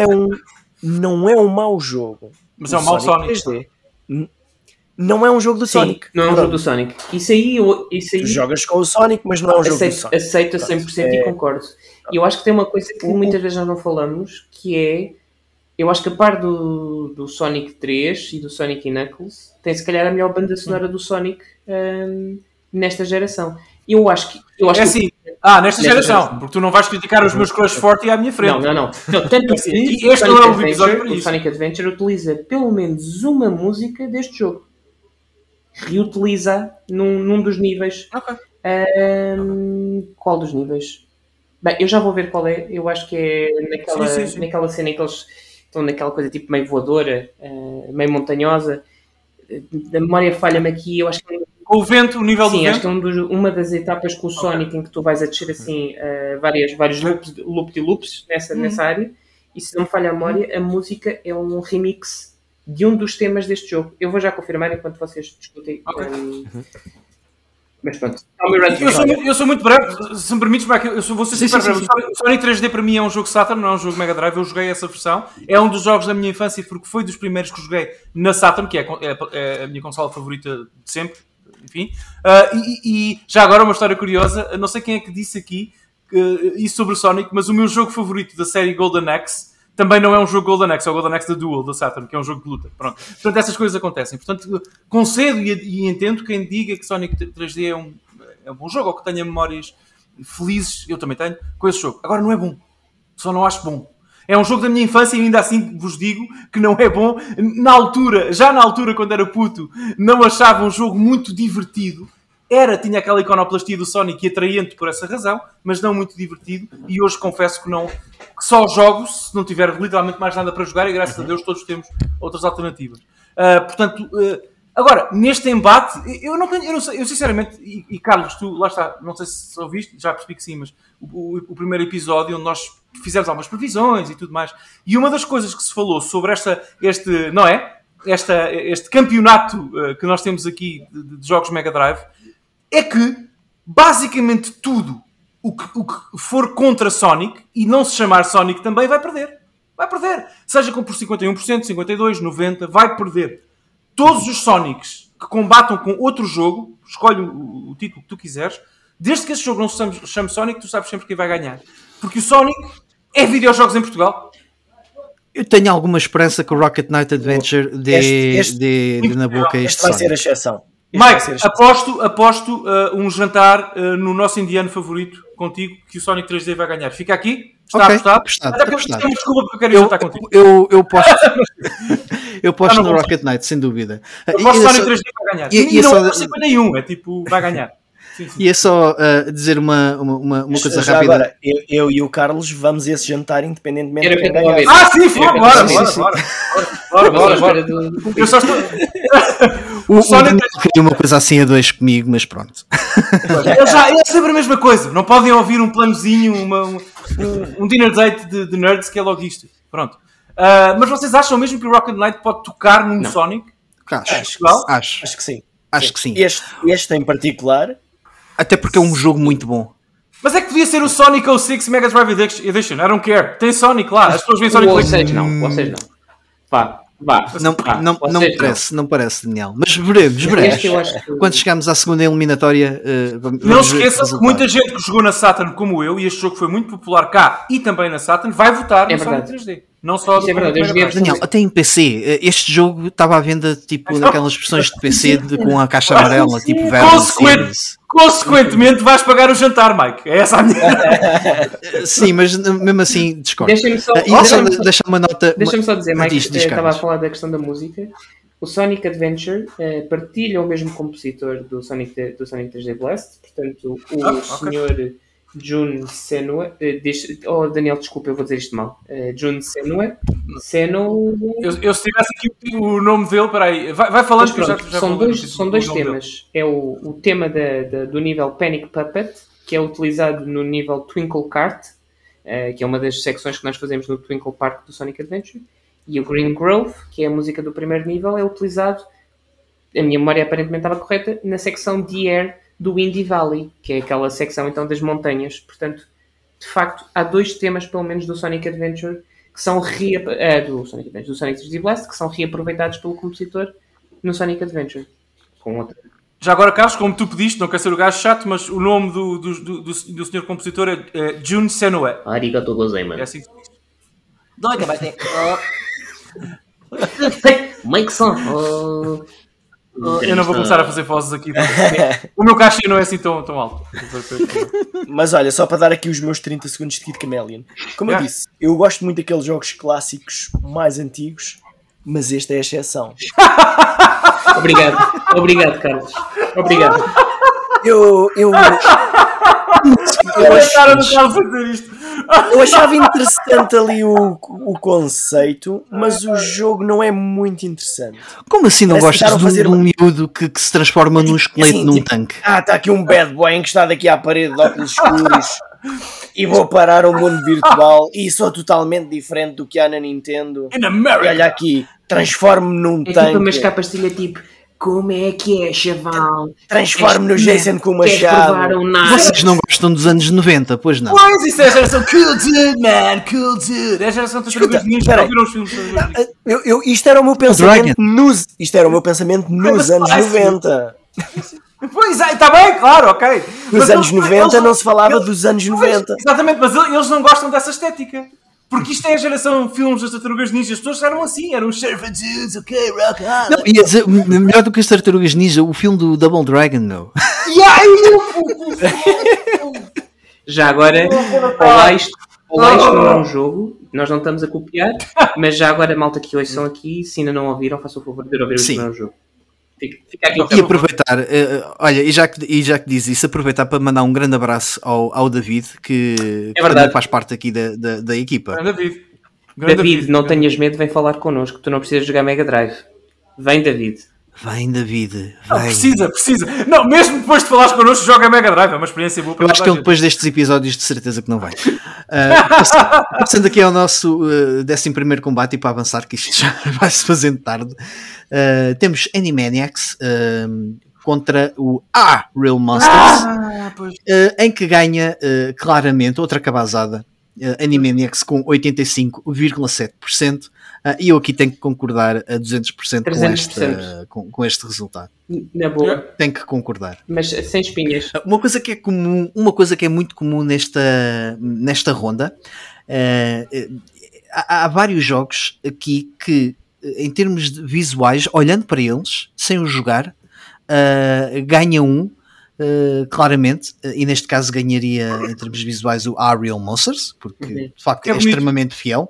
[SPEAKER 4] é um mau jogo.
[SPEAKER 2] Mas é um mau Sonic.
[SPEAKER 4] 3D. Não é um jogo do Sonic.
[SPEAKER 1] Não é um jogo do Sonic. Isso aí...
[SPEAKER 4] Tu jogas com o Sonic, mas não é um jogo do Sonic.
[SPEAKER 1] Aceito a 100% e concordo. E eu acho que tem uma coisa que muitas vezes nós não falamos, que é... Eu acho que a par do Sonic 3 e do Sonic Knuckles, tem se calhar a melhor banda sonora do Sonic nesta geração. Eu acho que
[SPEAKER 2] assim... nesta geração, porque tu não vais criticar os meus Crush Forte à minha frente.
[SPEAKER 1] Não. Tanto que
[SPEAKER 2] este não é o episódio para
[SPEAKER 1] isso. O Sonic Adventure utiliza pelo menos uma música deste jogo. Reutiliza num dos níveis.
[SPEAKER 2] Ok.
[SPEAKER 1] Qual dos níveis? Bem, eu já vou ver qual é. Eu acho que é naquela cena em que eles estão naquela coisa tipo meio voadora, meio montanhosa. A memória falha-me aqui. Eu acho que
[SPEAKER 2] Com o vento, o nível do
[SPEAKER 1] Sim, acho
[SPEAKER 2] vento?
[SPEAKER 1] que uma das etapas com o Sonic em que tu vais a descer assim vários loop-de-loops nessa área, e se não me falha a memória, a música é um remix de um dos temas deste jogo. Eu vou já confirmar enquanto vocês discutem. Mas pronto.
[SPEAKER 2] Eu sou muito breve, se me permites, vou ser super breve. O Sonic 3D para mim é um jogo Saturn, não é um jogo Mega Drive. Eu joguei essa versão. É um dos jogos da minha infância porque foi dos primeiros que joguei na Saturn, que é a minha consola favorita de sempre. Enfim. E já agora uma história curiosa. Não sei quem é que disse aqui isso sobre o Sonic, mas o meu jogo favorito da série Golden Axe também não é um jogo Golden Axe, é o Golden Axe da Duel, da Saturn, que é um jogo de luta. Pronto. Portanto, essas coisas acontecem. Portanto, concedo e entendo quem diga que Sonic 3D é um bom jogo, ou que tenha memórias felizes, eu também tenho, com esse jogo. Agora, não é bom. Só não acho bom. É um jogo da minha infância e ainda assim vos digo que não é bom. Já na altura, quando era puto, não achava um jogo muito divertido. Tinha aquela iconoplastia do Sonic e atraente por essa razão, mas não muito divertido, e hoje confesso que só jogo se não tiver literalmente mais nada para jogar, e graças a Deus todos temos outras alternativas. Portanto, agora, neste embate, eu não sei, eu sinceramente, e Carlos, tu, lá está, não sei se ouviste, já percebi que sim, mas o primeiro episódio onde nós fizemos algumas previsões e tudo mais, e uma das coisas que se falou sobre este campeonato que nós temos aqui de jogos Mega Drive, é que, basicamente, tudo o que for contra Sonic, e não se chamar Sonic também, vai perder. Vai perder. Seja por 51%, 52%, 90%, vai perder. Todos os Sonics que combatam com outro jogo, escolhe o título que tu quiseres, desde que esse jogo não se chame Sonic, tu sabes sempre quem vai ganhar. Porque o Sonic é videojogos em Portugal.
[SPEAKER 3] Eu tenho alguma esperança que o Rocket Knight Adventure dê na boca este
[SPEAKER 4] vai
[SPEAKER 3] Sonic.
[SPEAKER 4] ser a exceção.
[SPEAKER 2] Mike, aposto um jantar no nosso indiano favorito contigo que o Sonic 3D vai ganhar. Fica aqui? Está apostado? Até porque eu tenho desculpa porque eu quero ir jantar contigo.
[SPEAKER 3] Eu posto no Rocket Knight, sem dúvida.
[SPEAKER 2] Eu posto Sonic 3D vai ganhar. E não é 51, é tipo, vai ganhar. Sim.
[SPEAKER 3] E é só dizer uma coisa
[SPEAKER 4] já
[SPEAKER 3] rápida.
[SPEAKER 4] Agora, eu e o Carlos vamos a esse jantar independentemente de quem
[SPEAKER 1] Era
[SPEAKER 4] ganhar.
[SPEAKER 2] Sim, bora. Eu só estou...
[SPEAKER 3] O Sonic queria uma coisa assim a dois comigo, mas pronto.
[SPEAKER 2] É sempre a mesma coisa. Não podem ouvir um planozinho, um dinner date de nerds que é logo isto. Pronto. Mas vocês acham mesmo que o Rocket Knight pode tocar num Sonic?
[SPEAKER 3] Acho
[SPEAKER 4] que sim.
[SPEAKER 3] Acho que sim.
[SPEAKER 4] Este em particular...
[SPEAKER 3] Até porque é um jogo muito bom.
[SPEAKER 2] Mas é que podia ser o Sonic 06 Mega Drive Edition. I don't care. Tem Sonic lá. As pessoas veem Sonic
[SPEAKER 1] Ou seja, não. Vá.
[SPEAKER 3] Não parece, Daniel. Mas veremos. Quando chegarmos à segunda eliminatória,
[SPEAKER 2] não se esqueça que muita gente que jogou na Saturn como eu, e este jogo foi muito popular cá e também na Saturn, vai votar no Sonic 3D. Não só do
[SPEAKER 3] Daniel, até em PC, este jogo estava à venda tipo naquelas versões de PC com a caixa amarela, tipo verde.
[SPEAKER 2] Consequentemente vais pagar o jantar, Mike. É essa a minha...
[SPEAKER 3] Sim, mas mesmo assim discordo.
[SPEAKER 1] Deixa-me só dizer, Mike, estava a falar da questão da música. O Sonic Adventure partilha o mesmo compositor do Sonic 3D Blast. Portanto, o senhor Jun Senua... Daniel, desculpa, eu vou dizer isto mal. Jun Senua...
[SPEAKER 2] Eu se tivesse aqui o nome dele, peraí, vai falando que já
[SPEAKER 1] são dois temas. É o tema do nível Panic Puppet, que é utilizado no nível Twinkle Cart, que é uma das secções que nós fazemos no Twinkle Park do Sonic Adventure, e o Green Grove, que é a música do primeiro nível, é utilizado, a minha memória aparentemente estava correta, na secção The Air do Indie Valley, que é aquela secção então das montanhas. Portanto, de facto, há dois temas pelo menos do Sonic Adventure que são do Sonic 3D Blast, que são reaproveitados pelo compositor no Sonic Adventure. Com outra.
[SPEAKER 2] Já agora, Carlos, como tu pediste, não quer ser o gajo chato, mas o nome do senhor compositor é Jun Senua.
[SPEAKER 1] Arigatou gozaimasu.
[SPEAKER 2] É assim que se diz.
[SPEAKER 1] Doida, vai ter. Mike-san.
[SPEAKER 2] Eu não vou começar a fazer vozes aqui. O meu cachê não é assim tão alto.
[SPEAKER 4] Mas olha, só para dar aqui os meus 30 segundos de Kid Chameleon. Como eu disse, eu gosto muito daqueles jogos clássicos mais antigos, mas este é a exceção.
[SPEAKER 1] Obrigado, Carlos. Obrigado.
[SPEAKER 2] Eu a cara do Carlos a dizer isto.
[SPEAKER 4] Eu achava interessante ali o conceito, mas o jogo não é muito interessante.
[SPEAKER 3] Como assim não
[SPEAKER 4] Parece que
[SPEAKER 3] gostas
[SPEAKER 4] tentaram
[SPEAKER 3] de um miúdo que se transforma num esqueleto
[SPEAKER 4] assim,
[SPEAKER 3] num
[SPEAKER 4] tipo,
[SPEAKER 3] tanque?
[SPEAKER 4] está aqui um bad boy encostado aqui à parede de óculos escuros e vou parar ao mundo virtual e sou totalmente diferente do que há na Nintendo.
[SPEAKER 2] In
[SPEAKER 4] E
[SPEAKER 2] America.
[SPEAKER 4] olha aqui, transformo-me num
[SPEAKER 1] É
[SPEAKER 4] tanque.
[SPEAKER 1] tipo umas capas de tipo, como é que é, chaval?
[SPEAKER 4] Transformo no Jason com uma
[SPEAKER 1] Queres
[SPEAKER 4] chave.
[SPEAKER 1] provar um nada?
[SPEAKER 3] Vocês não gostam dos anos 90, pois não?
[SPEAKER 2] Pois, isso é a geração cool dude, man, cool dude. É a geração das
[SPEAKER 4] Escuta,
[SPEAKER 2] Tartarugas Ninja.
[SPEAKER 4] peraí.
[SPEAKER 2] Já viram os filmes das Tartarugas Ninja?
[SPEAKER 4] Isto era o meu pensamento
[SPEAKER 3] Dragon.
[SPEAKER 4] isto era o meu pensamento nos anos 90.
[SPEAKER 2] Pois é, está bem, claro, ok.
[SPEAKER 4] Nos
[SPEAKER 2] Mas
[SPEAKER 4] anos
[SPEAKER 2] eles-
[SPEAKER 4] 90
[SPEAKER 2] eles-
[SPEAKER 4] não se falava
[SPEAKER 2] eles-
[SPEAKER 4] dos anos
[SPEAKER 2] Pois,
[SPEAKER 4] 90.
[SPEAKER 2] Exatamente, mas eles não gostam dessa estética. Porque isto é a geração de filmes das Tartarugas Ninja. As pessoas eram assim, eram os surfer dudes, ok, rock on.
[SPEAKER 3] Não, ia dizer, melhor do que as Tartarugas Ninja, o filme do Double Dragon, meu.
[SPEAKER 1] Já agora, olá, isto não é um jogo, nós não estamos a copiar, mas já agora, malta que hoje são aqui, se ainda não ouviram, façam o favor de ouvir o
[SPEAKER 3] Sim.
[SPEAKER 1] Isto Não é um Jogo. Fica aqui o
[SPEAKER 3] E aproveitar, olha, e já que diz isso, aproveitar para mandar um grande abraço ao David, que
[SPEAKER 1] É verdade.
[SPEAKER 3] também faz parte aqui da equipa.
[SPEAKER 2] Grande David. Grande
[SPEAKER 1] David, não tenhas medo, vem falar connosco, tu não precisas jogar Mega Drive. Vem, David.
[SPEAKER 3] Vem, David,
[SPEAKER 2] Não,
[SPEAKER 3] vem.
[SPEAKER 2] precisa. Não, mesmo depois de falares connosco, joga Mega Drive. É uma experiência boa para
[SPEAKER 3] Eu acho que
[SPEAKER 2] toda a
[SPEAKER 3] ele depois destes episódios de certeza que não vai. Passando aqui ao nosso 11º combate e para avançar, que isto já vai-se fazendo tarde, temos Animaniacs contra o Real Monsters,
[SPEAKER 2] pois.
[SPEAKER 3] em que ganha claramente outra cabazada, Animaniacs com 85,7%, e eu aqui tenho que concordar a 200%
[SPEAKER 1] 300%.
[SPEAKER 3] com este resultado.
[SPEAKER 1] Na boa,
[SPEAKER 3] Tenho que concordar.
[SPEAKER 1] mas sem espinhas.
[SPEAKER 3] Uma coisa que é comum, uma coisa que é muito comum nesta ronda, há vários jogos aqui que, em termos de visuais, olhando para eles, sem os jogar, ganha claramente, e neste caso ganharia em termos visuais o Real Monsters, porque de facto
[SPEAKER 2] É
[SPEAKER 3] é
[SPEAKER 2] bonito.
[SPEAKER 3] extremamente fiel.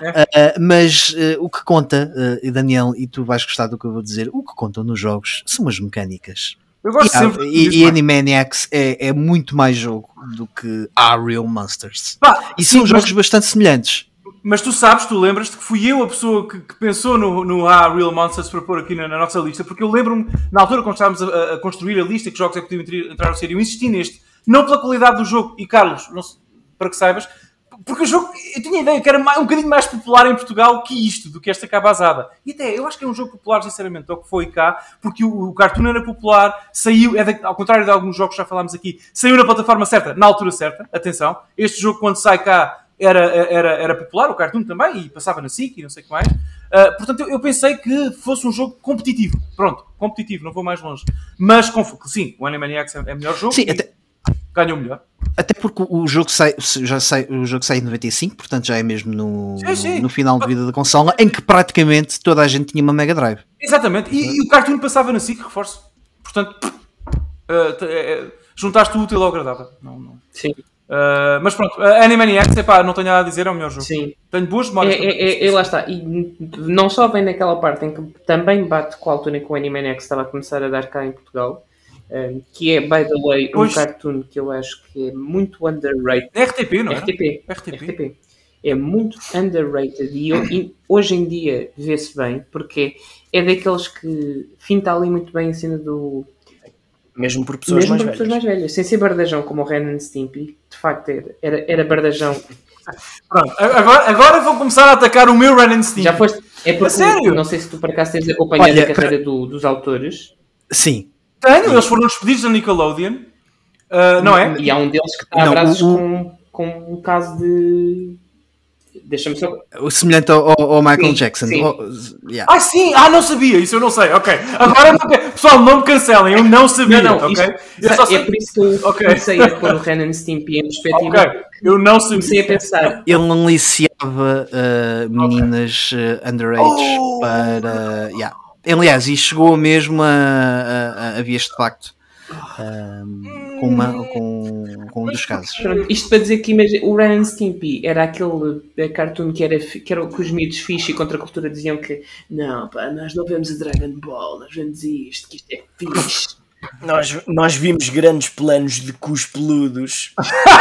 [SPEAKER 3] Mas o que conta, Daniel, e tu vais gostar do que eu vou dizer, o que contam nos jogos são as mecânicas.
[SPEAKER 2] Eu gosto sempre
[SPEAKER 3] E
[SPEAKER 2] disso, mano.
[SPEAKER 3] Animaniacs é muito mais jogo do que Real Monsters.
[SPEAKER 2] Pá,
[SPEAKER 3] E
[SPEAKER 2] sim,
[SPEAKER 3] são jogos bastante semelhantes.
[SPEAKER 2] Mas tu lembras-te que fui eu a pessoa que pensou no Real Monsters para pôr aqui na nossa lista, porque eu lembro-me, na altura, quando estávamos a construir a lista, que jogos é que podiam entrar no série, eu insisti neste, não pela qualidade do jogo, e Carlos, não sei, para que saibas, porque o jogo, eu tinha a ideia que era um bocadinho mais popular em Portugal que isto, do que esta cabazada. E até, eu acho que é um jogo popular, sinceramente, ao que foi cá, porque o Cartoon era popular, saiu, ao contrário de alguns jogos que já falámos aqui, saiu na plataforma certa, na altura certa, atenção, este jogo quando sai cá, era popular, o Cartoon também, e passava na SIC e não sei o que mais. Portanto, eu pensei que fosse um jogo competitivo. Pronto, competitivo, não vou mais longe. Mas, sim, o Animaniacs é o melhor jogo.
[SPEAKER 3] Sim,
[SPEAKER 2] e ganhou o melhor.
[SPEAKER 3] Até porque o jogo sai em 95, portanto já é mesmo no final de vida da consola, em que praticamente toda a gente tinha uma Mega Drive.
[SPEAKER 2] Exatamente, e o Cartoon passava na SIC, reforço. Portanto, juntaste o útil ao agradável. Não.
[SPEAKER 1] Sim.
[SPEAKER 2] Mas pronto, Animaniacs, não tenho nada a dizer, é o melhor jogo.
[SPEAKER 1] Sim.
[SPEAKER 2] Tenho boas memórias.
[SPEAKER 1] Lá está. E não só vem naquela parte em que também bate com a altura em que o Animaniacs estava a começar a dar cá em Portugal, que é, by the way, um cartoon que eu acho que é muito underrated.
[SPEAKER 2] RTP, não é?
[SPEAKER 1] RTP. É muito underrated e hoje em dia vê-se bem, porque é daqueles que finta ali muito bem em cena do...
[SPEAKER 4] Mesmo por pessoas mais velhas.
[SPEAKER 1] Sem ser bardajão como o Ren and Stimpy, de facto era bardajão.
[SPEAKER 2] Pronto, agora vou começar a atacar o meu Ren and Stimpy.
[SPEAKER 1] Já foste? É porque,
[SPEAKER 2] sério?
[SPEAKER 1] não sei se tu por acaso tens acompanhado a carreira dos autores.
[SPEAKER 3] Sim.
[SPEAKER 2] Tenho, eles foram despedidos da Nickelodeon, não é?
[SPEAKER 1] E há um deles que está a braços com um caso de... Deixa-me só...
[SPEAKER 3] O semelhante ao Michael Jackson.
[SPEAKER 1] Sim.
[SPEAKER 2] Yeah. Sim, não sabia, isso eu não sei, ok. Agora, pessoal, não me cancelem, eu não sabia,
[SPEAKER 1] não,
[SPEAKER 2] ok?
[SPEAKER 1] É por isso que eu comecei a pôr o Ren and Stimpy em perspectiva.
[SPEAKER 2] Ok, eu não sabia.
[SPEAKER 1] Comecei a pensar.
[SPEAKER 3] Ele não liciava meninas underage para... Aliás, e chegou mesmo a vias de facto com um dos casos.
[SPEAKER 1] Pronto, isto para dizer que o Ren and Stimpy era aquele cartoon que era que os miúdos fixe e contra a cultura diziam que não, pá, nós não vemos a Dragon Ball, nós vemos isto, que isto é fixe.
[SPEAKER 4] Nós vimos grandes planos de cus peludos.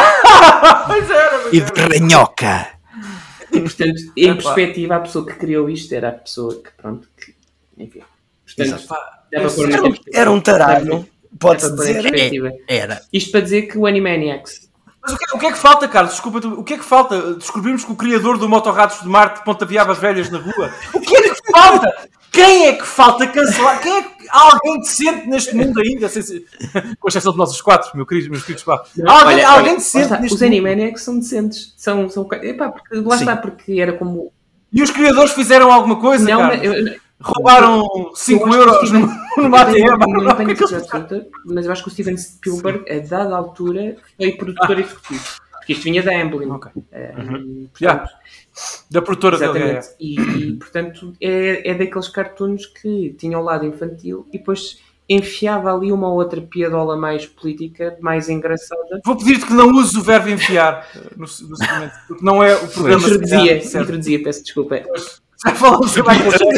[SPEAKER 3] E de ranhoca.
[SPEAKER 1] E, portanto, em perspectiva, a pessoa que criou isto era a pessoa que, pronto, que, enfim. Portanto, dava por
[SPEAKER 4] Era um tarado, pode-se dizer.
[SPEAKER 3] Era.
[SPEAKER 1] Isto para dizer que o Animaniacs...
[SPEAKER 2] Mas o que é que falta, Carlos? Desculpa, o que é que falta? Descobrimos que o criador do Motorratos de Marte pontapeava as velhas na rua. O que é que falta? Quem é que falta cancelar? Quem é que... Há alguém decente neste mundo ainda? Com exceção de nós os quatro, meus queridos quatro. Alguém decente neste mundo.
[SPEAKER 1] Os Animaniacs são decentes. Porque, lá está, porque era como...
[SPEAKER 2] E os criadores fizeram alguma coisa, Carlos? Roubaram 5 euros numa ATM.
[SPEAKER 1] Não tenho certeza absoluta, mas eu acho que o Steven Spielberg, a dada altura, foi produtor executivo. Porque isto vinha da Amblin. Portanto,
[SPEAKER 2] da produtora
[SPEAKER 1] exatamente. E portanto, é daqueles cartoons que tinham o lado infantil e depois enfiava ali uma ou outra piadola mais política, mais engraçada.
[SPEAKER 2] Vou pedir-te que não uses o verbo enfiar no seguimento, porque não é o programa.
[SPEAKER 1] Introduzia, peço desculpa.
[SPEAKER 2] Já falamos sobre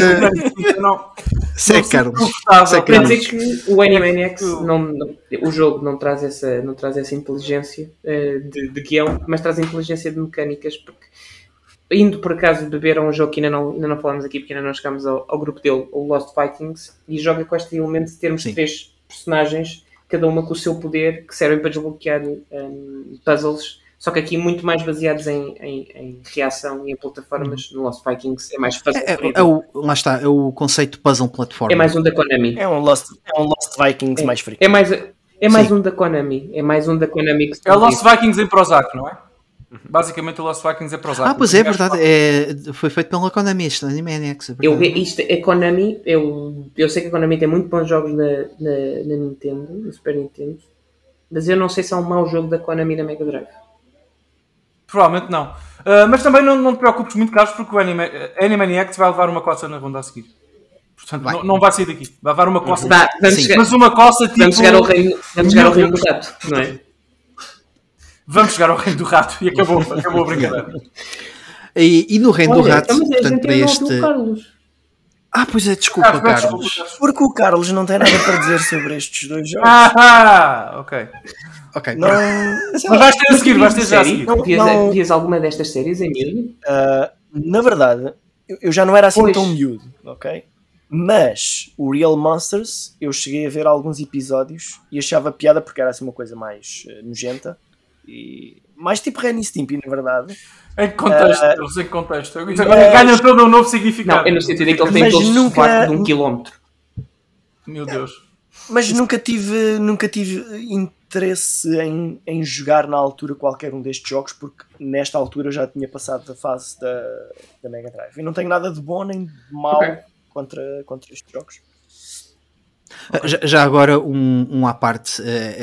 [SPEAKER 2] não.
[SPEAKER 3] Carlos.
[SPEAKER 1] Para dizer que o Animaniacs, o jogo não traz essa inteligência de guião, mas traz a inteligência de mecânicas, porque indo por acaso beber a um jogo que ainda não falámos aqui, porque ainda não chegámos ao grupo dele, o Lost Vikings, e joga com este elemento de termos 3 personagens, cada uma com o seu poder, que servem para desbloquear puzzles. Só que aqui muito mais baseados em reação e em plataformas. No Lost Vikings é mais fácil.
[SPEAKER 3] Lá está, é o conceito puzzle platform.
[SPEAKER 1] É mais um da Konami.
[SPEAKER 4] É um Lost Vikings mais frio.
[SPEAKER 1] É mais um da Konami. É mais um da Konami que se
[SPEAKER 2] é o Lost Vikings em Prozac, não é? Basicamente o Lost Vikings é Prozac.
[SPEAKER 3] Pois é verdade. Foi feito pela Konami, este Animaniacs.
[SPEAKER 1] A Konami, eu sei que a Konami tem muito bons jogos na Nintendo, no Super Nintendo, mas eu não sei se é um mau jogo da Konami na Mega Drive.
[SPEAKER 2] Provavelmente não. Mas também não te preocupes muito, Carlos, porque o Animaniacs vai levar uma coça na ronda a seguir. Portanto, não vai sair daqui. Vai levar uma coça. Mas uma coça tipo...
[SPEAKER 1] Vamos chegar ao reino do rato, não é?
[SPEAKER 2] Vamos chegar ao reino do rato e acabou a brincadeira.
[SPEAKER 3] E no reino do rato, portanto, para este... Pois é, desculpa, Carlos.
[SPEAKER 4] Porque o Carlos não tem nada para dizer sobre estes 2 jogos.
[SPEAKER 2] Ok.
[SPEAKER 4] Não...
[SPEAKER 2] Mas vais ter já a seguir.
[SPEAKER 1] Vias alguma destas séries em miúdo?
[SPEAKER 4] Na verdade, eu já não era assim tão miúdo, ok? Mas o Real Monsters, eu cheguei a ver alguns episódios e achava piada porque era assim uma coisa mais nojenta. E mais tipo Ren e Stimpy, na verdade.
[SPEAKER 2] Em contexto. Agora ganham todo um novo significado.
[SPEAKER 1] Não, é no sentido em que ele tem todo o sovaco de 1 km.
[SPEAKER 2] Meu Deus.
[SPEAKER 4] Mas nunca tive interesse em jogar na altura qualquer um destes jogos, porque nesta altura eu já tinha passado da fase da Mega Drive. E não tenho nada de bom nem de mau contra estes jogos.
[SPEAKER 3] Já agora um à parte,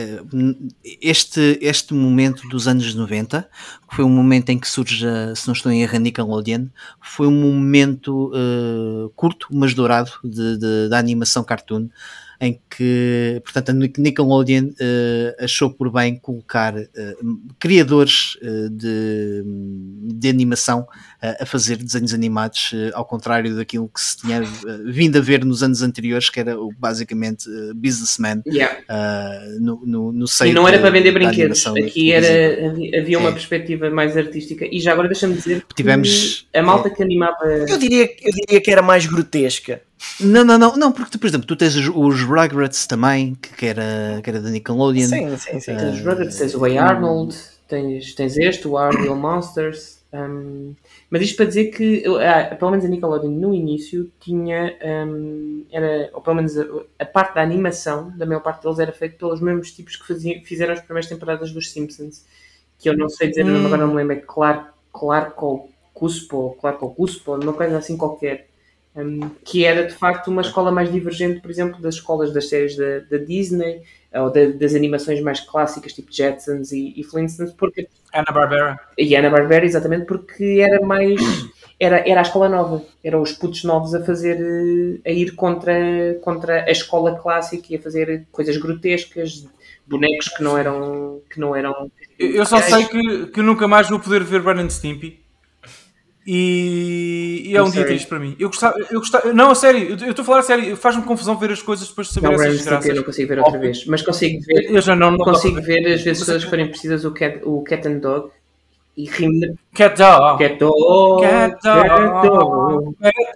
[SPEAKER 3] este momento dos anos 90, que foi um momento em que surge, se não estou em erro, a Nickelodeon, foi um momento curto, mas dourado, da animação cartoon, em que, portanto, a Nickelodeon achou por bem colocar criadores de animação a fazer desenhos animados, ao contrário daquilo que se tinha vindo a ver nos anos anteriores, que era basicamente Businessman no seio.
[SPEAKER 1] E não era para vender brinquedos, aqui havia uma perspectiva mais artística. E já agora deixa-me dizer que a malta que animava...
[SPEAKER 4] Eu diria que era mais grotesca.
[SPEAKER 3] Não, porque por exemplo, tu tens os Rugrats também, que era da Nickelodeon.
[SPEAKER 4] Sim.
[SPEAKER 1] Tens os Rugrats, tens o Hey Arnold, tens este, o Real Monsters. Mas isto para dizer que, pelo menos a Nickelodeon no início tinha, ou pelo menos a parte da animação, da maior parte deles era feita pelos mesmos tipos que fizeram as primeiras temporadas dos Simpsons, que eu não sei dizer, agora não me lembro, é Clark Cuspo, uma coisa assim qualquer. Que era de facto uma escola mais divergente, por exemplo, das escolas das séries da Disney ou das animações mais clássicas, tipo Jetsons e Flintstones, porque Hanna-Barbera, exatamente, porque era mais era a escola nova, eram os putos novos a ir contra a escola clássica e a fazer coisas grotescas, bonecos que não eram
[SPEAKER 2] eu só sei que nunca mais vou poder ver Ren and Stimpy. E é um dia
[SPEAKER 1] sorry.
[SPEAKER 2] triste para mim. Eu gostava, não, a sério, eu estou a falar a sério. Faz-me confusão ver as coisas depois de saber
[SPEAKER 1] Não,
[SPEAKER 2] essas
[SPEAKER 1] Rams
[SPEAKER 2] desgraças.
[SPEAKER 1] eu não consigo ver outra vez, mas consigo ver.
[SPEAKER 2] Eu já não
[SPEAKER 1] Consigo ver as vezes todas que forem precisas o Cat and Dog e rimo.
[SPEAKER 2] Cat Dog.
[SPEAKER 1] Cat Dog.
[SPEAKER 2] Cat Dog. Cat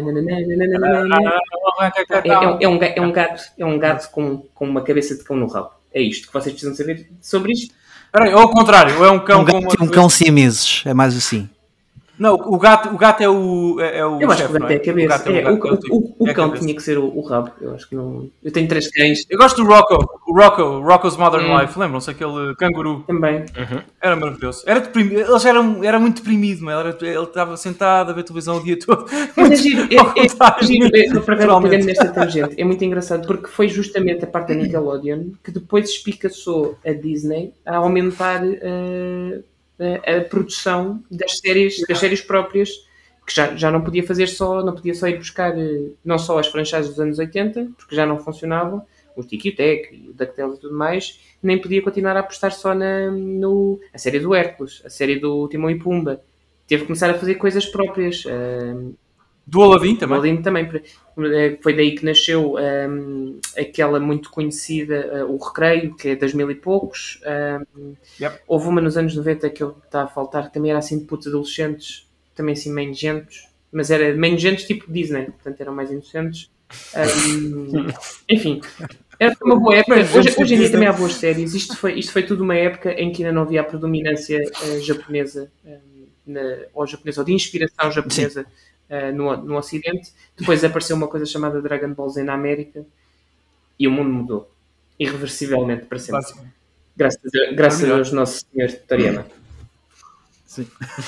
[SPEAKER 2] Dog.
[SPEAKER 1] É um gato com uma cabeça de cão no rabo. É isto que vocês precisam saber sobre isto.
[SPEAKER 2] Peraí, ou ao contrário, ou é um cão com uma...
[SPEAKER 3] Um cão siameses, é mais assim.
[SPEAKER 2] Não, o gato é o
[SPEAKER 1] Eu acho que
[SPEAKER 2] chefe,
[SPEAKER 1] o gato é a cabeça. O cão
[SPEAKER 2] cabeça.
[SPEAKER 1] tinha que ser o rabo. Eu acho que não. Eu tenho 3 cães
[SPEAKER 2] Eu gosto do Rocco's Modern Life. Lembram-se aquele canguru?
[SPEAKER 1] também.
[SPEAKER 2] Era maravilhoso. Era deprimido. Era muito deprimido, mas ele estava sentado a ver televisão o dia todo.
[SPEAKER 1] Mas é giro, pegando nesta tangente, é muito engraçado porque foi justamente a parte da Nickelodeon que depois espicaçou a Disney a aumentar a produção das séries próprias, que já não podia fazer não podia só ir buscar não só as franchises dos anos 80, porque já não funcionavam, o Tiki Tac e o DuckTales e tudo mais, nem podia continuar a apostar só a série do Hércules, a série do Timão e Pumba. Teve que começar a fazer coisas próprias.
[SPEAKER 2] Do Aladdin também.
[SPEAKER 1] Aladdin também. Foi daí que nasceu aquela muito conhecida, o Recreio, que é das mil e poucos.
[SPEAKER 2] Yep.
[SPEAKER 1] Houve uma nos anos 90 que está a faltar, que também era assim de putos adolescentes, também assim meio nojentos, mas era meio nojentos tipo Disney, portanto eram mais inocentes. Enfim, era uma boa época. Hoje em dia também há boas séries. Isto foi tudo uma época em que ainda não havia a predominância japonesa, ou de inspiração japonesa no Ocidente. Depois apareceu uma coisa chamada Dragon Ball Z na América e o mundo mudou irreversivelmente para sempre. Graças a Deus, Nosso Senhor Toriyama.
[SPEAKER 3] Sim.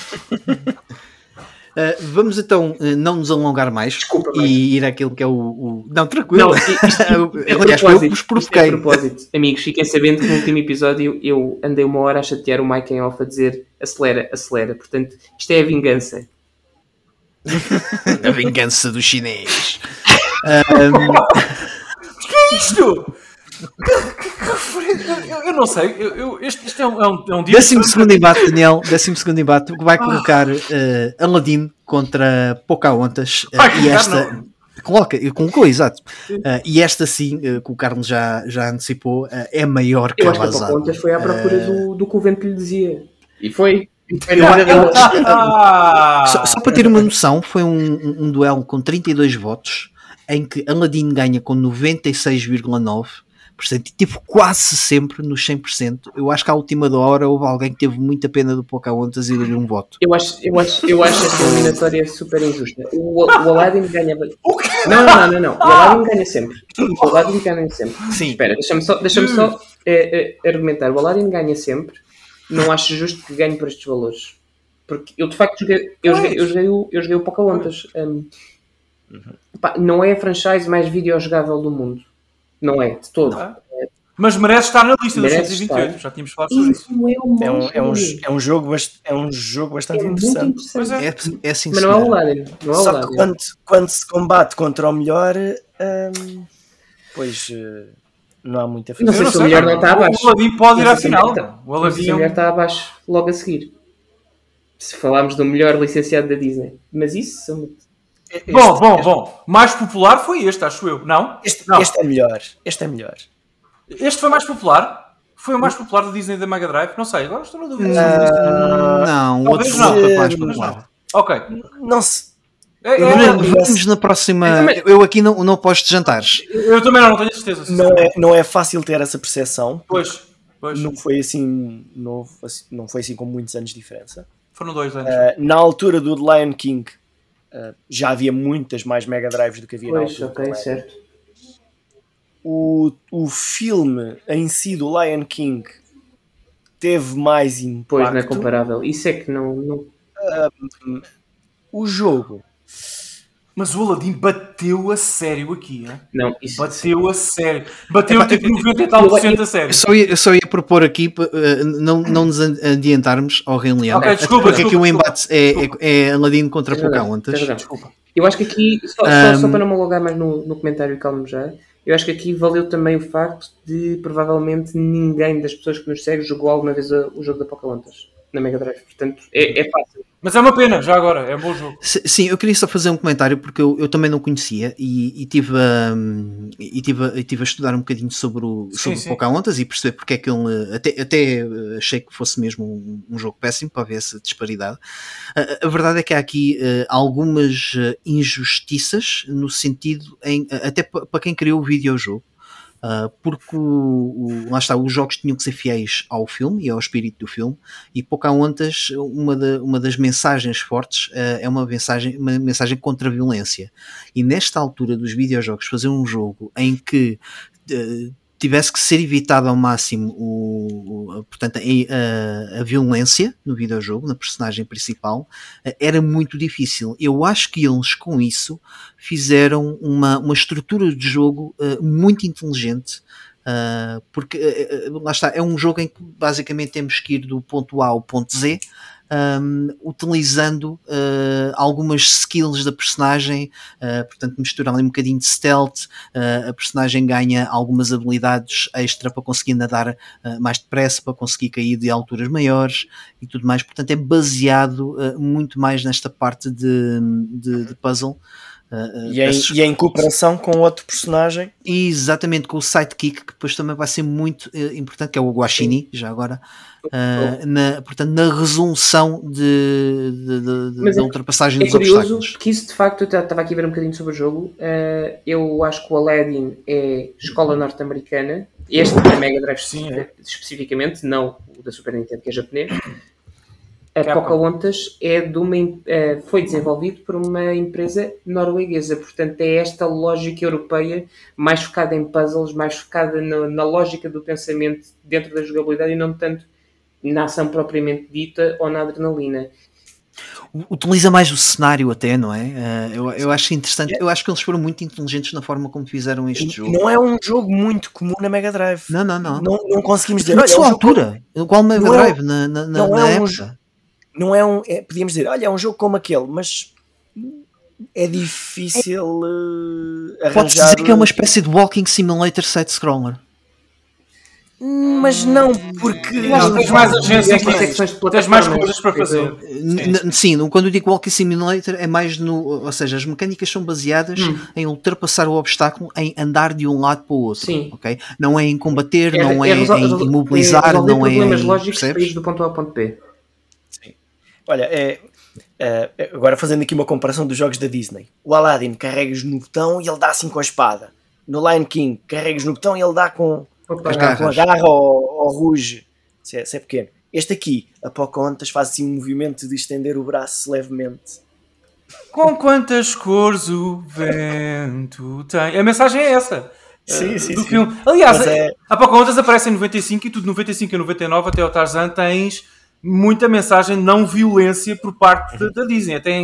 [SPEAKER 3] Vamos então não nos alongar mais.
[SPEAKER 1] Desculpa,
[SPEAKER 3] e ir àquilo que é o... Não, tranquilo.
[SPEAKER 1] Não,
[SPEAKER 3] Aliás, eu vos provoquei.
[SPEAKER 1] propósito. Amigos, fiquem sabendo que no último episódio eu andei uma hora a chatear o Mike em off a dizer acelera, acelera. Portanto, isto é a vingança.
[SPEAKER 3] A vingança do chinês.
[SPEAKER 2] Que é isto? Eu não sei. Isto é um dia...
[SPEAKER 3] 12º embate, Daniel. 12º embate. Que vai colocar Aladdin contra Pocahontas. E esta... Colocou, exato. E esta sim, que o Carlos já antecipou, é maior que
[SPEAKER 1] Eu
[SPEAKER 3] a
[SPEAKER 1] acho que a
[SPEAKER 3] vazada.
[SPEAKER 1] Pocahontas foi à procura do que o vento lhe dizia. E foi.
[SPEAKER 3] Só para ter uma noção, foi um duelo com 32 votos, em que Aladdin ganha com 96,9%, teve quase sempre nos 100%. Eu acho que à última da hora houve alguém que teve muita pena do Pocahontas e deu um voto.
[SPEAKER 1] Eu acho esta eliminatória super injusta. O Aladdin ganha. Não. O Aladdin ganha sempre. O Aladdin ganha sempre.
[SPEAKER 3] Sim.
[SPEAKER 1] Espera, deixa-me só argumentar. O Aladdin ganha sempre. Não acho justo que ganhe por estes valores. Porque eu de facto joguei o Pocahontas. Não é a franchise mais videojogável do mundo. Não é, de todo.
[SPEAKER 2] Mas merece estar na lista dos
[SPEAKER 1] Merece
[SPEAKER 2] 128.
[SPEAKER 1] estar.
[SPEAKER 2] Já tínhamos falado sobre isso.
[SPEAKER 4] É um jogo bastante interessante.
[SPEAKER 2] Pois é.
[SPEAKER 3] É sim,
[SPEAKER 1] Mas não é o Aladdin. Não é o
[SPEAKER 4] Só
[SPEAKER 1] Aladdin.
[SPEAKER 4] que quando se combate contra o melhor, não há muita
[SPEAKER 1] Não sei se o melhor não está abaixo.
[SPEAKER 2] O Aladdin pode ir à
[SPEAKER 1] Não sei se
[SPEAKER 2] final.
[SPEAKER 1] o
[SPEAKER 2] O Aladdin
[SPEAKER 1] melhor está abaixo logo a seguir. Se falarmos do melhor licenciado da Disney. Mas isso são...
[SPEAKER 2] Bom. Mais popular foi este, acho eu. Não?
[SPEAKER 4] Este é melhor. Este é melhor.
[SPEAKER 2] Este foi mais popular? Foi o mais popular da Disney da Mega Drive? Não sei, agora estou na dúvida.
[SPEAKER 3] Não, outro
[SPEAKER 2] Talvez não.
[SPEAKER 3] foi mais popular.
[SPEAKER 2] Ok.
[SPEAKER 4] Não se...
[SPEAKER 3] Vamos na próxima. Eu aqui não posto jantares.
[SPEAKER 2] Eu também não tenho certeza.
[SPEAKER 4] Não é fácil ter essa percepção.
[SPEAKER 2] Pois.
[SPEAKER 4] Não foi assim novo, não foi assim com muitos anos de diferença.
[SPEAKER 2] Foram 2 anos.
[SPEAKER 4] Na altura do The Lion King já havia muitas mais Mega Drives do que havia na
[SPEAKER 1] Pois,
[SPEAKER 4] altura.
[SPEAKER 1] ok, certo.
[SPEAKER 4] O filme em si do Lion King teve mais impacto.
[SPEAKER 1] Pois, não é comparável. Isso é que não...
[SPEAKER 4] O jogo...
[SPEAKER 2] Mas o Aladdin bateu a sério aqui, hein?
[SPEAKER 1] Não, isso...
[SPEAKER 2] Bateu a sério. Bateu tipo 90 e tal % a sério.
[SPEAKER 3] Eu só ia propor aqui não nos adiantarmos ao Rei Leão.
[SPEAKER 2] Ok, desculpa,
[SPEAKER 3] porque aqui o embate é Aladdin contra Pocahontas.
[SPEAKER 1] Desculpa. Eu acho que aqui, só para não me alongar mais no comentário e calmo já, eu acho que aqui valeu também o facto de provavelmente ninguém das pessoas que nos segue jogou alguma vez o jogo da Pocahontas na Mega Drive. Portanto, é fácil.
[SPEAKER 2] Mas é uma pena, já agora, é um bom jogo.
[SPEAKER 3] Sim, eu queria só fazer um comentário porque eu também não conhecia e tive a estudar um bocadinho sobre o Pocahontas e perceber porque é que ele até achei que fosse mesmo um jogo péssimo para ver essa disparidade. A verdade é que há aqui algumas injustiças no sentido até para quem criou o videojogo. Porque lá está, os jogos tinham que ser fiéis ao filme e ao espírito do filme, e Pocahontas, uma das mensagens fortes é uma mensagem contra a violência, e nesta altura dos videojogos fazer um jogo em que tivesse que ser evitado ao máximo portanto, a violência no videojogo, na personagem principal, era muito difícil. Eu acho que eles com isso fizeram uma estrutura de jogo muito inteligente, porque lá está, é um jogo em que basicamente temos que ir do ponto A ao ponto Z, utilizando algumas skills da personagem, portanto misturar ali um bocadinho de stealth, a personagem ganha algumas habilidades extra para conseguir nadar mais depressa, para conseguir cair de alturas maiores e tudo mais, portanto é baseado muito mais nesta parte de puzzle.
[SPEAKER 4] E em cooperação com outro personagem.
[SPEAKER 3] Exatamente, com o sidekick, que depois também vai ser muito importante, que é o Guaxinim, já agora, portanto, na resolução da ultrapassagem dos obstáculos. É curioso,
[SPEAKER 1] que isso de facto, eu estava aqui a ver um bocadinho sobre o jogo, eu acho que o Aladdin é escola norte-americana, este da Mega Drive especificamente, não o da Super Nintendo, que é japonês. A Pocahontas foi desenvolvido por uma empresa norueguesa, portanto é esta lógica europeia mais focada em puzzles, mais focada na lógica do pensamento dentro da jogabilidade e não tanto na ação propriamente dita ou na adrenalina.
[SPEAKER 3] Utiliza mais o cenário até, não é? Eu acho interessante, eu acho que eles foram muito inteligentes na forma como fizeram este jogo.
[SPEAKER 4] Não é um jogo muito comum na Mega Drive. Não conseguimos dizer...
[SPEAKER 3] Na sua altura, igual Mega Drive, na época.
[SPEAKER 4] Não é podíamos dizer, olha, é um jogo como aquele, mas é difícil arranjar...
[SPEAKER 3] Pode-se dizer que é uma espécie de Walking Simulator side-scroller.
[SPEAKER 4] Mas não, porque...
[SPEAKER 2] Tens mais agência aqui, tens mais coisas para fazer.
[SPEAKER 3] Sim, quando eu digo Walking Simulator é mais ou seja, as mecânicas são baseadas em ultrapassar o obstáculo, em andar de um lado para o outro. Okay? Não é em combater, não é em imobilizar, não é em...
[SPEAKER 1] problemas lógicos para ir do ponto A ao ponto B.
[SPEAKER 4] Olha, agora fazendo aqui uma comparação dos jogos da Disney. O Aladdin carregas no botão e ele dá assim com a espada. No Lion King carregas no botão e ele dá com a garra ou ruge. Se é pequeno. Este aqui, a Pocahontas, faz assim um movimento de estender o braço levemente.
[SPEAKER 2] Com quantas cores o vento tem? A mensagem é essa. Do filme. Aliás, a Pocahontas aparece em 95 e tudo 95 e 99 até o Tarzan tens muita mensagem de não violência por parte da Disney. Até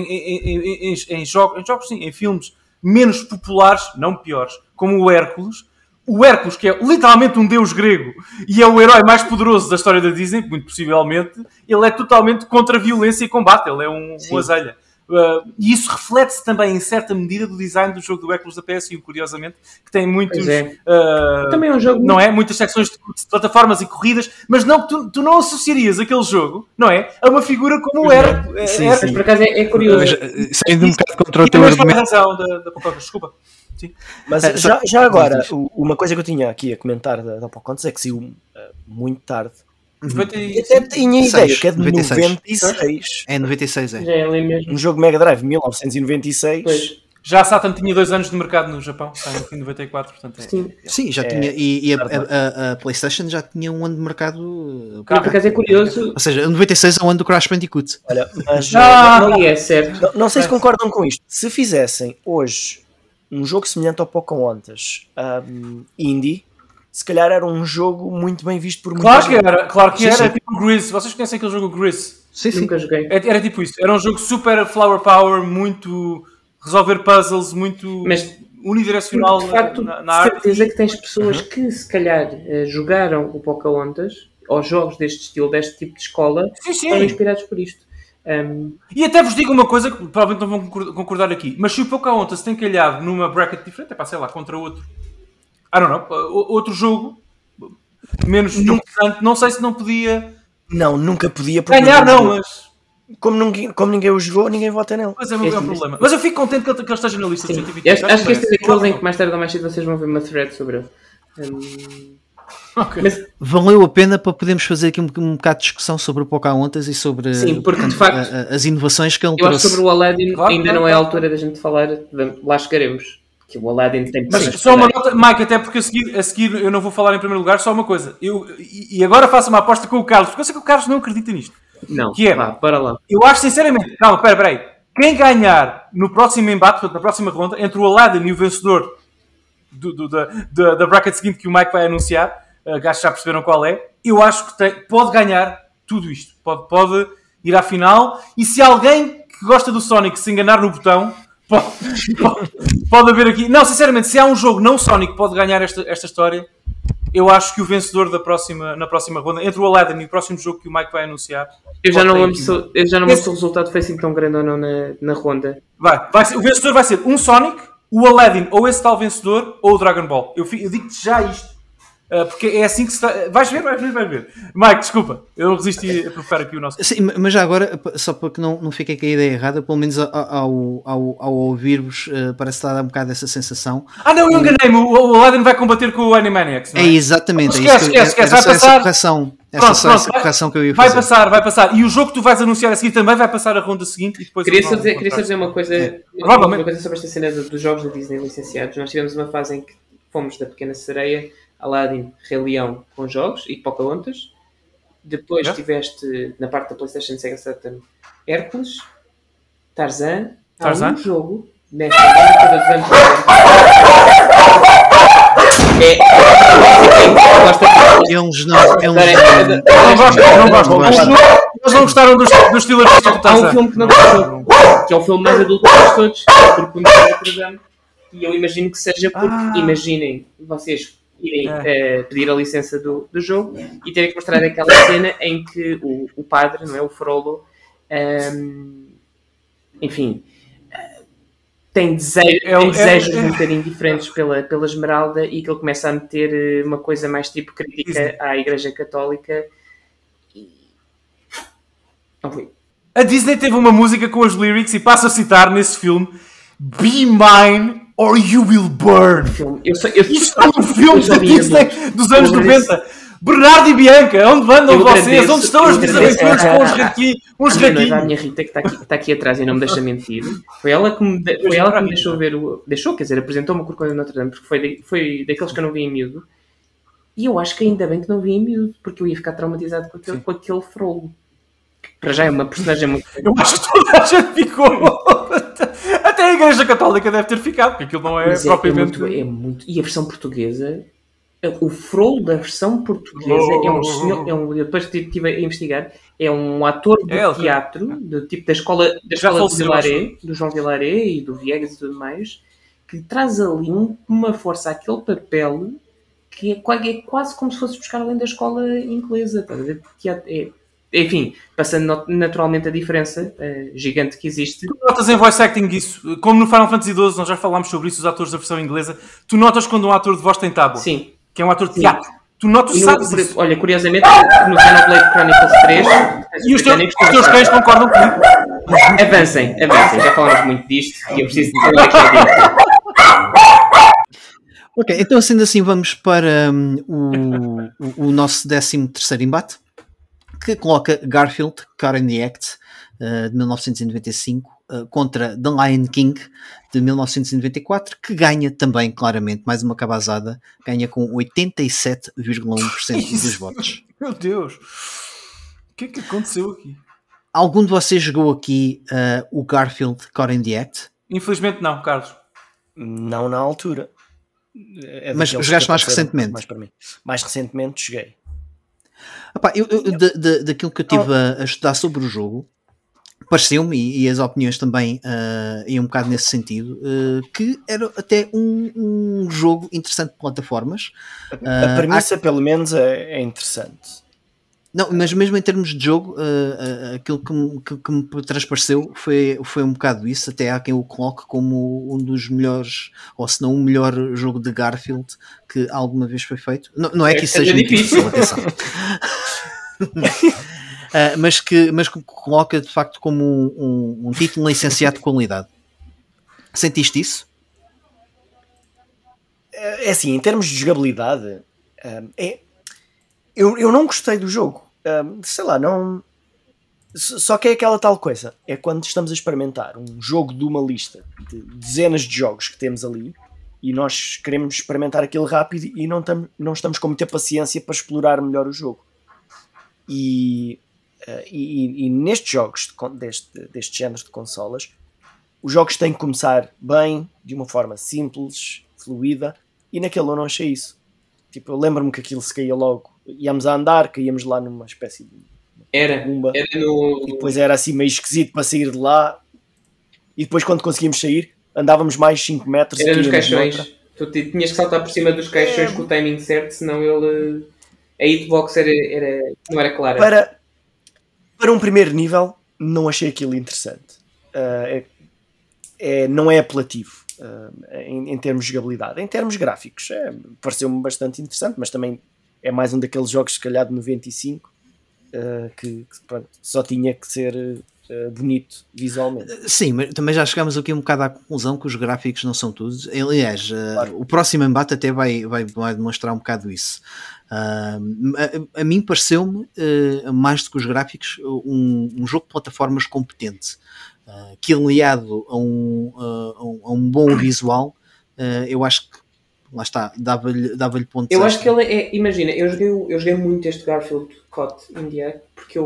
[SPEAKER 2] em jogos, sim, em filmes menos populares, não piores, como o Hércules. O Hércules, que é literalmente um deus grego e é o herói mais poderoso da história da Disney, muito possivelmente, ele é totalmente contra a violência e combate. Ele é um azelha. E isso reflete-se também em certa medida do design do jogo do Hércules da PS1, curiosamente, que tem muitos
[SPEAKER 1] também é um jogo
[SPEAKER 2] não é? Muitas secções de plataformas e corridas, mas não, tu não associarias aquele jogo, não é? A uma figura como o Hércules.
[SPEAKER 1] Mas por acaso é curioso.
[SPEAKER 3] Saindo um bocado contra o teu argumento.
[SPEAKER 2] Razão da Pocahontas, desculpa. Sim.
[SPEAKER 4] Mas já agora, uma coisa que eu tinha aqui a comentar da Pocahontas é que saiu muito tarde. E até tinha ideia que é de 96.
[SPEAKER 3] É 96,
[SPEAKER 1] Já é ali mesmo.
[SPEAKER 4] Um jogo Mega Drive 1996.
[SPEAKER 1] Pois.
[SPEAKER 2] Já a Saturn tinha 2 anos de mercado no Japão, está em 94, portanto
[SPEAKER 3] Sim, já tinha. E a PlayStation já tinha um ano de mercado.
[SPEAKER 1] Por acaso é curioso.
[SPEAKER 3] Ou seja, 96 é o ano do Crash Bandicoot.
[SPEAKER 4] Olha, mas
[SPEAKER 1] não é certo.
[SPEAKER 4] Não sei se concordam com isto. Se fizessem hoje um jogo semelhante ao Pocahontas indie, se calhar era um jogo muito bem visto por muita gente.
[SPEAKER 2] Claro que era. Tipo o Gris. Vocês conhecem aquele jogo Gris?
[SPEAKER 3] Sim.
[SPEAKER 1] Nunca joguei.
[SPEAKER 2] Era tipo isso. Era um jogo super flower power, muito resolver puzzles, muito unidirecional.
[SPEAKER 1] De facto,
[SPEAKER 2] na arte.
[SPEAKER 1] certeza que tens pessoas que se calhar jogaram o Pocahontas ou jogos deste estilo, deste tipo de escola, foram inspirados por isto.
[SPEAKER 2] E até vos digo uma coisa que provavelmente não vão concordar aqui, mas se o Pocahontas tem calhado numa bracket diferente, sei lá, contra outro, outro jogo menos interessante, não sei se não podia
[SPEAKER 4] nunca podia
[SPEAKER 2] ganhar, não, mas
[SPEAKER 4] como ninguém o jogou, ninguém vota nele.
[SPEAKER 2] Mas é o meu problema. Mas eu fico contente que ele esteja na lista.
[SPEAKER 1] Sim. Acho que este é daqueles em que mais tarde ou mais cedo vocês vão ver uma thread sobre ele.
[SPEAKER 2] Okay.
[SPEAKER 1] Mas,
[SPEAKER 3] valeu a pena para podermos fazer aqui um bocado de discussão sobre o Pocahontas e sobre
[SPEAKER 1] sim, porque de facto
[SPEAKER 3] as inovações que ele
[SPEAKER 1] eu acho
[SPEAKER 3] trouxe.
[SPEAKER 1] que sobre o Aladdin
[SPEAKER 2] Claro,
[SPEAKER 1] ainda não é a altura da gente falar, lá chegaremos. Que o Aladdin tem
[SPEAKER 2] Mas só uma nota, Mike, até porque a seguir eu não vou falar em primeiro lugar, só uma coisa. E agora faço uma aposta com o Carlos, porque eu sei que o Carlos não acredita nisto.
[SPEAKER 1] Não,
[SPEAKER 2] que é,
[SPEAKER 1] para lá.
[SPEAKER 2] Eu acho sinceramente, calma, espera aí. Quem ganhar no próximo embate, portanto, na próxima ronda, entre o Aladdin e o vencedor da bracket seguinte que o Mike vai anunciar, acho que já perceberam qual é, eu acho que pode ganhar tudo isto. Pode ir à final. E se alguém que gosta do Sonic se enganar no botão, pode haver aqui... Não, sinceramente, se há um jogo não Sonic que pode ganhar esta história, eu acho que o vencedor na próxima ronda, entre o Aladdin e o próximo jogo que o Mike vai anunciar...
[SPEAKER 1] Eu já não lembro se o resultado foi assim tão grande ou não na ronda.
[SPEAKER 2] O vencedor vai ser um Sonic, o Aladdin, ou esse tal vencedor, ou o Dragon Ball. Eu digo-te já isto. Porque é assim que se está... Vais ver. Mike, desculpa. Eu resisti a provocar aqui o nosso...
[SPEAKER 3] Sim, mas já agora, só para que não fique com a ideia errada, pelo menos ao ouvir-vos, parece estar a dar um bocado essa sensação.
[SPEAKER 2] Não, eu enganei-me. O Aladdin vai combater com o Animaniacs, não é?
[SPEAKER 3] É exatamente.
[SPEAKER 2] Esquece. Vai passar.
[SPEAKER 3] Essa correção que eu ia fazer.
[SPEAKER 2] Vai passar. E o jogo que tu vais anunciar a seguir também vai passar a ronda seguinte. E depois
[SPEAKER 1] queria só dizer uma coisa,
[SPEAKER 2] Provavelmente.
[SPEAKER 1] uma coisa sobre esta cena dos jogos da Disney licenciados. Nós tivemos uma fase em que fomos da Pequena Sereia, Aladdin, Rei Leão com jogos e Pocahontas. Depois tiveste na parte da PlayStation e Sega Saturn Hércules, Tarzan. Há um jogo nesta toda de
[SPEAKER 2] não gostam. Eles não gostaram do estilo artístico do Tarzan.
[SPEAKER 1] Há um filme que não gostou, que é o filme mais adulto de todos, porque o Notre Dame. E eu imagino que seja porque, imaginem, vocês irem pedir a licença do jogo e terem que mostrar aquela cena em que o padre, não é, o Frollo, enfim, tem desejos um bocadinho diferentes pela Esmeralda e que ele começa a meter uma coisa mais tipo crítica à Igreja Católica.
[SPEAKER 2] A Disney teve uma música com as lyrics e passo a citar nesse filme: Be mine or you will burn. Isto é um filme da Disney dos anos 90. Bernardo e Bianca, onde andam vocês? Onde estão as desaventuras com uns ratinhos?
[SPEAKER 1] A minha Rita que está aqui atrás e não me deixa mentir. Foi ela que me deixou ver apresentou-me o Corcunda de Notre Dame, porque foi daqueles que eu não vi em miúdo. E eu acho que ainda bem que não vi em miúdo, porque eu ia ficar traumatizado com aquele Frollo. Para já é uma personagem muito...
[SPEAKER 2] Eu acho que toda a gente ficou... Até a Igreja Católica deve ter ficado, porque aquilo não é propriamente...
[SPEAKER 1] É muito... E a versão portuguesa... O Frollo da versão portuguesa é um senhor... depois que estive a investigar, é um ator de teatro, do tipo da escola do João Vilaré e do Viegas e tudo mais, que traz ali uma força àquele papel que é quase como se fosse buscar além da escola inglesa. Enfim, passando naturalmente a diferença gigante que existe.
[SPEAKER 2] Tu notas em voice acting isso, como no Final Fantasy XII, nós já falámos sobre isso, os atores da versão inglesa, tu notas quando um ator de voz tem tábua.
[SPEAKER 1] Sim.
[SPEAKER 2] Que é um ator de teatro. Tu notas, sabes isso.
[SPEAKER 1] Olha, curiosamente, no Xenoblade Chronicles 3...
[SPEAKER 2] E os teus cães concordam comigo?
[SPEAKER 1] Avancem, já falamos muito disto e eu preciso de saber aqui a dica.
[SPEAKER 3] Ok, então sendo assim vamos para o nosso 13º embate, que coloca Garfield, Caught in the Act, de 1995, contra The Lion King, de 1994, que ganha também, claramente, mais uma cabazada, ganha com 87,1% dos votos.
[SPEAKER 2] Meu Deus! O que é que aconteceu aqui?
[SPEAKER 3] Algum de vocês jogou aqui o Garfield, Caught in the Act?
[SPEAKER 2] Infelizmente não, Carlos.
[SPEAKER 4] Não na altura.
[SPEAKER 3] Mas jogaste mais recentemente?
[SPEAKER 4] Mais recentemente joguei.
[SPEAKER 3] Epá, daquilo que eu estive a estudar sobre o jogo, pareceu-me, e as opiniões também iam um bocado nesse sentido, que era até um jogo interessante de plataformas.
[SPEAKER 4] A premissa, pelo menos, é interessante.
[SPEAKER 3] Não, mas mesmo em termos de jogo, aquilo que me transpareceu foi um bocado isso. Até há quem o coloque como um dos melhores, ou se não o melhor jogo de Garfield que alguma vez foi feito. Não é que isso seja
[SPEAKER 1] difícil,
[SPEAKER 3] atenção. mas que coloca de facto como um título licenciado de qualidade. Sentiste isso?
[SPEAKER 4] É assim, em termos de jogabilidade, eu não gostei do jogo. Sei lá, não. Só que é aquela tal coisa. É quando estamos a experimentar um jogo de uma lista de dezenas de jogos que temos ali e nós queremos experimentar aquilo rápido e não estamos com muita paciência para explorar melhor o jogo. E nestes jogos deste género de consolas, os jogos têm que começar bem, de uma forma simples, fluida, e naquele eu não achei isso. Tipo, eu lembro-me que aquilo se caía logo. Íamos a andar, caíamos lá numa espécie de bomba.
[SPEAKER 1] Era no...
[SPEAKER 4] E depois era assim meio esquisito para sair de lá. E depois quando conseguíamos sair, andávamos mais 5 metros.
[SPEAKER 1] Era nos caixões. Tu tinhas que saltar por cima dos caixões com o timing certo, senão ele... A hitbox não era clara.
[SPEAKER 4] Para um primeiro nível, não achei aquilo interessante. Não é apelativo em termos de jogabilidade. Em termos gráficos, pareceu-me bastante interessante, mas também é mais um daqueles jogos, se calhar, de 95, que pronto, só tinha que ser bonito visualmente.
[SPEAKER 3] Sim, mas também já chegámos aqui um bocado à conclusão que os gráficos não são tudo. Aliás, claro. O próximo embate até vai demonstrar um bocado isso. A mim pareceu-me, mais do que os gráficos, um jogo de plataformas competente, que aliado a um bom visual, eu acho que lá está, dava-lhe pontos.
[SPEAKER 1] Eu acho que ele é, imagina, eu joguei muito este Garfield Caught in the Act, porque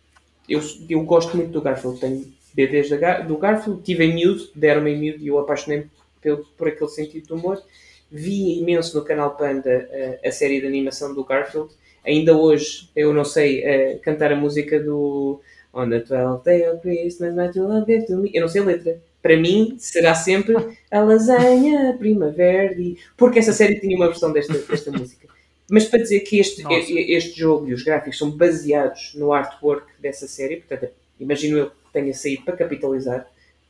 [SPEAKER 1] eu gosto muito do Garfield, tenho BDs do Garfield, tive em miúdo, deram-me em miúdo e eu apaixonei-me por aquele sentido de humor. Vi imenso no canal Panda a série de animação do Garfield. Ainda hoje eu não sei cantar a música do On the 12th day of Christmas, my true love gave to me. Eu não sei a letra. Para mim será sempre a lasanha primavera, porque essa série tinha uma versão desta música. Mas para dizer que este jogo e os gráficos são baseados no artwork dessa série, portanto, imagino eu que tenha saído para capitalizar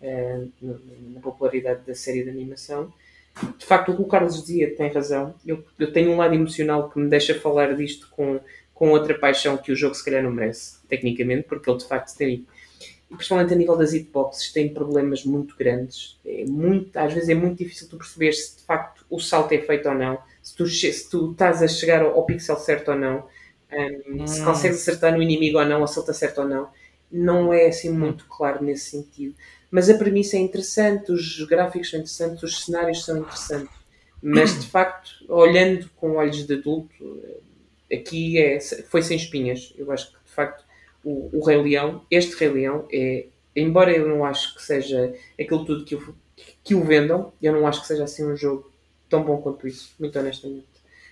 [SPEAKER 1] na popularidade da série de animação. De facto, o que o Carlos dizia tem razão. Eu tenho um lado emocional que me deixa falar disto com outra paixão que o jogo se calhar não merece, tecnicamente, porque ele de facto tem, principalmente a nível das hitboxes, tem problemas muito grandes. Às vezes é muito difícil tu perceber se de facto o salto é feito ou não, se tu estás a chegar ao pixel certo ou não, se consegues acertar no inimigo ou não, acerta certo ou não. Não é assim muito claro nesse sentido. Mas a premissa é interessante, os gráficos são interessantes, os cenários são interessantes. Mas, de facto, olhando com olhos de adulto, aqui foi sem espinhas. Eu acho que, de facto, o Rei Leão, este Rei Leão, embora eu não acho que seja aquilo tudo que o vendam, eu não acho que seja assim um jogo tão bom quanto isso, muito honestamente.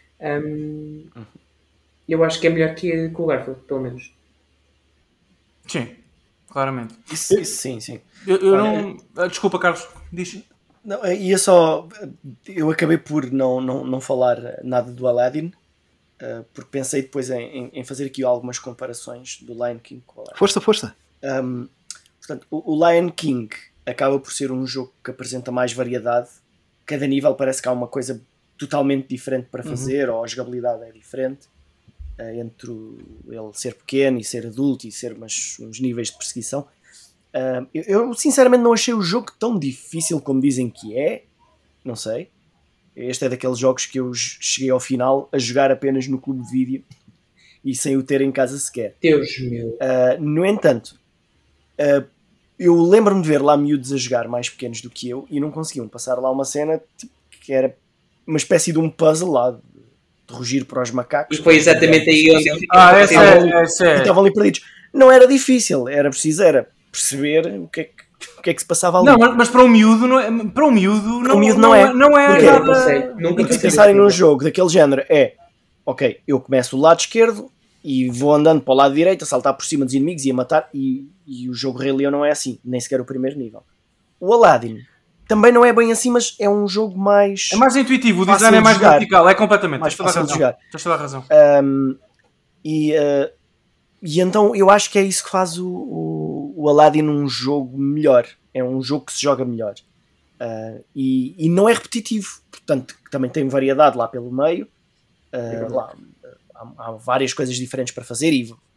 [SPEAKER 1] Eu acho que é melhor que o Garfield, pelo menos.
[SPEAKER 2] Sim, claramente.
[SPEAKER 4] Isso sim.
[SPEAKER 2] Eu não... Desculpa, Carlos, diz.
[SPEAKER 4] Não, eu acabei por não falar nada do Aladdin, porque pensei depois em fazer aqui algumas comparações do Lion King com o Aladdin.
[SPEAKER 3] Força.
[SPEAKER 4] Portanto, o Lion King acaba por ser um jogo que apresenta mais variedade. Cada nível parece que há uma coisa totalmente diferente para fazer, ou a jogabilidade é diferente, entre ele ser pequeno e ser adulto e ser uns níveis de perseguição. Eu sinceramente não achei o jogo tão difícil como dizem que é. Não sei. Este é daqueles jogos que eu cheguei ao final a jogar apenas no clube de vídeo e sem o ter em casa sequer.
[SPEAKER 1] Deus meu.
[SPEAKER 4] No entanto, eu lembro-me de ver lá miúdos a jogar mais pequenos do que eu e não conseguiam passar lá uma cena tipo, que era uma espécie de um puzzle lá de rugir para os macacos.
[SPEAKER 1] E foi exatamente aí onde
[SPEAKER 4] estavam ali perdidos. Não era difícil, era preciso perceber o que é que se passava ali.
[SPEAKER 2] Não, mas para um miúdo não é. Para um miúdo não é. Não é
[SPEAKER 4] nada. Nunca se pensarem num jogo daquele género ok, eu começo do lado esquerdo e vou andando para o lado direito a saltar por cima dos inimigos e a matar, e o jogo Rei Leão não é assim, nem sequer o primeiro nível. O Aladdin também não é bem assim, mas é um jogo mais...
[SPEAKER 2] É mais intuitivo, o design é mais vertical, é completamente,
[SPEAKER 4] mais fácil de jogar.
[SPEAKER 2] Tens toda a razão.
[SPEAKER 4] E então eu acho que é isso que faz o Aladdin um jogo melhor. É um jogo que se joga melhor. E não é repetitivo, portanto também tem variedade lá pelo meio. Lá, há várias coisas diferentes para fazer e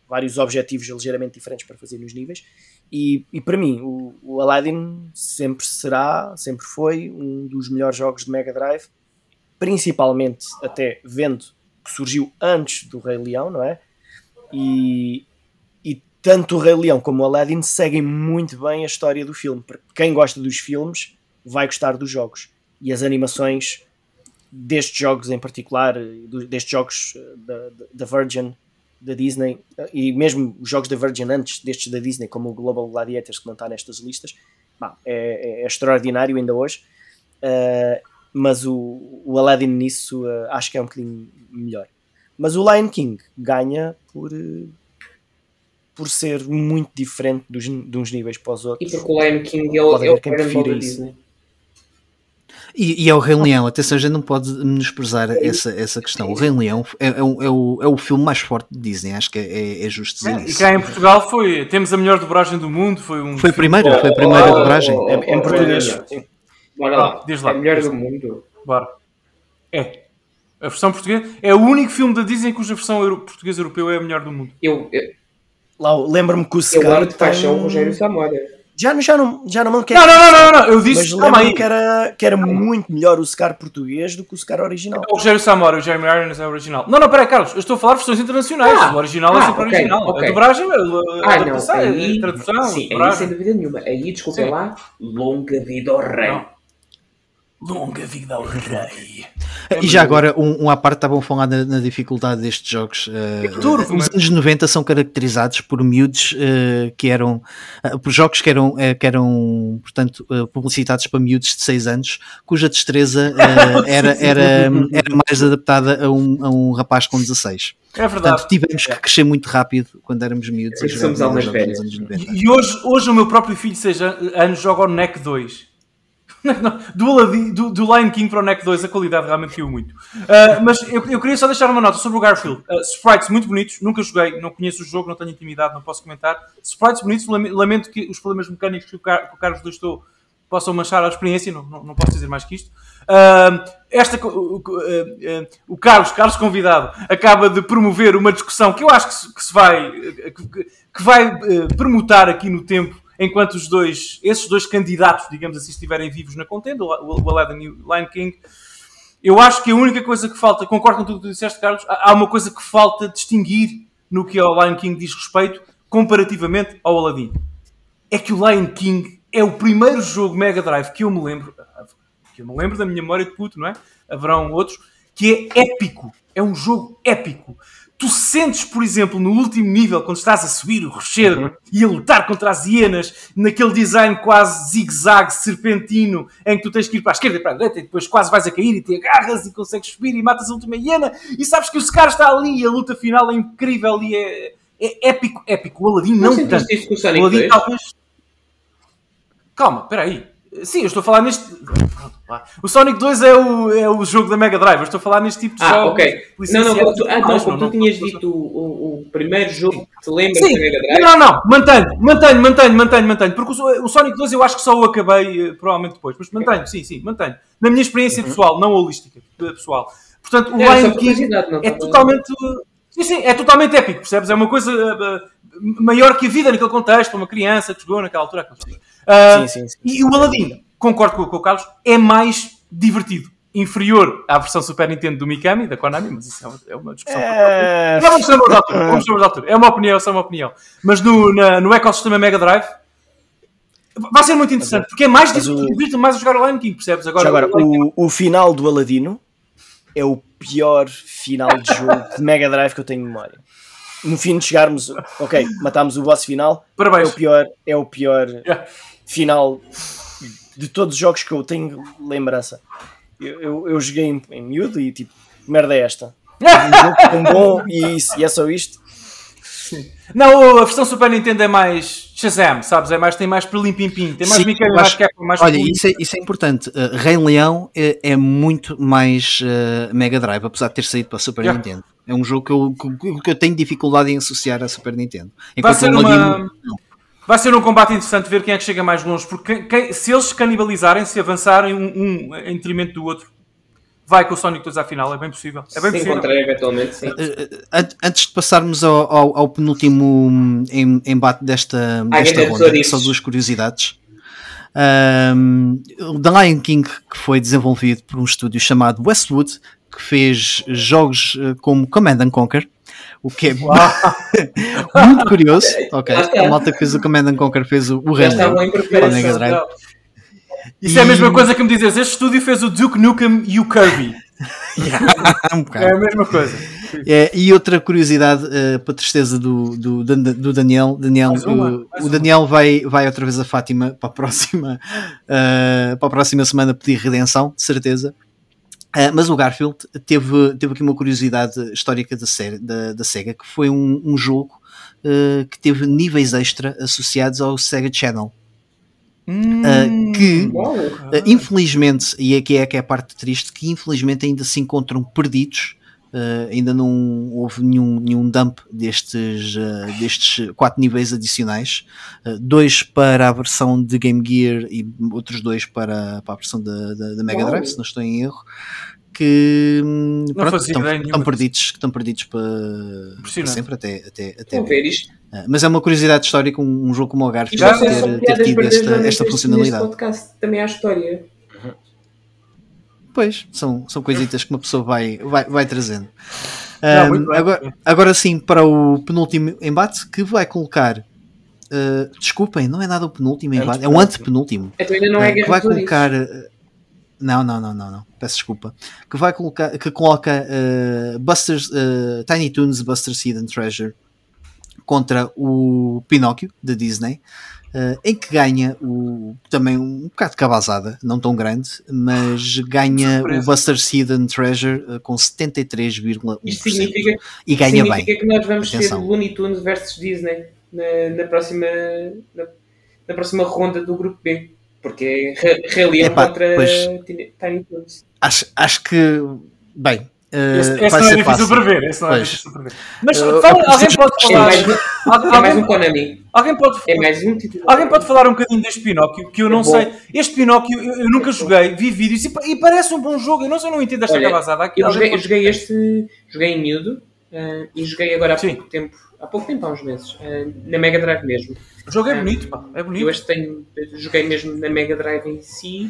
[SPEAKER 4] vários objetivos ligeiramente diferentes para fazer nos níveis. E para mim, o Aladdin sempre foi um dos melhores jogos de Mega Drive, principalmente até vendo que surgiu antes do Rei Leão, não é? E tanto o Rei Leão como o Aladdin seguem muito bem a história do filme. Porque quem gosta dos filmes vai gostar dos jogos. E as animações destes jogos em particular, destes jogos da Virgin, da Disney, e mesmo os jogos da Virgin antes destes da Disney, como o Global Gladiators, que não está nestas listas, é extraordinário ainda hoje. Mas o Aladdin nisso acho que é um bocadinho melhor. Mas o Lion King ganha por ser muito diferente de uns níveis para os outros.
[SPEAKER 1] E porque o Lion King é o Dragon da Disney.
[SPEAKER 3] E é o Rei Leão, atenção, a gente não pode menosprezar essa questão. O Rei Leão é o filme mais forte de Disney, acho que é justo dizer isso.
[SPEAKER 2] E cá em Portugal temos a melhor dobragem do mundo. Foi a primeira
[SPEAKER 3] dobragem.
[SPEAKER 4] Em português.
[SPEAKER 1] Bora lá.
[SPEAKER 2] Diz lá.
[SPEAKER 1] É a melhor do mundo.
[SPEAKER 2] Bora. A versão portuguesa é o único filme da Disney cuja versão portuguesa europeu é a melhor do mundo.
[SPEAKER 4] Lá, lembro-me que o Scar.
[SPEAKER 1] Eu amo de paixão o Rogério Samora.
[SPEAKER 4] Já não me quero.
[SPEAKER 2] Não, eu disse.
[SPEAKER 4] Mas lembro-me que era muito melhor o Scar português do que o Scar original.
[SPEAKER 2] O Rogério Samora, o Jeremy Irons é o original. Não, peraí, Carlos, eu estou a falar de versões internacionais. O original é sempre original.
[SPEAKER 1] Okay.
[SPEAKER 2] A dobragem, a tradução.
[SPEAKER 1] Sim, aí sem dúvida nenhuma. Aí, desculpa lá, longa vida ao rei.
[SPEAKER 2] Não. Longa vida ao rei.
[SPEAKER 3] E já agora, à parte, estavam a falar na dificuldade destes jogos. Os anos 90 são caracterizados por miúdos que eram... por jogos que eram portanto, publicitados para miúdos de 6 anos, cuja destreza era mais adaptada a um rapaz com 16.
[SPEAKER 2] É verdade.
[SPEAKER 3] Portanto, tivemos que crescer muito rápido quando éramos miúdos.
[SPEAKER 1] Somos almas velhas.
[SPEAKER 2] E hoje o meu próprio filho de 6 anos joga o NEC 2. Do Lion King para o NEC 2 a qualidade realmente caiu muito. Mas eu queria só deixar uma nota sobre o Garfield. Sprites muito bonitos, nunca joguei, não conheço o jogo, não tenho intimidade, não posso comentar. Sprites bonitos, lamento que os problemas mecânicos que o Carlos listou possam manchar a experiência, não posso dizer mais que isto. O Carlos convidado acaba de promover uma discussão que eu acho que vai permutar aqui no tempo, enquanto esses dois candidatos, digamos assim, estiverem vivos na contenda, o Aladdin e o Lion King. Eu acho que a única coisa que falta, concordo com tudo o que tu disseste, Carlos, há uma coisa que falta distinguir no que ao Lion King diz respeito, comparativamente ao Aladdin. É que o Lion King é o primeiro jogo Mega Drive que eu me lembro da minha memória de puto, não é? Haverão outros, que é épico. É um jogo épico. Tu sentes, por exemplo, no último nível, quando estás a subir o rochedo e a lutar contra as hienas, naquele design quase zigue-zague, serpentino, em que tu tens que ir para a esquerda e para a direita e depois quase vais a cair e te agarras e consegues subir e matas a última hiena e sabes que o Scar está ali e a luta final é incrível e é épico. O Aladdin não tanto. O Aladdin talvez... Calma, espera aí. Sim, eu estou a falar neste... O Sonic 2 é o jogo da Mega Drive. Eu estou a falar neste tipo de jogo.
[SPEAKER 1] Ok. Como tu tinhas dito o primeiro jogo que te lembras da Mega Drive...
[SPEAKER 2] Mantenho. Porque o Sonic 2 eu acho que só o acabei provavelmente depois. Mas mantenho, sim, mantenho. Na minha experiência pessoal, não holística, pessoal. Portanto, o Lion King é totalmente... Sim, é totalmente épico, percebes? É uma coisa maior que a vida naquele contexto, para uma criança que jogou naquela altura. Sim. E o Aladdin, concordo com o Carlos, é mais divertido. Inferior à versão Super Nintendo do Mikami, da Konami, mas isso é uma discussão. Vamos chamar de altura. É uma opinião. Mas no ecossistema Mega Drive vai ser muito interessante, porque é mais divertido mais a jogar o Lion King, percebes?
[SPEAKER 4] Agora o final do Aladino é o pior final de jogo de Mega Drive que eu tenho em memória. No fim de chegarmos, ok, matámos o boss final.
[SPEAKER 2] Parabéns.
[SPEAKER 4] É o pior final de todos os jogos que eu tenho lembrança. Eu joguei em miúdo e tipo, merda é esta? Um jogo tão bom e é só isto?
[SPEAKER 2] Não, a versão Super Nintendo é mais Shazam, sabes? Tem mais pelim-pim-pim, tem mais Mickey, mais Capcom, mais...
[SPEAKER 3] Olha, isso é importante. Rei Leão é muito mais Mega Drive, apesar de ter saído para a Super Nintendo. É um jogo que eu tenho dificuldade em associar à Super Nintendo.
[SPEAKER 2] Vai ser um combate interessante ver quem é que chega mais longe, porque se eles se canibalizarem, se avançarem um em detrimento do outro, vai com o Sonic 2 à final, é bem possível. É bem
[SPEAKER 1] Se
[SPEAKER 2] possível.
[SPEAKER 1] encontrar eventualmente, sim.
[SPEAKER 3] Antes de passarmos ao penúltimo embate desta ronda, só duas curiosidades. O The Lion King, que foi desenvolvido por um estúdio chamado Westwood, que fez jogos como Command & Conquer, o que é muito curioso. Ok, a malta que fez o Command & Conquer fez o Rally para o Mega Drive.
[SPEAKER 2] Isso é a mesma coisa que me dizes, este estúdio fez o Duke Nukem e o Kirby. É a mesma coisa.
[SPEAKER 3] E outra curiosidade, para a tristeza do Daniel, o Daniel vai outra vez a Fátima para a próxima semana pedir redenção, de certeza. Mas o Garfield teve aqui uma curiosidade histórica da Sega, que foi um jogo que teve níveis extra associados ao Sega Channel. Que infelizmente, e aqui é que é a parte triste, que infelizmente ainda se encontram perdidos. Ainda não houve nenhum dump destes 4 níveis adicionais, 2 para a versão de Game Gear e outros 2 para a versão da Mega Drive, se não estou em erro, que estão perdidos para sempre até
[SPEAKER 1] ver isto.
[SPEAKER 3] mas é uma curiosidade histórica, um jogo como o Garfield ter tido esta funcionalidade.
[SPEAKER 1] Podcast também há história.
[SPEAKER 3] Pois, são coisitas que uma pessoa vai trazendo. Agora sim, para o penúltimo embate, que vai colocar... desculpem, não é nada o penúltimo embate, é o antepenúltimo.
[SPEAKER 1] Então ainda não é
[SPEAKER 3] que vai colocar... Não. Peço desculpa. Que coloca Tiny Toons Buster Seed and Treasure contra o Pinóquio, da Disney. Em que ganha também um bocado de cabazada, não tão grande, mas ganha o Buster Seed and Treasure com 73,1%.
[SPEAKER 1] Isto significa,
[SPEAKER 3] e ganha bem.
[SPEAKER 1] Significa que nós vamos ter Looney Tunes versus Disney na próxima ronda do grupo B, porque é Rei Leão contra Tiny Toons.
[SPEAKER 3] Acho que, bem,
[SPEAKER 2] esse não é difícil para ver. Mas alguém pode falar.
[SPEAKER 1] É mais um Konami.
[SPEAKER 2] Alguém pode falar um bocadinho deste Pinóquio, que eu não sei. Este Pinóquio eu nunca joguei, vi vídeos e parece um bom jogo. Eu não entendo esta cabazada aqui.
[SPEAKER 1] Eu joguei em miúdo e joguei agora há pouco tempo, há uns meses, na Mega Drive mesmo.
[SPEAKER 2] O jogo é bonito, pá. É bonito.
[SPEAKER 1] Eu joguei mesmo na Mega Drive em si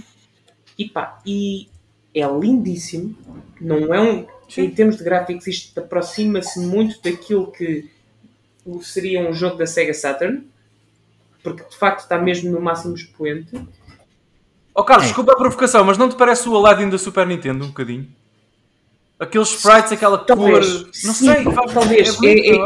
[SPEAKER 1] e é lindíssimo. Não é em termos de gráficos, isto aproxima-se muito daquilo que seria um jogo da Sega Saturn, porque de facto está mesmo no máximo expoente.
[SPEAKER 2] Carlos, desculpa a provocação, mas não te parece o Aladdin da Super Nintendo um bocadinho? Aqueles sprites, aquela cor... Não sei,
[SPEAKER 1] talvez.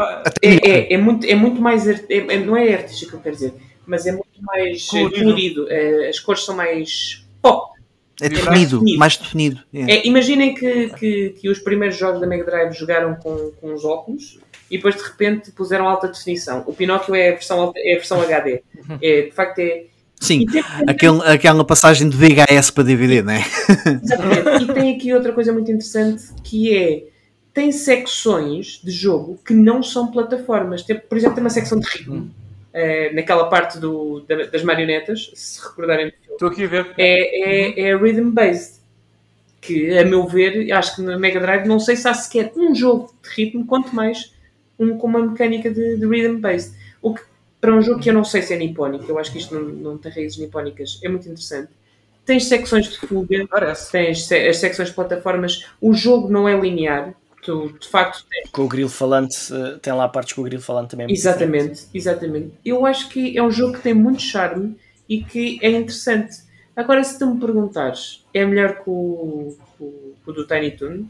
[SPEAKER 1] É muito mais... não é artístico que eu quero dizer, mas é muito mais colorido. As cores são mais pop.
[SPEAKER 3] É definido, mais definido.
[SPEAKER 1] Imaginem que os primeiros jogos da Mega Drive jogaram com os óculos e depois de repente puseram alta definição. O Pinóquio é a versão HD. De facto é...
[SPEAKER 3] Sim, aquela passagem de VHS para DVD, não é?
[SPEAKER 1] Exatamente. E tem aqui outra coisa muito interessante, que é... Tem secções de jogo que não são plataformas. Por exemplo, tem uma secção de ritmo. Naquela parte das marionetas, se recordarem.
[SPEAKER 2] Estou aqui a ver.
[SPEAKER 1] É rhythm-based. Que, a meu ver, acho que na Mega Drive não sei se há sequer um jogo de ritmo, quanto mais com uma mecânica de rhythm-based. O que, para um jogo que eu não sei se é nipónico, eu acho que isto não tem raízes nipónicas, é muito interessante. Tens secções de fuga, tens as secções de plataformas, o jogo não é linear. Tu, de facto,
[SPEAKER 4] com o grilo falante, tem lá partes com o grilo falante também.
[SPEAKER 1] Exatamente. Eu acho que é um jogo que tem muito charme e que é interessante. Agora, se tu me perguntares, é melhor que o do Tiny Toon?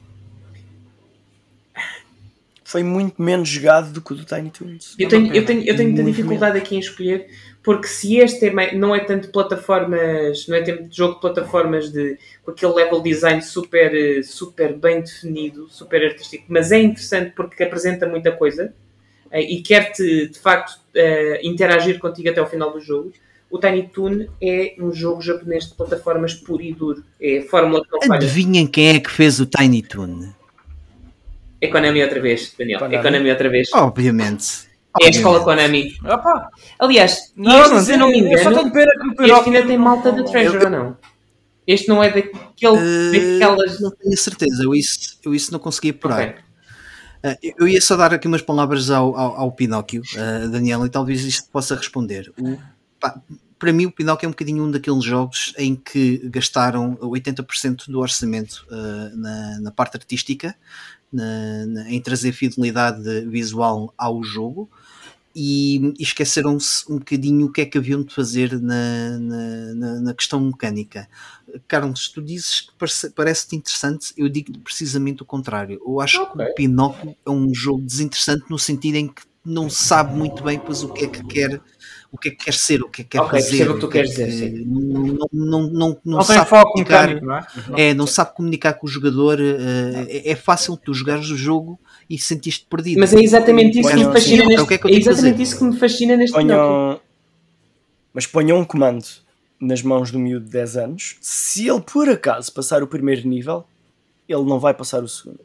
[SPEAKER 4] Foi muito menos jogado do que o do Tiny Toons.
[SPEAKER 1] Eu tenho muita dificuldade aqui em escolher, porque se este não é tanto plataformas, não é tanto jogo de plataformas com aquele level design super bem definido, super artístico, mas é interessante porque apresenta muita coisa e quer-te, de facto, interagir contigo até ao final do jogo. O Tiny Toon é um jogo japonês de plataformas puro e duro. É a fórmula que não falha.
[SPEAKER 3] Adivinhem quem é que fez o Tiny Toon?
[SPEAKER 1] É Konami outra vez, Daniel. É Konami outra vez.
[SPEAKER 3] Obviamente.
[SPEAKER 1] É a escola Konami. Aliás,
[SPEAKER 2] não
[SPEAKER 1] se eu não me engano,
[SPEAKER 2] eu só tenho pena que o
[SPEAKER 1] este ainda tem malta de Treasure, ou não? Este não é daquelas...
[SPEAKER 3] Não tenho a certeza, eu isso não consegui apurar.
[SPEAKER 1] Ok.
[SPEAKER 3] Eu ia só dar aqui umas palavras ao Pinóquio, Daniel, e talvez isto possa responder. Para mim, o Pinóquio é um bocadinho um daqueles jogos em que gastaram 80% do orçamento na parte artística, em trazer fidelidade visual ao jogo, e esqueceram-se um bocadinho o que é que haviam de fazer na questão mecânica. Carlos, tu dizes que parece-te interessante, eu digo precisamente o contrário. Eu acho que o Pinóquio é um jogo desinteressante no sentido em que não sabe muito bem pois, o que é que quer ser, o que é que quer fazer.
[SPEAKER 1] Percebo o que tu queres dizer,
[SPEAKER 2] Não
[SPEAKER 3] sabe
[SPEAKER 2] tem foco
[SPEAKER 3] comunicar,
[SPEAKER 2] mecânico, não é?
[SPEAKER 3] não sabe comunicar com o jogador. É fácil tu jogares o jogo e sentiste perdido.
[SPEAKER 1] Mas é exatamente isso que me fascina neste
[SPEAKER 4] Pinóquio. Mas ponham um comando nas mãos do miúdo de 10 anos. Se ele por acaso passar o primeiro nível, ele não vai passar o segundo.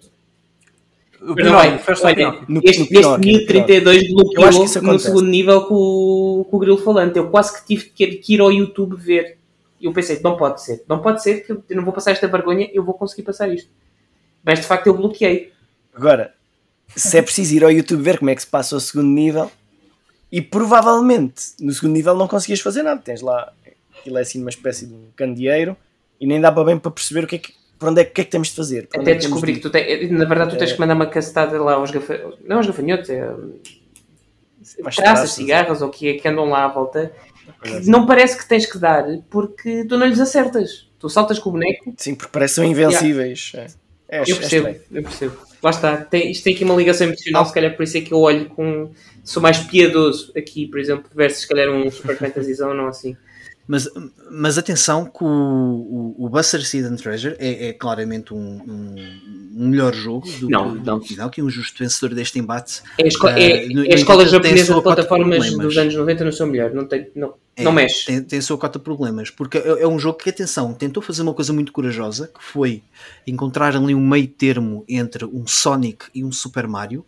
[SPEAKER 1] Este 1032 bloqueou no segundo nível com o grilo falante. Eu quase que tive que ir ao YouTube ver. E eu pensei, não pode ser que eu não vou passar esta vergonha, eu vou conseguir passar isto. Mas de facto eu bloqueei.
[SPEAKER 4] Agora, se é preciso ir ao YouTube ver como é que se passa o segundo nível, e provavelmente no segundo nível não conseguias fazer nada. Tens lá, aquilo é assim uma espécie de um candeeiro e nem dá para bem para perceber por onde é que temos de fazer.
[SPEAKER 1] Até descobri que tu tens, na verdade tu tens que mandar uma cacetada lá aos gafanhotos, não aos gafanhotos, traças, cigarras ou que andam lá à volta, que não parece que tens que dar porque tu não lhes acertas. Tu saltas com o boneco.
[SPEAKER 4] Sim, porque parecem invencíveis.
[SPEAKER 1] Eu percebo. Lá está. Isto tem aqui uma ligação emocional, se calhar por isso é que eu olho sou mais piedoso aqui, por exemplo, versus se calhar um Super Fantasy Zone ou não assim.
[SPEAKER 3] Mas atenção que o Buster Seed and Treasure é claramente um melhor jogo do que um justo vencedor deste embate.
[SPEAKER 1] A escola japonesa de plataformas dos anos 90 no seu melhor. Não mexe.
[SPEAKER 3] Tem a sua cota de problemas. Porque é um jogo que, atenção, tentou fazer uma coisa muito corajosa, que foi encontrar ali um meio termo entre um Sonic e um Super Mario.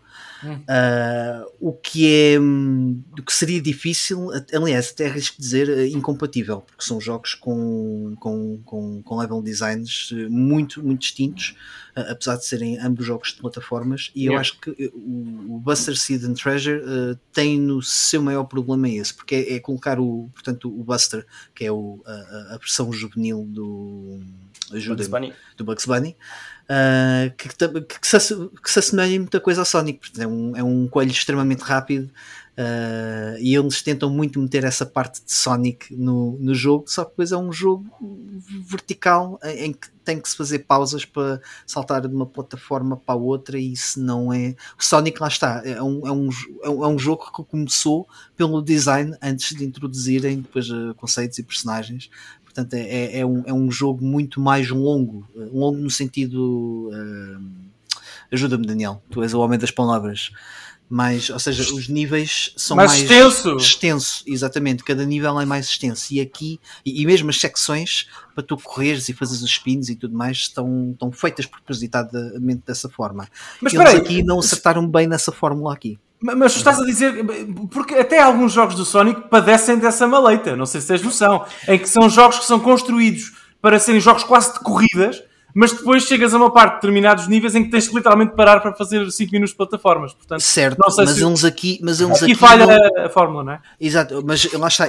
[SPEAKER 3] O que seria difícil, aliás, até arrisco dizer incompatível, porque são jogos com level designs muito, muito distintos, apesar de serem ambos jogos de plataformas, e eu acho que o Buster Seed and Treasure tem no seu maior problema esse, porque é colocar o Buster, que é a versão juvenil do Bugs Bunny, que se assemelha muita coisa ao Sonic. É um coelho extremamente rápido, e eles tentam muito meter essa parte de Sonic no jogo, só que depois é um jogo vertical em que tem que se fazer pausas para saltar de uma plataforma para a outra, e isso não é... O Sonic, lá está, é um jogo que começou pelo design antes de introduzirem depois conceitos e personagens. Portanto, é um jogo muito mais longo no sentido... ajuda-me, Daniel, tu és o homem das palavras. Ou seja, os níveis são mais extenso, exatamente, cada nível é mais extenso, e aqui, e mesmo as secções para tu correres e fazeres os spins e tudo mais estão feitas propositadamente dessa forma. Mas eles aqui não acertaram bem nessa fórmula aqui.
[SPEAKER 2] Mas tu estás a dizer, porque até alguns jogos do Sonic padecem dessa maleita, não sei se tens noção, em que são jogos que são construídos para serem jogos quase de corridas, mas depois chegas a uma parte de determinados níveis em que tens que literalmente parar para fazer 5 minutos de plataformas. Portanto,
[SPEAKER 3] certo, mas eles aqui
[SPEAKER 2] falha a fórmula, não é?
[SPEAKER 3] Exato, mas lá está,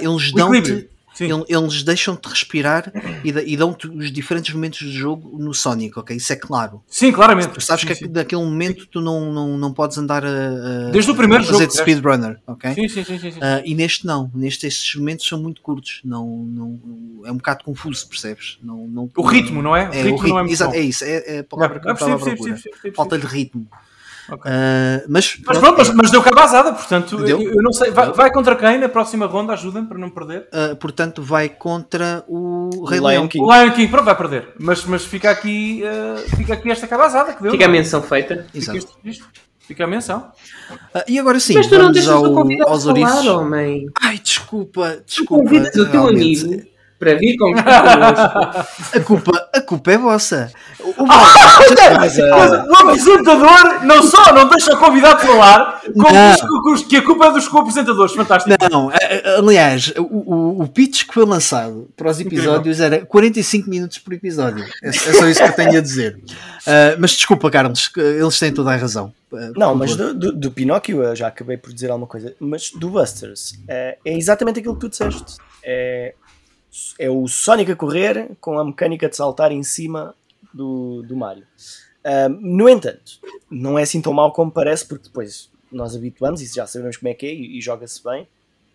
[SPEAKER 3] eles deixam-te respirar e dão-te os diferentes momentos do jogo no Sonic, ok? Isso é claro.
[SPEAKER 2] Sim, claramente.
[SPEAKER 3] Tu sabes que naquele momento tu não podes andar
[SPEAKER 2] desde o primeiro
[SPEAKER 3] fazer
[SPEAKER 2] jogo,
[SPEAKER 3] de speedrunner, ok?
[SPEAKER 2] Sim.
[SPEAKER 3] E neste não. Estes momentos são muito curtos. Não, é um bocado confuso, percebes?
[SPEAKER 2] O ritmo, não é? O ritmo não é muito
[SPEAKER 3] exato,
[SPEAKER 2] bom.
[SPEAKER 3] É isso. É a palavra que eu estava à procura. Falta de ritmo.
[SPEAKER 2] Okay.
[SPEAKER 3] Mas
[SPEAKER 2] deu cabazada, portanto, eu não sei. Vai contra quem na próxima ronda? Ajudem para não perder.
[SPEAKER 3] Portanto, vai contra o Rei
[SPEAKER 2] Lion King. O Lion King, pronto, vai perder. Mas fica aqui esta cabazada que deu.
[SPEAKER 1] Fica a menção feita.
[SPEAKER 2] Fica a menção.
[SPEAKER 3] E agora sim,
[SPEAKER 1] mas tu não deixas o convidado aos oriços.
[SPEAKER 3] Ai, desculpa.
[SPEAKER 1] Tu convidas o teu amigo para vir conversar connosco.
[SPEAKER 3] A culpa é vossa.
[SPEAKER 4] Mas,
[SPEAKER 2] O apresentador não só não deixa o convidado falar, como diz que a culpa é dos co-apresentadores. Fantástico.
[SPEAKER 3] Não, aliás, o pitch que foi lançado para os episódios era 45 minutos por episódio. É só isso que eu tenho a dizer. Mas desculpa, Carlos, eles têm toda a razão.
[SPEAKER 4] não, mas do Pinóquio eu já acabei por dizer alguma coisa. Mas do Busters é exatamente aquilo que tu disseste. É o Sonic a correr com a mecânica de saltar em cima do Mario. No entanto, não é assim tão mau como parece, porque depois nós habituamos e já sabemos como é que é e joga-se bem.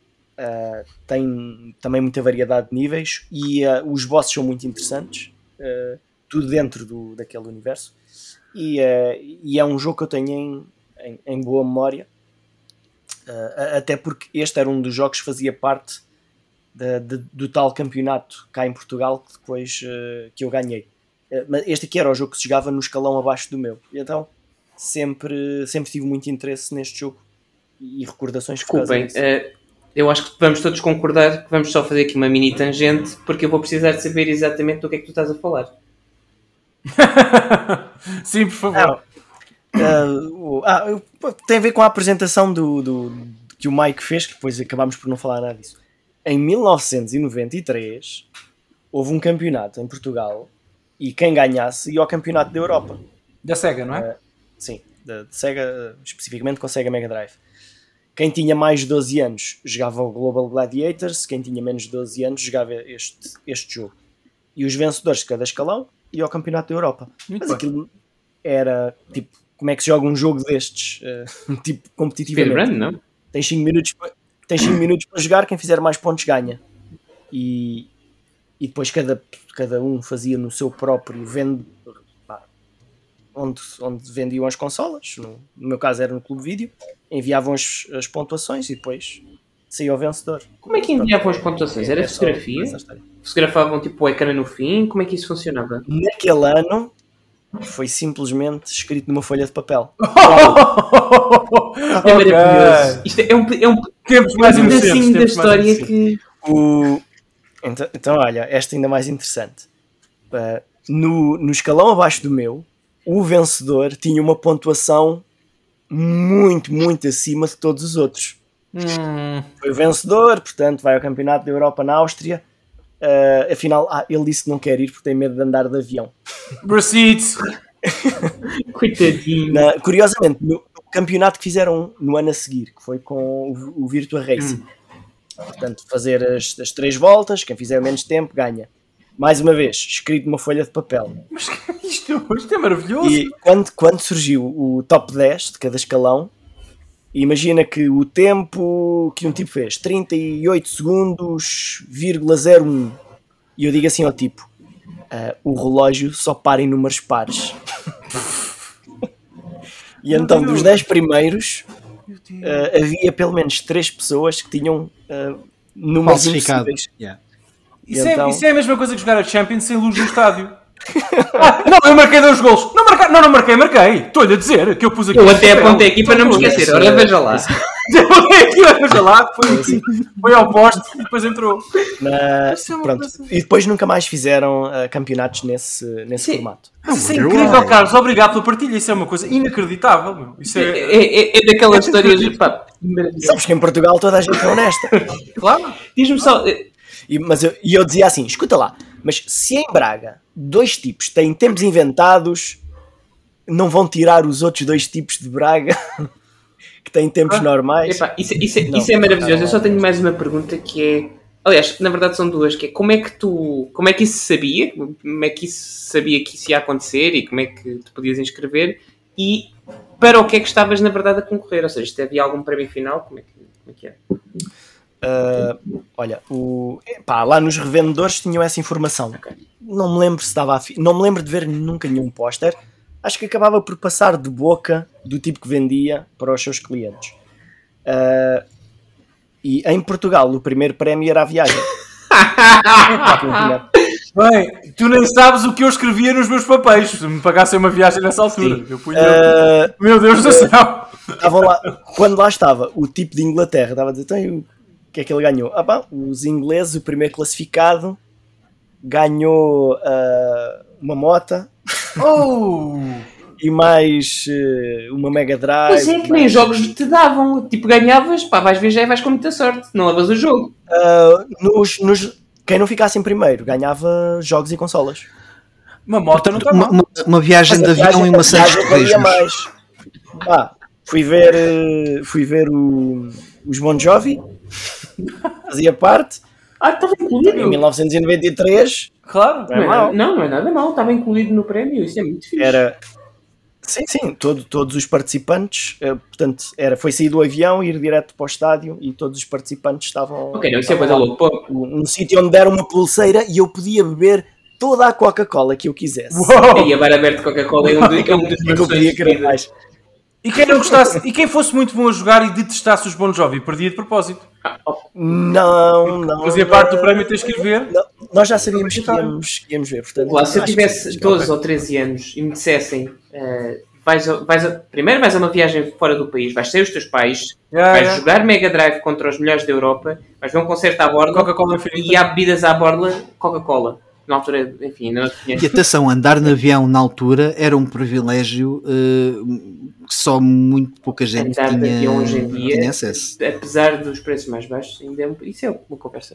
[SPEAKER 4] Tem também muita variedade de níveis e os bosses são muito interessantes, tudo dentro daquele universo. E é um jogo que eu tenho em boa memória, até porque este era um dos jogos que fazia parte do tal campeonato cá em Portugal que depois que eu ganhei. Mas este aqui era o jogo que se jogava no escalão abaixo do meu, e então sempre tive muito interesse neste jogo e recordações.
[SPEAKER 1] Desculpem, eu acho que vamos todos concordar que vamos só fazer aqui uma mini tangente, porque eu vou precisar de saber exatamente do que é que tu estás a falar.
[SPEAKER 2] Sim, por favor.
[SPEAKER 4] Tem a ver com a apresentação que o Mike fez, que depois acabámos por não falar nada disso. Em 1993 houve um campeonato em Portugal e quem ganhasse ia ao campeonato da Europa.
[SPEAKER 2] Da Sega, não é?
[SPEAKER 4] Sim, da Sega, especificamente com a Sega Mega Drive. Quem tinha mais de 12 anos jogava o Global Gladiators, quem tinha menos de 12 anos jogava este jogo. E os vencedores de cada escalão iam ao campeonato da Europa.
[SPEAKER 2] Muito
[SPEAKER 4] Mas
[SPEAKER 2] bem.
[SPEAKER 4] aquilo era tipo, como é que se joga um jogo destes? Tipo, competitivamente.
[SPEAKER 1] Speedrun, não?
[SPEAKER 4] Tens 5 minutos para jogar, quem fizer mais pontos ganha. E depois cada um fazia no seu próprio onde vendiam as consolas. No meu caso era no Clube Vídeo, enviavam as pontuações e depois saía o vencedor.
[SPEAKER 1] Como é que enviavam as pontuações? Era fotografia? Fotografavam tipo o ecrã no fim? Como é que isso funcionava?
[SPEAKER 4] Naquele ano foi simplesmente escrito numa folha de papel.
[SPEAKER 1] É maravilhoso. Isto é um
[SPEAKER 2] Tempos mais inocentes.
[SPEAKER 1] pedacinho da
[SPEAKER 2] tempos mais
[SPEAKER 1] história
[SPEAKER 2] inocentes.
[SPEAKER 1] que...
[SPEAKER 4] Então, olha, esta ainda mais interessante. No escalão abaixo do meu, o vencedor tinha uma pontuação muito, muito acima de todos os outros. Foi o vencedor, portanto vai ao Campeonato da Europa na Áustria. Afinal, ele disse que não quer ir porque tem medo de andar de avião.
[SPEAKER 2] Receipts.
[SPEAKER 1] Coitadinho.
[SPEAKER 4] Curiosamente, no campeonato que fizeram no ano a seguir, que foi com o Virtua Racing, portanto, fazer as 3 voltas, quem fizer menos tempo ganha. Mais uma vez, escrito numa folha de papel.
[SPEAKER 2] Mas isto é maravilhoso.
[SPEAKER 4] E quando surgiu o top 10 de cada escalão, imagina que o tempo que um tipo fez, 38 segundos, 0,01. E eu digo assim ao tipo, o relógio só para em números pares. E então, dos 10 primeiros, havia pelo menos 3 pessoas que tinham números impossíveis.
[SPEAKER 2] Isso,
[SPEAKER 4] então...
[SPEAKER 2] isso é a mesma coisa que jogar a Champions sem luz no estádio. Não, eu marquei 2 golos. Não marquei. Estou-lhe a dizer que eu pus aqui.
[SPEAKER 1] Eu até apontei aqui para não me esquecer. Ora, veja lá.
[SPEAKER 2] Veja lá, foi ao poste e depois entrou.
[SPEAKER 4] Pronto. E depois nunca mais fizeram campeonatos nesse formato.
[SPEAKER 2] Isso é incrível, Carlos. Obrigado pela partilha. Isso é uma coisa inacreditável. Meu. Isso
[SPEAKER 1] é daquelas histórias. Pá,
[SPEAKER 4] sabes que em Portugal toda a gente é honesta.
[SPEAKER 2] Claro.
[SPEAKER 1] diz-me só.
[SPEAKER 4] E eu dizia assim, escuta lá, mas se em Braga 2 tipos têm tempos inventados, não vão tirar os outros 2 tipos de Braga que têm tempos normais?
[SPEAKER 1] Epá, isso é maravilhoso. Eu só tenho mais uma pergunta que é... Aliás, na verdade são 2, que é como é que isso se sabia? Como é que isso sabia que isso ia acontecer e como é que tu podias inscrever? E para o que é que estavas na verdade a concorrer? Ou seja, se havia algum prémio final, como é que é?
[SPEAKER 4] Olha, lá nos revendedores tinham essa informação.
[SPEAKER 1] Okay.
[SPEAKER 4] Não me lembro se estava não me lembro de ver nunca nenhum póster. Acho que acabava por passar de boca do tipo que vendia para os seus clientes. E em Portugal o primeiro prémio era a viagem.
[SPEAKER 2] Bem, tu nem sabes o que eu escrevia nos meus papéis. Se me pagassem uma viagem nessa altura, eu punha... Meu Deus do céu!
[SPEAKER 4] Estavam lá, quando lá estava o tipo de Inglaterra, estava a dizer, então, o que é que ele ganhou? Os ingleses, o primeiro classificado, ganhou uma mota e mais uma Mega Drive.
[SPEAKER 1] Pois é, que nem jogos te davam. Tipo, ganhavas, pá, vais ver já e vais com muita sorte. Não levas o jogo.
[SPEAKER 4] Quem não ficasse em primeiro ganhava jogos e consolas.
[SPEAKER 2] Uma moto não está mal.
[SPEAKER 3] Uma viagem de avião e uma Santos
[SPEAKER 4] valia mais. Fui ver os Bon Jovi, fazia parte.
[SPEAKER 1] Estava incluído.
[SPEAKER 4] Em 1993.
[SPEAKER 2] Claro.
[SPEAKER 4] Não é mau.
[SPEAKER 1] Não é nada mal. Estava incluído no prémio. Isso é muito fixe.
[SPEAKER 4] Era... Sim, todos os participantes, portanto, foi sair do avião, ir direto para o estádio e todos os participantes estavam...
[SPEAKER 1] Ok, não, isso é coisa louca.
[SPEAKER 4] Um sítio onde deram uma pulseira e eu podia beber toda a Coca-Cola que eu quisesse.
[SPEAKER 1] E a bar aberta de Coca-Cola é um dos
[SPEAKER 4] que eu podia querer mais.
[SPEAKER 2] E quem não gostasse, e quem fosse muito bom a jogar e detestasse os Bon Jovi, perdia de propósito.
[SPEAKER 4] Não.
[SPEAKER 2] Fazia parte do prémio ter que escrever.
[SPEAKER 4] Nós já sabíamos que íamos ver, portanto...
[SPEAKER 1] Lá, se eu tivesse 12 ou 13 anos e me dissessem primeiro vais a uma viagem fora do país, vais ter os teus pais, vais jogar Mega Drive contra os melhores da Europa, vais ver um concerto à borda
[SPEAKER 2] Coca-Cola
[SPEAKER 1] e há bebidas à borda, Coca-Cola. Na altura, enfim, ainda não tinha...
[SPEAKER 3] E atenção, andar no avião na altura era um privilégio que só muito pouca gente
[SPEAKER 1] andar de avião hoje em dia,
[SPEAKER 3] tinha acesso.
[SPEAKER 1] Apesar dos preços mais baixos, ainda isso é uma conversa.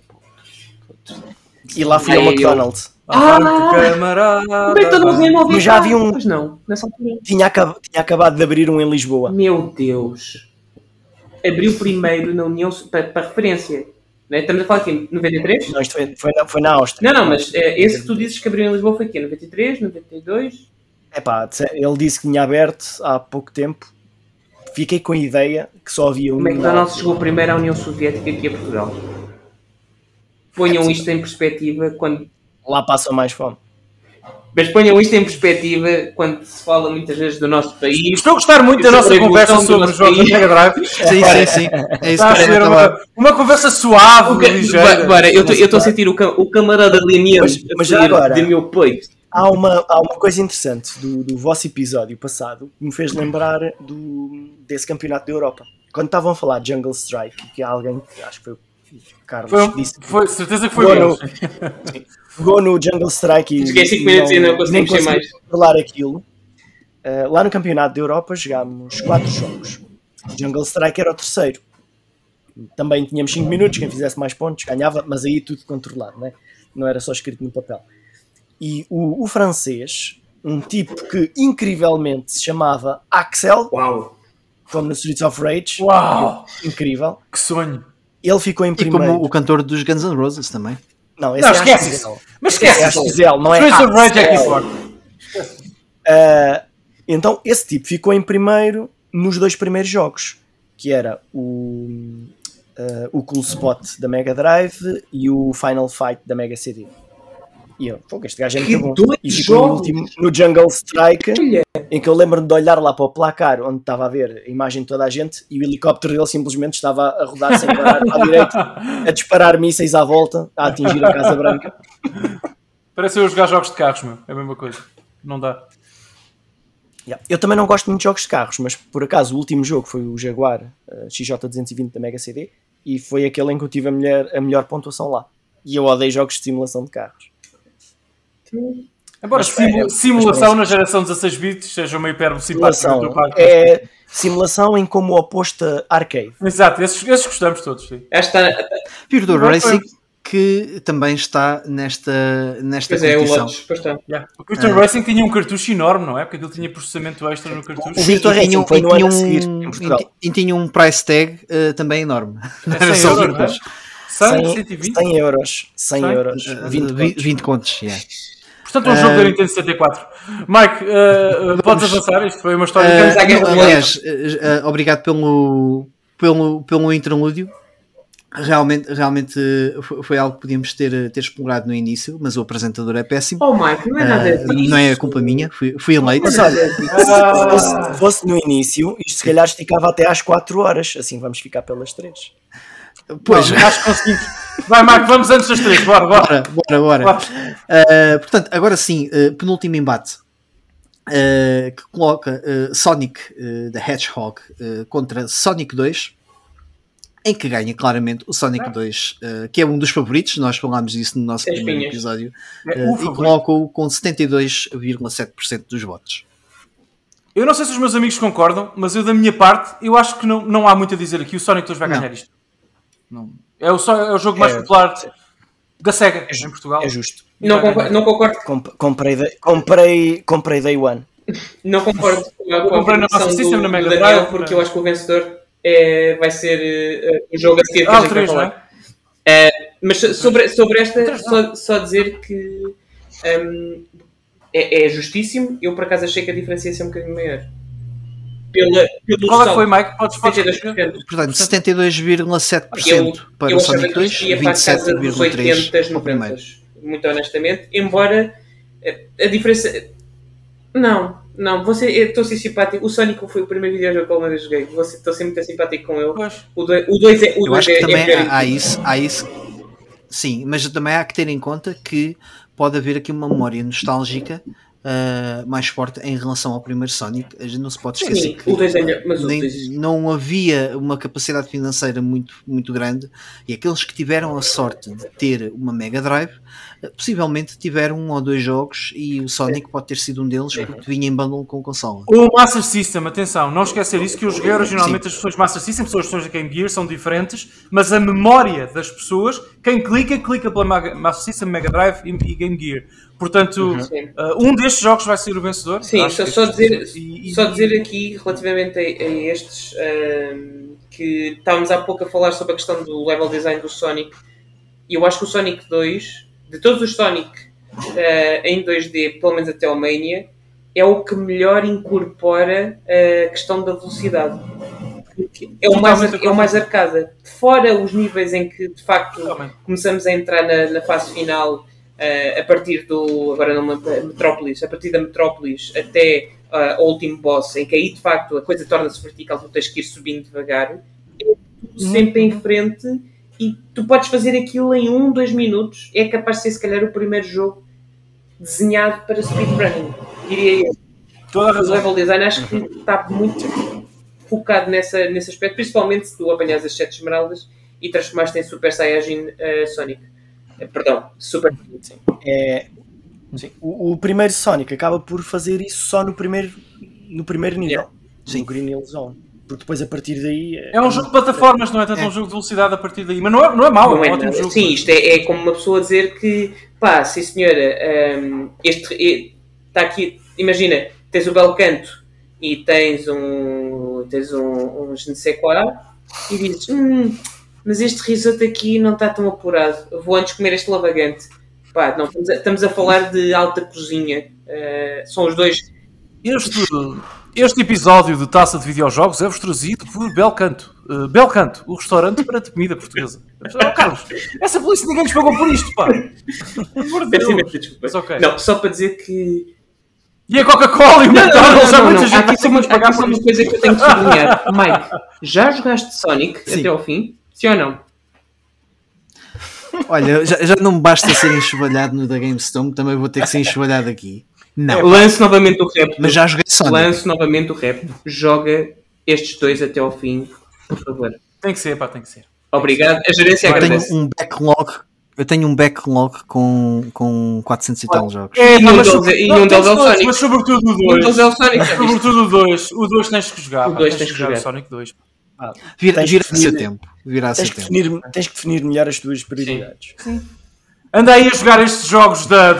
[SPEAKER 4] E lá fui ao McDonald's.
[SPEAKER 1] Como é que tu não removeu?
[SPEAKER 4] Mas já havia um...
[SPEAKER 1] Pois não, nessa altura.
[SPEAKER 4] Tinha acabado de abrir um em Lisboa.
[SPEAKER 1] Meu Deus. Abriu primeiro na União... Para referência. Né? Estamos a falar aqui em 93?
[SPEAKER 4] Não, isto foi na Áustria.
[SPEAKER 1] Não, mas esse que tu dizes que abriu em Lisboa foi aqui? 93? 92?
[SPEAKER 4] Ele disse que tinha aberto há pouco tempo. Fiquei com a ideia que só havia um...
[SPEAKER 1] O McDonald's chegou primeiro à União Soviética aqui a Portugal. Ponham isto em perspectiva quando...
[SPEAKER 4] Lá passam mais fome.
[SPEAKER 1] Mas ponham isto em perspectiva quando se fala muitas vezes do nosso país.
[SPEAKER 2] Estou a gostar muito da nossa conversa sobre os jogos da Mega Drive.
[SPEAKER 3] Sim. É isso que
[SPEAKER 2] uma conversa suave, ligeira.
[SPEAKER 1] Agora, eu estou a sentir o camarada linear
[SPEAKER 4] mas já agora,
[SPEAKER 1] de meu peito.
[SPEAKER 4] Há uma coisa interessante do vosso episódio passado que me fez lembrar desse campeonato da Europa. Quando estavam a falar de Jungle Strike, que há alguém que acho que foi o Carlos que disse.
[SPEAKER 2] Foi certeza que foi eu.
[SPEAKER 4] Jogou no Jungle Strike e
[SPEAKER 1] fiquei 5 minutos e não consegui mexer mais.
[SPEAKER 4] Controlar aquilo. Lá no Campeonato da Europa jogámos 4 jogos. Jungle Strike era o terceiro. Também tínhamos 5 minutos, quem fizesse mais pontos ganhava, mas aí tudo controlado, né? Não era só escrito no papel. E o francês, um tipo que incrivelmente se chamava Axel, como no Streets of Rage, incrível.
[SPEAKER 2] Que sonho.
[SPEAKER 4] Ele ficou em primeiro.
[SPEAKER 3] E como o cantor dos Guns N' Roses também.
[SPEAKER 4] Não, esse
[SPEAKER 2] esquece isso. Mas esquece
[SPEAKER 4] isso. Não é
[SPEAKER 2] Streets of Rage é aqui fora.
[SPEAKER 4] Então, esse tipo ficou em primeiro nos 2 primeiros jogos, que era o Cool Spot da Mega Drive e o Final Fight da Mega CD. E eu, este gajo é muito bom. E ficou no último, no Jungle Strike, em que eu lembro-me de olhar lá para o placar, onde estava a ver a imagem de toda a gente, e o helicóptero dele simplesmente estava a rodar sem parar à direita, a disparar mísseis à volta, a atingir a Casa Branca.
[SPEAKER 2] Parece eu jogar jogos de carros, meu. É a mesma coisa. Não dá.
[SPEAKER 4] Eu também não gosto muito de jogos de carros, mas por acaso o último jogo foi o Jaguar XJ220 da Mega CD, e foi aquele em que eu tive a melhor pontuação lá. E eu odeio jogos de simulação de carros.
[SPEAKER 2] Embora simulação na geração 16 bits seja uma hipérbole simpática.
[SPEAKER 4] É simulação em como oposto a arcade.
[SPEAKER 2] Exato, esses gostamos todos. Sim.
[SPEAKER 3] Virtua Racing que também está nesta competição.
[SPEAKER 2] O Virtua Racing tinha um cartucho enorme, não é? Porque aquilo tinha processamento extra no cartucho.
[SPEAKER 4] O Virtua Racing foi no ano a seguir em Portugal.
[SPEAKER 3] E tinha um price tag também enorme.
[SPEAKER 2] 100 euros, não é?
[SPEAKER 4] 100 euros. 100 euros.
[SPEAKER 3] 20 contos,
[SPEAKER 2] Portanto, um jogo da Nintendo 64. Mike, podes avançar? Isto foi uma história...
[SPEAKER 3] aliás, obrigado pelo interlúdio. Realmente foi algo que podíamos ter explorado no início, mas o apresentador é péssimo.
[SPEAKER 1] Mike, não é nada disso.
[SPEAKER 3] Não é culpa minha, fui eleito.
[SPEAKER 4] Mas olha, se fosse no início, isto se calhar esticava até às 4 horas. Assim vamos ficar pelas 3.
[SPEAKER 3] Pois,
[SPEAKER 2] acho que conseguimos. Vai, Marco, vamos antes das 3. Bora.
[SPEAKER 3] Portanto, agora sim, penúltimo embate que coloca Sonic the Hedgehog contra Sonic 2. em que ganha claramente o Sonic 2, que é um dos favoritos, nós falámos disso no nosso primeiro episódio, e coloca-o com 72,7% dos votos.
[SPEAKER 2] Eu não sei se os meus amigos concordam, mas eu da minha parte, eu acho que não há muito a dizer aqui. O Sonic 2 vai ganhar isto. Não. É o jogo mais popular da SEGA em Portugal.
[SPEAKER 4] É justo.
[SPEAKER 1] Não concordo.
[SPEAKER 4] Comprei Day One.
[SPEAKER 1] Não concordo com a
[SPEAKER 2] competição do
[SPEAKER 1] Daniel, porque eu acho que o vencedor vai ser o jogo a seguir que a gente vai falar. Mas sobre esta, só dizer que é justíssimo. Eu, por acaso, achei que a diferença é um bocadinho maior.
[SPEAKER 2] Qual é que foi, Mike? Podes
[SPEAKER 3] 72%. Portanto, 72,7% para o Sonic 2, 27,3% para o primeiro.
[SPEAKER 1] Muito honestamente. Embora a diferença... Não. Eu estou a ser simpático. O Sonic foi o primeiro videojogo que eu uma vez joguei. Estou a ser muito simpático com ele. O 2 é...
[SPEAKER 3] Eu acho que também há isso. Sim, mas também há que ter em conta que pode haver aqui uma memória nostálgica mais forte em relação ao primeiro Sonic. A gente não se pode esquecer que
[SPEAKER 1] o 2 é, mas
[SPEAKER 3] não havia uma capacidade financeira muito grande, e aqueles que tiveram a sorte de ter uma Mega Drive possivelmente tiveram 1 ou 2 jogos, e o Sonic pode ter sido um deles porque vinha em bundle com o console.
[SPEAKER 2] O Master System, atenção, não esquecer isso, que eu joguei originalmente. As pessoas de Master System, as pessoas da Game Gear são diferentes, mas a memória das pessoas, quem clica pela Master System, Mega Drive e Game Gear. Portanto, um destes jogos vai ser o vencedor.
[SPEAKER 1] Sim, só dizer aqui relativamente a estes que estávamos há pouco a falar sobre a questão do level design do Sonic, e eu acho que o Sonic 2, de todos os Sonic em 2D, pelo menos até o Mania, é o que melhor incorpora a questão da velocidade. É o mais arcada. Fora os níveis em que, de facto, começamos a entrar na fase final, a partir agora não Metrópolis, a partir da Metrópolis até ao último boss, em que aí, de facto, a coisa torna-se vertical, tu tens que ir subindo devagar, sempre em frente, e tu podes fazer aquilo em 1-2 minutos. É capaz de ser, se calhar, o primeiro jogo desenhado para speedrunning, diria eu. O level design acho que está muito focado nesse aspecto, principalmente se tu apanhas as 7 esmeraldas e transformaste em Super Saiyajin Sonic. Perdão, Super Sonic.
[SPEAKER 4] Sim. O primeiro Sonic acaba por fazer isso só no primeiro nível, no Green Hill Zone. Porque depois, a partir daí...
[SPEAKER 2] É um jogo de plataformas, não é tanto um jogo de velocidade a partir daí. Mas não é mau, é um ótimo jogo.
[SPEAKER 1] Sim, isto é como uma pessoa dizer que, pá, sim senhora, está aqui, imagina, tens o belo canto e tens um je ne sais quoi, e dizes, mas este risoto aqui não está tão apurado, vou antes comer este lavagante. Pá, não, estamos a falar de alta cozinha. São os dois...
[SPEAKER 2] Este episódio de Taça de Videojogos é-vos trazido por Belcanto. Belcanto, o restaurante para de comida portuguesa. Carlos, essa polícia ninguém nos pagou por isto, pá.
[SPEAKER 1] Desculpa. Okay. Não, só para dizer que...
[SPEAKER 2] E a Coca-Cola e o McDonald's, há muita gente
[SPEAKER 1] que nos pagar por uma coisa que eu tenho que sublinhar. Mike, já jogaste Sonic até ao fim? Sim ou não?
[SPEAKER 3] Olha, já não me basta ser enxovalhado no da GameStone, também vou ter que ser enxovalhado aqui. Não.
[SPEAKER 1] Lance novamente o rap.
[SPEAKER 3] Mas já joguei Sonic.
[SPEAKER 1] Lance novamente o rap. Joga estes dois até ao fim, por favor.
[SPEAKER 2] Tem que ser, pá, tem que ser.
[SPEAKER 1] Obrigado. A gerência agradece.
[SPEAKER 3] Eu tenho um backlog com 400 e tal jogos.
[SPEAKER 1] E um deles é o Sonic.
[SPEAKER 2] Mas sobretudo o 2. O 2 tens que jogar.
[SPEAKER 1] O 2 tens que jogar.
[SPEAKER 2] O Sonic 2.
[SPEAKER 3] Virá a ser tempo.
[SPEAKER 4] Tens que definir melhor as tuas prioridades.
[SPEAKER 2] Sim. Anda aí a jogar estes jogos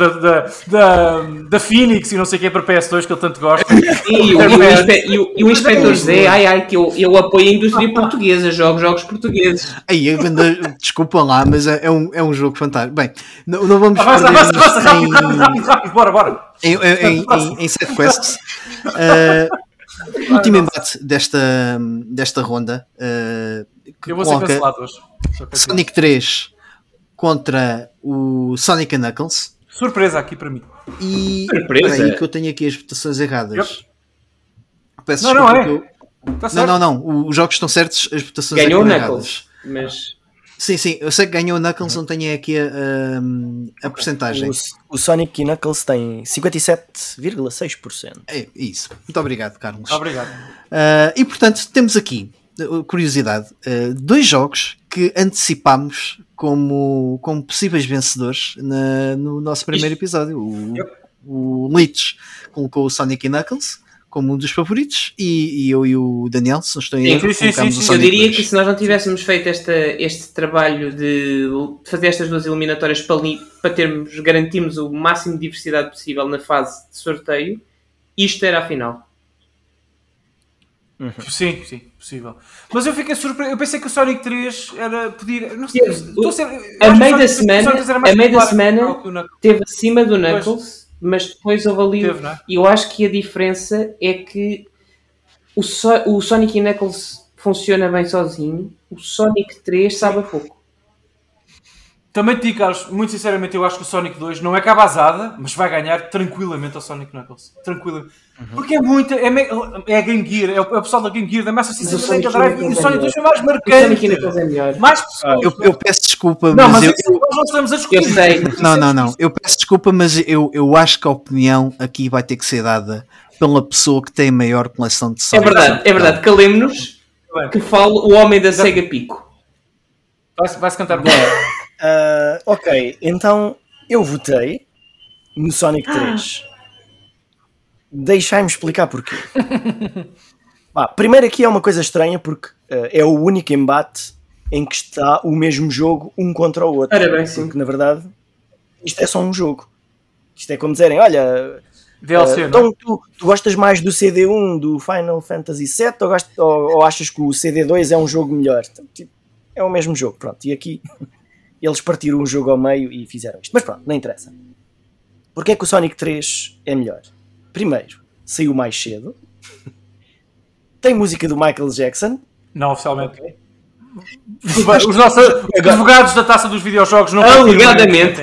[SPEAKER 2] da Phoenix e não sei o que é para PS2 que ele tanto gosta.
[SPEAKER 1] E o Inspector Zé, que eu apoio a indústria portuguesa, jogos portugueses.
[SPEAKER 3] Aí, desculpa lá, mas é um jogo fantástico. Bem, não vamos
[SPEAKER 2] avança, rápido, bora.
[SPEAKER 3] Em side quests. Último embate desta ronda.
[SPEAKER 2] Eu vou ser cancelado hoje.
[SPEAKER 3] Sonic 3 contra o Sonic & Knuckles.
[SPEAKER 2] Surpresa aqui para mim.
[SPEAKER 3] E peraí que eu tenho aqui as votações erradas. Peço
[SPEAKER 2] não
[SPEAKER 3] desculpa.
[SPEAKER 2] é.
[SPEAKER 3] Não. Os jogos estão certos, as votações
[SPEAKER 1] ganhou
[SPEAKER 3] o
[SPEAKER 1] Knuckles, mas...
[SPEAKER 3] Sim, eu sei que ganhou o Knuckles, não tenho aqui a percentagem.
[SPEAKER 4] O Sonic e Knuckles tem 57,6%.
[SPEAKER 3] É isso. Muito obrigado, Carlos.
[SPEAKER 2] Obrigado.
[SPEAKER 3] E portanto, temos aqui curiosidade, 2 jogos que antecipámos como possíveis vencedores no nosso primeiro episódio. O Leach colocou o Sonic e Knuckles como um dos favoritos e eu e o Daniel, se não estou em erro, colocámos o Sonic.
[SPEAKER 1] Eu diria
[SPEAKER 3] 2.
[SPEAKER 1] que se nós não tivéssemos feito este trabalho de fazer estas 2 eliminatórias para garantirmos o máximo de diversidade possível na fase de sorteio, isto era a final.
[SPEAKER 2] Sim, possível. Mas eu fiquei surpreso. Eu pensei que o Sonic 3 podia. Não sei,
[SPEAKER 1] a meio da semana teve acima do Knuckles, mas depois houve ali. E eu acho que a diferença é que o Sonic e Knuckles funciona bem sozinho, o Sonic 3 sabe a pouco.
[SPEAKER 2] Também te digo, Carlos, muito sinceramente, eu acho que o Sonic 2 não é cabazada, mas vai ganhar tranquilamente ao Sonic Knuckles. Tranquilo. Porque é muito. É a Game Gear, é o pessoal da Game Gear, da Master System, da Mega Drive, e o Sonic 2 foi mais marcante.
[SPEAKER 1] O Sonic Knuckles é melhor.
[SPEAKER 2] Mais pessoas.
[SPEAKER 3] Eu peço desculpa,
[SPEAKER 2] não,
[SPEAKER 3] mas
[SPEAKER 2] nós não estamos a discutir.
[SPEAKER 1] Eu sei.
[SPEAKER 3] Não. Eu peço desculpa, mas eu acho que a opinião aqui vai ter que ser dada pela pessoa que tem a maior coleção de Sonic.
[SPEAKER 1] É verdade. Calemos-nos que fale o homem da Sega Pico.
[SPEAKER 2] Vai-se cantar bem.
[SPEAKER 4] Ok, então eu votei no Sonic 3. Deixai-me explicar porquê. Primeiro aqui é uma coisa estranha porque é o único embate em que está o mesmo jogo um contra o outro.
[SPEAKER 1] Era bem, sim.
[SPEAKER 4] Porque na verdade isto é só um jogo. Isto é como dizerem, olha,
[SPEAKER 2] DLC,
[SPEAKER 4] então tu gostas mais do CD1 do Final Fantasy VII ou achas que o CD2 é um jogo melhor? Então, tipo, é o mesmo jogo, pronto. E aqui eles partiram o jogo ao meio e fizeram isto. Mas pronto, não interessa. Porquê é que o Sonic 3 é melhor? Primeiro, saiu mais cedo. Tem música do Michael Jackson.
[SPEAKER 2] Não, oficialmente. Os nossos advogados da taça dos videojogos não...
[SPEAKER 1] Alegadamente.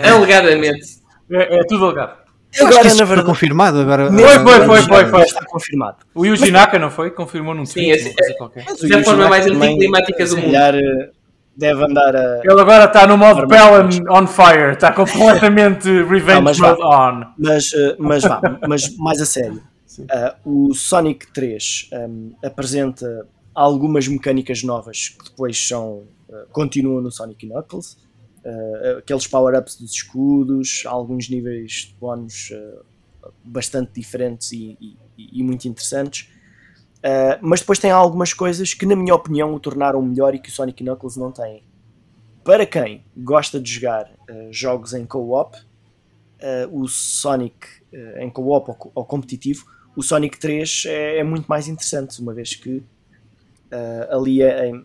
[SPEAKER 2] É tudo alegado.
[SPEAKER 3] Agora, isso foi confirmado. Agora,
[SPEAKER 2] foi.
[SPEAKER 4] Está confirmado.
[SPEAKER 2] O Yuji Naka, não foi? Confirmou num tweet.
[SPEAKER 1] Sim, é a forma mais anticlimática do mundo.
[SPEAKER 4] Deve andar a...
[SPEAKER 2] Ele agora está no modo Pelham on fire. Está completamente revenge mode on.
[SPEAKER 4] Mas mais a sério. O Sonic 3 apresenta algumas mecânicas novas que depois continuam no Sonic Knuckles. Aqueles power-ups dos escudos, alguns níveis de bónus bastante diferentes e muito interessantes. Mas depois tem algumas coisas que, na minha opinião, o tornaram melhor e que o Sonic e Knuckles não têm. Para quem gosta de jogar jogos em co-op, o Sonic em co-op ou competitivo, o Sonic 3 é muito mais interessante, uma vez que ali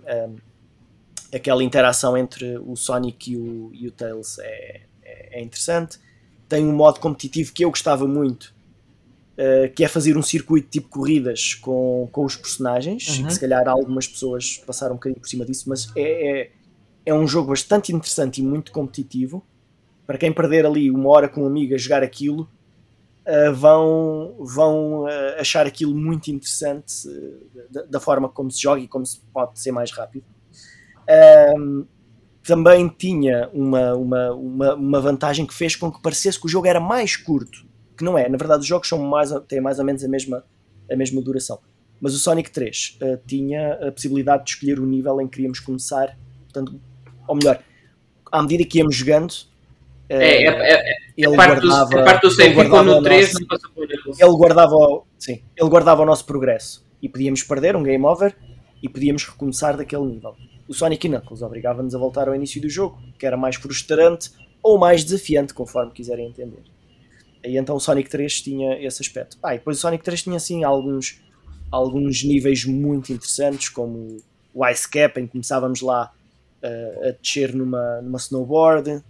[SPEAKER 4] aquela interação entre o Sonic e o Tails é interessante. Tem um modo competitivo que eu gostava muito, que é fazer um circuito tipo corridas com os personagens, que se calhar algumas pessoas passaram um bocadinho por cima disso, mas é um jogo bastante interessante e muito competitivo. Para quem perder ali 1 hora com um amigo a jogar aquilo, vão achar aquilo muito interessante da forma como se joga e como se pode ser mais rápido. Também tinha uma vantagem que fez com que parecesse que o jogo era mais curto, que não é. Na verdade, os jogos têm mais ou menos a mesma duração. Mas o Sonic 3 tinha a possibilidade de escolher o nível em que queríamos começar. Portanto, ou melhor, à medida que íamos jogando, ele guardava o nosso progresso e podíamos perder um game over e podíamos recomeçar daquele nível. O Sonic e Knuckles obrigava-nos a voltar ao início do jogo, que era mais frustrante ou mais desafiante, conforme quiserem entender. E então o Sonic 3 tinha esse aspecto. E depois o Sonic 3 tinha assim alguns níveis muito interessantes, como o Ice Cap, em que começávamos lá a descer numa snowboard.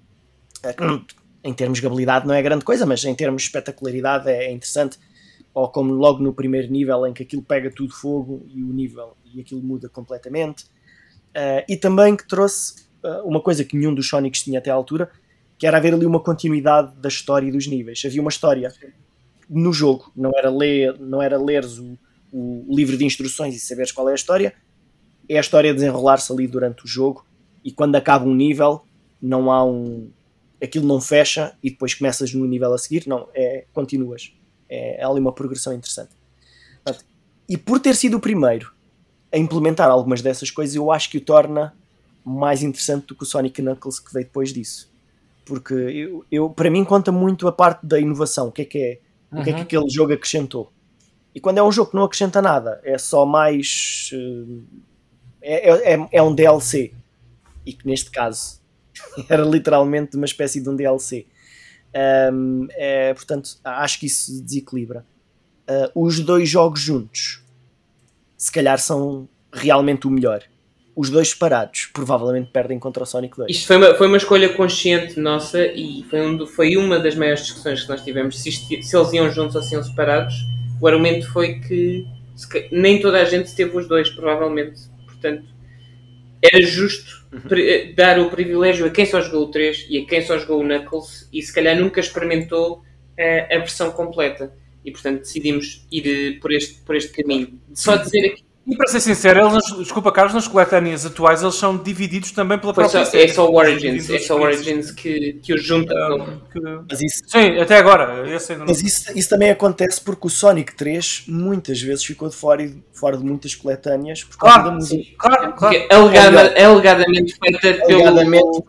[SPEAKER 4] Em termos de habilidade não é grande coisa, mas em termos de espetacularidade é interessante. Ou como logo no primeiro nível, em que aquilo pega tudo fogo e aquilo muda completamente. E também que trouxe uma coisa que nenhum dos Sonics tinha até à altura, que era haver ali uma continuidade da história dos níveis. Havia uma história no jogo, não era leres o livro de instruções e saberes qual é a história, é a história desenrolar-se ali durante o jogo, e quando acaba um nível, não há aquilo não fecha e depois começas no nível a seguir, não, continuas. É ali uma progressão interessante. E por ter sido o primeiro, a implementar algumas dessas coisas, eu acho que o torna mais interessante do que o Sonic Knuckles que veio depois disso. Porque para mim conta muito a parte da inovação, o que é que aquele jogo acrescentou. E quando é um jogo que não acrescenta nada, é só mais... é um DLC. E que neste caso era literalmente uma espécie de um DLC. Portanto, acho que isso desequilibra. Os dois jogos juntos se calhar são realmente o melhor. Os dois separados provavelmente perdem contra o Sonic 2.
[SPEAKER 1] Isto foi uma escolha consciente nossa e foi uma das maiores discussões que nós tivemos. Se eles iam juntos ou se iam separados, o argumento foi que nem toda a gente teve os dois, provavelmente. Portanto, era justo dar o privilégio a quem só jogou o 3 e a quem só jogou o Knuckles e se calhar nunca experimentou a versão completa. E portanto decidimos ir por este caminho. Só dizer aqui.
[SPEAKER 2] E para ser sincero, desculpa Carlos, nas coletâneas atuais eles são divididos também pela própria série.
[SPEAKER 1] É só o Origins que os junta.
[SPEAKER 4] Mas isso,
[SPEAKER 2] sim, até agora.
[SPEAKER 4] Mas isso também acontece porque o Sonic 3 muitas vezes ficou de fora de muitas coletâneas por causa da música.
[SPEAKER 2] Claro.
[SPEAKER 1] Alegadamente feita pelo...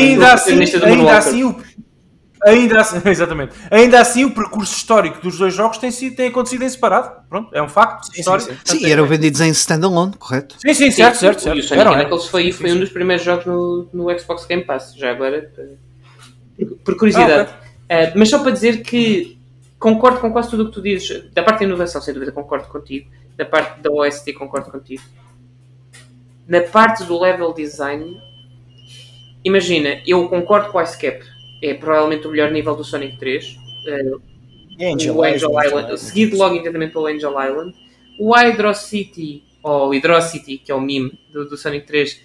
[SPEAKER 2] Ainda assim, o percurso histórico dos dois jogos tem acontecido em separado. Pronto, é um facto histórico.
[SPEAKER 3] Sim, eram vendidos em standalone, correto?
[SPEAKER 2] Sim, certo.
[SPEAKER 1] E o Sonic Knuckles foi um dos primeiros jogos no Xbox Game Pass, já agora, por curiosidade. Mas só para dizer que concordo com quase tudo o que tu dizes. Da parte da inovação, sem dúvida, concordo contigo. Da parte da OST, concordo contigo. Na parte do level design, imagina, eu concordo com o Ice Cap. É provavelmente o melhor nível do Sonic 3. O Angel Island, seguido logo intensamente pelo Angel Island. O Hydro City, ou Hydro City, que é o meme do Sonic 3,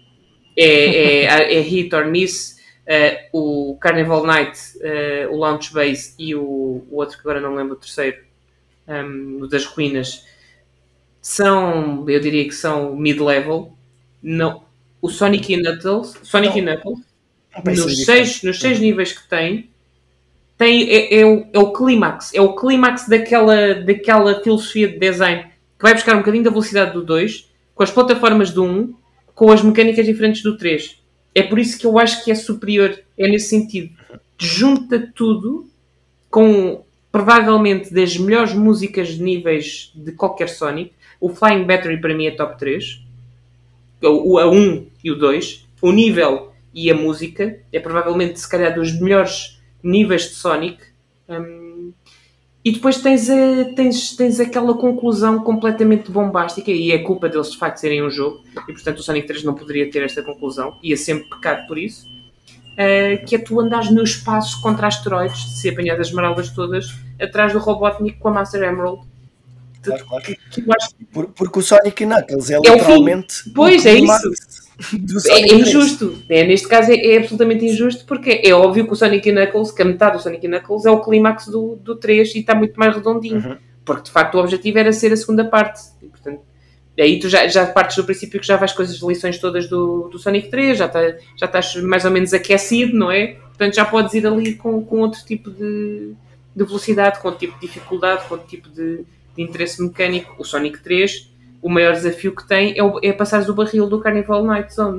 [SPEAKER 1] é hit or miss. O Carnival Night, o Launch Base e o outro que agora não lembro, o terceiro, o das ruínas, eu diria que são mid-level. O Sonic e Knuckles nos 6 níveis que tem o clímax. É o clímax daquela filosofia de design que vai buscar um bocadinho da velocidade do 2, com as plataformas do 1, com as mecânicas diferentes do 3. É por isso que eu acho que é superior. É nesse sentido. Junta tudo com, provavelmente, das melhores músicas de níveis de qualquer Sonic. O Flying Battery para mim é top 3. A 1 e o 2. O nível e a música é provavelmente, se calhar, dos melhores níveis de Sonic. E depois tens aquela conclusão completamente bombástica, e é culpa deles de facto serem um jogo, e portanto o Sonic 3 não poderia ter esta conclusão, ia sempre pecado por isso, que é tu andares no espaço contra asteroides, se apanhar as esmeraldas todas, atrás do Robotnik com a Master Emerald.
[SPEAKER 4] Claro. Porque o Sonic Knuckles é literalmente...
[SPEAKER 1] Pois, é isso. É injusto. Neste caso é absolutamente injusto, porque é óbvio que o Sonic Knuckles, que a metade do Sonic Knuckles é o clímax do 3 e está muito mais redondinho. Porque de facto o objetivo era ser a segunda parte. E, portanto, aí tu já partes do princípio que já vais com as lições todas do Sonic 3, já estás mais ou menos aquecido, não é? Portanto já podes ir ali com outro tipo de velocidade, com outro tipo de dificuldade, com outro tipo de interesse mecânico. O Sonic 3, o maior desafio que tem é passares o barril do Carnival Night Zone.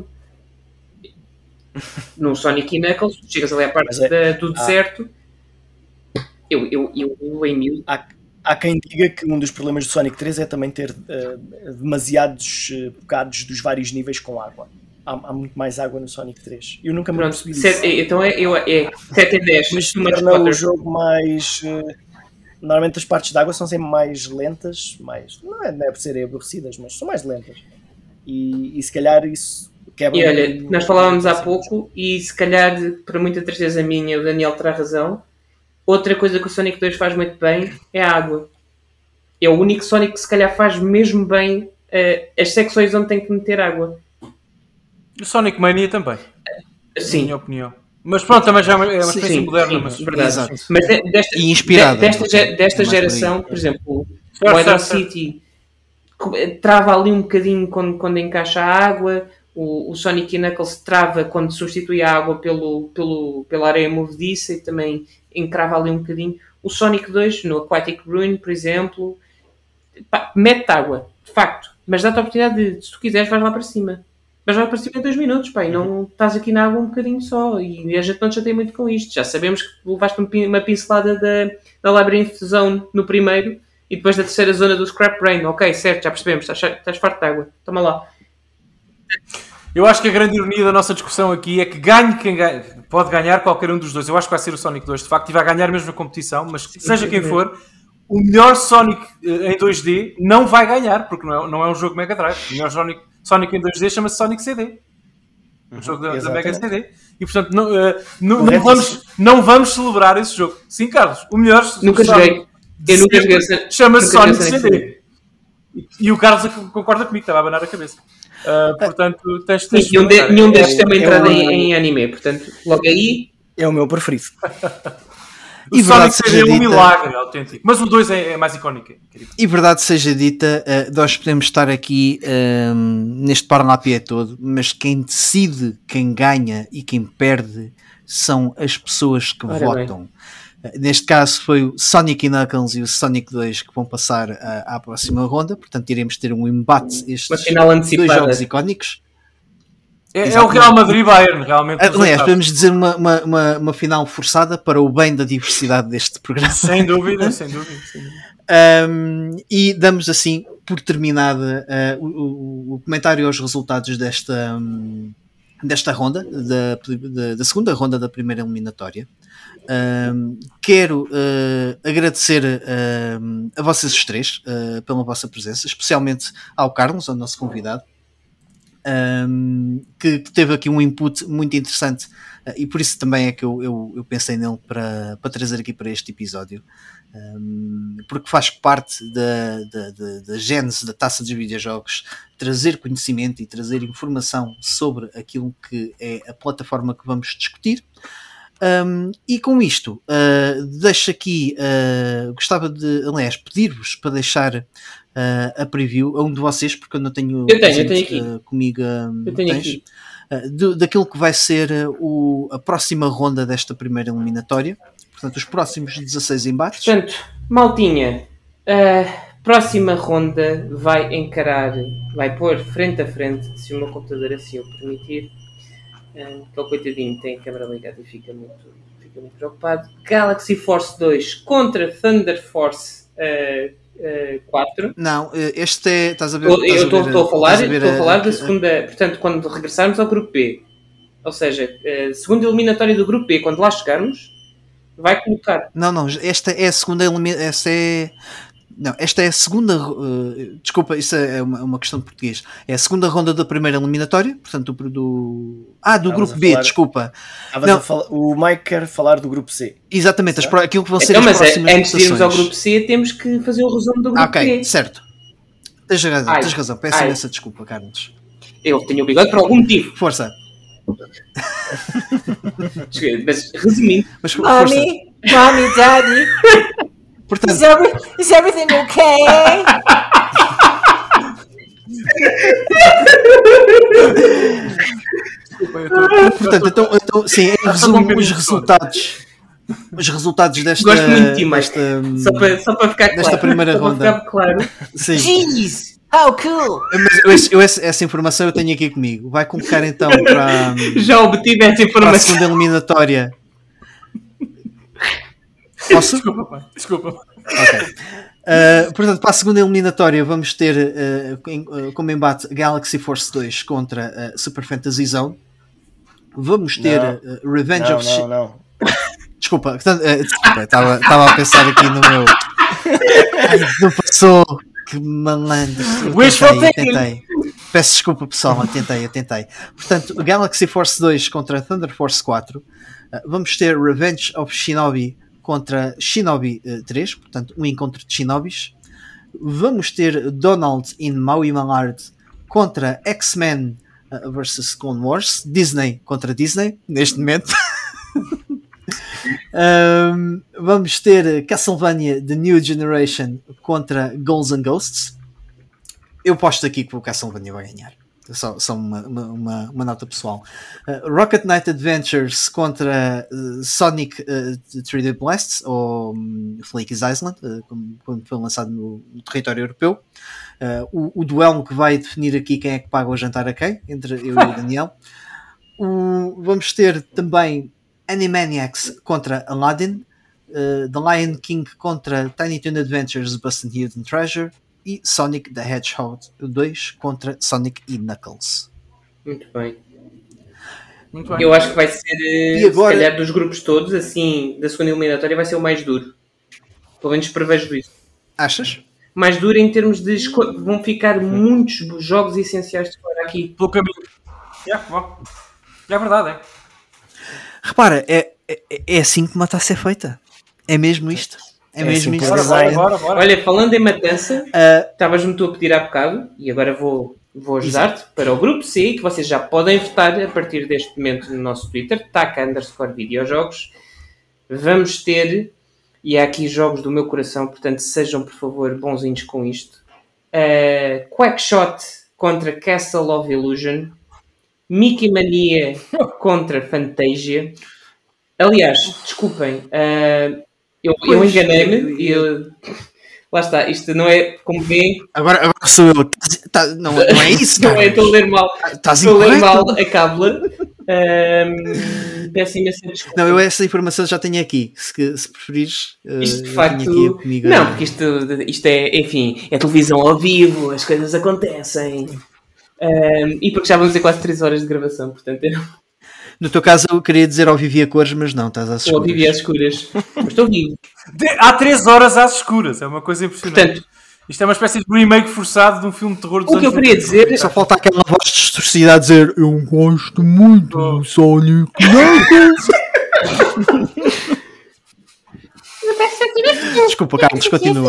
[SPEAKER 1] No Sonic e Knuckles, chegas ali à parte do deserto. Eu em
[SPEAKER 4] Há quem diga que um dos problemas do Sonic 3 é também ter demasiados bocados dos vários níveis com água. Há muito mais água no Sonic 3. Eu nunca me percebi disso.
[SPEAKER 1] Então é 7 em 10.
[SPEAKER 4] Mas torna o jogo mais... Normalmente as partes de água são sempre mais lentas, não é por serem aborrecidas, mas são mais lentas. E se calhar isso quebra...
[SPEAKER 1] E olha, nós falávamos há pouco, e se calhar, para muita tristeza minha, o Daniel terá razão, outra coisa que o Sonic 2 faz muito bem é a água. É o único Sonic que se calhar faz mesmo bem as secções onde tem que meter água.
[SPEAKER 2] O Sonic Mania também.
[SPEAKER 1] Sim.
[SPEAKER 2] Na minha opinião. Mas pronto, também já é uma experiência moderna. Mas
[SPEAKER 1] verdade. Mas
[SPEAKER 3] e inspirada.
[SPEAKER 1] Desta geração, por exemplo, o Hydro City trava ali um bocadinho quando encaixa a água. O Sonic Knuckles trava quando substitui a água pela areia movediça e também encrava ali um bocadinho. O Sonic 2, no Aquatic Ruin, por exemplo, mete água, de facto. mas dá-te a oportunidade de, se tu quiseres, vais lá para cima. Vais lá para cima em 2 minutos, pá, e não estás aqui na água um bocadinho só. E a gente não te chateia muito com isto. Já sabemos que levaste uma pincelada da Labyrinth Zone no primeiro e depois da terceira zona do Scrap Brain. Ok, certo, já percebemos, estás farto de água. Toma lá.
[SPEAKER 2] Eu acho que a grande ironia da nossa discussão aqui é que ganhe quem ganha. Pode ganhar qualquer um dos dois. Eu acho que vai ser o Sonic 2. De facto, e vai ganhar mesmo a competição, mas seja quem for, o melhor Sonic em 2D não vai ganhar, porque não é um jogo Mega Drive. O melhor Sonic em 2D chama-se Sonic CD. O jogo da Mega CD. E portanto, não vamos celebrar esse jogo. Sim, Carlos, o melhor
[SPEAKER 1] nunca joguei. Eu nunca joguei.
[SPEAKER 2] Chama-se Sonic CD. E o Carlos concorda comigo, estava a abanar a cabeça. Portanto, tens
[SPEAKER 1] nenhum destes tem uma entrada em anime, portanto, logo aí
[SPEAKER 4] é o meu preferido.
[SPEAKER 2] O Sonic CD é um milagre autêntico, mas o 2 é mais icónico.
[SPEAKER 3] E verdade seja dita, nós podemos estar aqui neste parlapié todo, mas quem decide quem ganha e quem perde são as pessoas que votam. Neste caso foi o Sonic e Knuckles e o Sonic 2 que vão passar à próxima ronda, portanto iremos ter um embate estes dois jogos icónicos.
[SPEAKER 2] É o Real Madrid-Bayern, realmente.
[SPEAKER 3] Aliás, podemos dizer uma final forçada para o bem da diversidade deste programa.
[SPEAKER 2] Sem dúvida.
[SPEAKER 3] E damos assim por terminada o comentário aos resultados desta ronda, da segunda ronda da primeira eliminatória. Quero agradecer a vocês os três pela vossa presença, especialmente ao Carlos, ao nosso convidado, que teve aqui um input muito interessante e por isso também é que eu pensei nele para trazer aqui para este episódio, porque faz parte da gênese da Taça dos Videojogos, trazer conhecimento e trazer informação sobre aquilo que é a plataforma que vamos discutir. E com isto, deixo aqui, gostava de, aliás, pedir-vos para deixar a preview a um de vocês, porque eu não tenho,
[SPEAKER 1] eu tenho aqui
[SPEAKER 3] comigo.
[SPEAKER 1] Eu tenho aqui.
[SPEAKER 3] Daquilo que vai ser a próxima ronda desta primeira eliminatória, portanto, os próximos 16 embates.
[SPEAKER 1] Portanto, maltinha, a próxima ronda vai pôr frente a frente, se o meu computador assim o permitir. Aquele coitadinho tem a câmera ligada e fica muito preocupado. Galaxy Force 2 contra Thunder Force 4.
[SPEAKER 3] Não, este é. Estás a ver?
[SPEAKER 1] Eu estou a falar da segunda. Portanto, quando regressarmos ao grupo B, ou seja, segunda eliminatória do grupo B, quando lá chegarmos, vai colocar.
[SPEAKER 3] Não, esta é a segunda eliminatória. Esta é a segunda. Desculpa, isso é uma questão de português. É a segunda ronda da primeira eliminatória, portanto, do grupo B, desculpa.
[SPEAKER 4] O Mike quer falar do grupo C.
[SPEAKER 3] Exatamente, aquilo que vão ser as próximas
[SPEAKER 1] antes de irmos ao grupo C, temos que fazer o resumo do grupo B.
[SPEAKER 3] Ok, certo. Tens razão. Peço imensa desculpa, Carlos.
[SPEAKER 1] Eu tenho o bigode por algum motivo.
[SPEAKER 3] Força.
[SPEAKER 1] Mas resumindo.
[SPEAKER 6] Mommy, Daddy.
[SPEAKER 3] Portanto,
[SPEAKER 6] is everything okay?
[SPEAKER 3] Portanto, então sim, em resumo, os resultados desta.
[SPEAKER 1] Gosto muito de ti, mas só para ficar claro.
[SPEAKER 3] Desta primeira ronda.
[SPEAKER 1] Claro.
[SPEAKER 3] Sim.
[SPEAKER 6] Jeez! How cool!
[SPEAKER 3] Mas essa informação eu tenho aqui comigo. Vai colocar então para.
[SPEAKER 1] Já obtive essa informação.
[SPEAKER 3] Para a segunda eliminatória. Posso?
[SPEAKER 2] Desculpa.
[SPEAKER 3] Ok. Portanto, para a segunda eliminatória vamos ter como embate Galaxy Force 2 contra Super Fantasy Zone. Vamos ter Revenge of...
[SPEAKER 4] Não.
[SPEAKER 3] Desculpa, estava a pensar aqui no meu... Não passou. Que malandro. Eu tentei. Peço desculpa, pessoal, eu tentei. Portanto, Galaxy Force 2 contra Thunder Force 4. Vamos ter Revenge of Shinobi contra Shinobi 3, portanto, um encontro de Shinobis. Vamos ter Donald in Maui Mallard contra X-Men vs Clone Wars, Disney contra Disney, neste momento. Vamos ter Castlevania The New Generation contra Ghouls and Ghosts. Eu aposto aqui que o Castlevania vai ganhar. Só uma nota pessoal. Rocket Knight Adventures contra Sonic 3D Blast ou Flaky's Island, como foi lançado no território europeu. o duelo que vai definir aqui quem é que paga o jantar a quem, entre eu e o Daniel. Vamos ter também Animaniacs contra Aladdin, The Lion King contra Tiny Toon Adventures Bustin' Hidden Treasure e Sonic the Hedgehog 2 contra Sonic e Knuckles.
[SPEAKER 1] Muito bem.
[SPEAKER 2] Muito bem.
[SPEAKER 1] Eu acho que vai ser,
[SPEAKER 3] E agora-
[SPEAKER 1] se calhar, dos grupos todos, assim, da segunda eliminatória, vai ser o mais duro. Pelo menos prevejo isso.
[SPEAKER 3] Achas?
[SPEAKER 1] Mais duro em termos de vão ficar muitos jogos essenciais de fora aqui.
[SPEAKER 2] Pelo caminho. É verdade, é.
[SPEAKER 3] Repara, é assim que uma está a ser feita. É mesmo isto. É mesmo
[SPEAKER 4] assim que
[SPEAKER 3] isto.
[SPEAKER 2] Bora.
[SPEAKER 1] Olha, falando em matança, estavas-me tu a pedir há bocado, e agora vou ajudar-te para o grupo C, que vocês já podem votar a partir deste momento no nosso Twitter, taca_videojogos. Vamos ter, e há aqui jogos do meu coração, portanto sejam por favor bonzinhos com isto. Quackshot contra Castle of Illusion, Mickey Mania contra Fantasia. Aliás, desculpem, eu enganei-me e lá está, isto não é como veem.
[SPEAKER 3] Agora sou eu. Não é isso,
[SPEAKER 1] Não
[SPEAKER 3] cara.
[SPEAKER 1] é, estou a ler mal.
[SPEAKER 3] Estás
[SPEAKER 1] Estou a ler
[SPEAKER 3] incorreto.
[SPEAKER 1] mal a cábula. Peço imensa desculpa.
[SPEAKER 3] Não, eu essa informação já tenho aqui. Se preferires,
[SPEAKER 1] Isto de
[SPEAKER 3] eu
[SPEAKER 1] facto.
[SPEAKER 3] tenho aqui comigo.
[SPEAKER 1] Não, porque isto é, enfim, é televisão ao vivo, as coisas acontecem. E porque já vamos ter quase 3 horas de gravação, portanto eu
[SPEAKER 3] No teu caso, eu queria dizer ao vivo e a cores, mas não, estás às
[SPEAKER 1] estou a viver às
[SPEAKER 3] escuras.
[SPEAKER 1] escuras. Mas estou vivo.
[SPEAKER 2] Há 3 horas às escuras. É uma coisa impressionante.
[SPEAKER 1] Portanto,
[SPEAKER 2] Isto é uma espécie de remake forçado de um filme de terror dos
[SPEAKER 1] o que eu
[SPEAKER 2] anos
[SPEAKER 1] queria
[SPEAKER 2] 90.
[SPEAKER 1] dizer.
[SPEAKER 3] Só falta aquela voz distorcida a dizer eu gosto muito do Sonic Knuckles. Desculpa, Carlos, continua.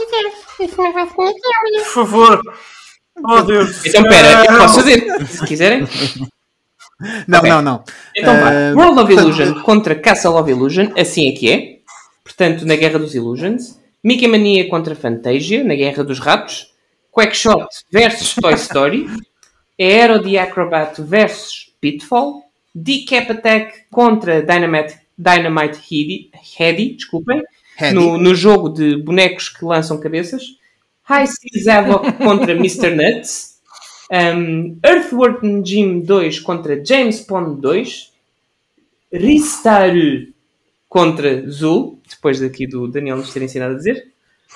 [SPEAKER 2] Por favor. Oh Deus.
[SPEAKER 1] Então, espera, eu posso fazer, se quiserem.
[SPEAKER 3] Não,
[SPEAKER 1] Ok.
[SPEAKER 3] não.
[SPEAKER 1] Então, World of Illusion contra Castle of Illusion, assim é que é. Portanto, na Guerra dos Illusions. Mickey Mania contra Fantasia, na Guerra dos Ratos. Quackshot versus Toy Story. Aero the Acrobat versus Pitfall. Decap Attack contra Dynamite Heady, desculpem.
[SPEAKER 3] Heady.
[SPEAKER 1] No jogo de bonecos que lançam cabeças. High Seas Havoc contra Mr. Nuts. Earthworm Jim 2 contra James Bond 2. Ristaru contra Zul, depois daqui do Daniel nos ter ensinado a dizer.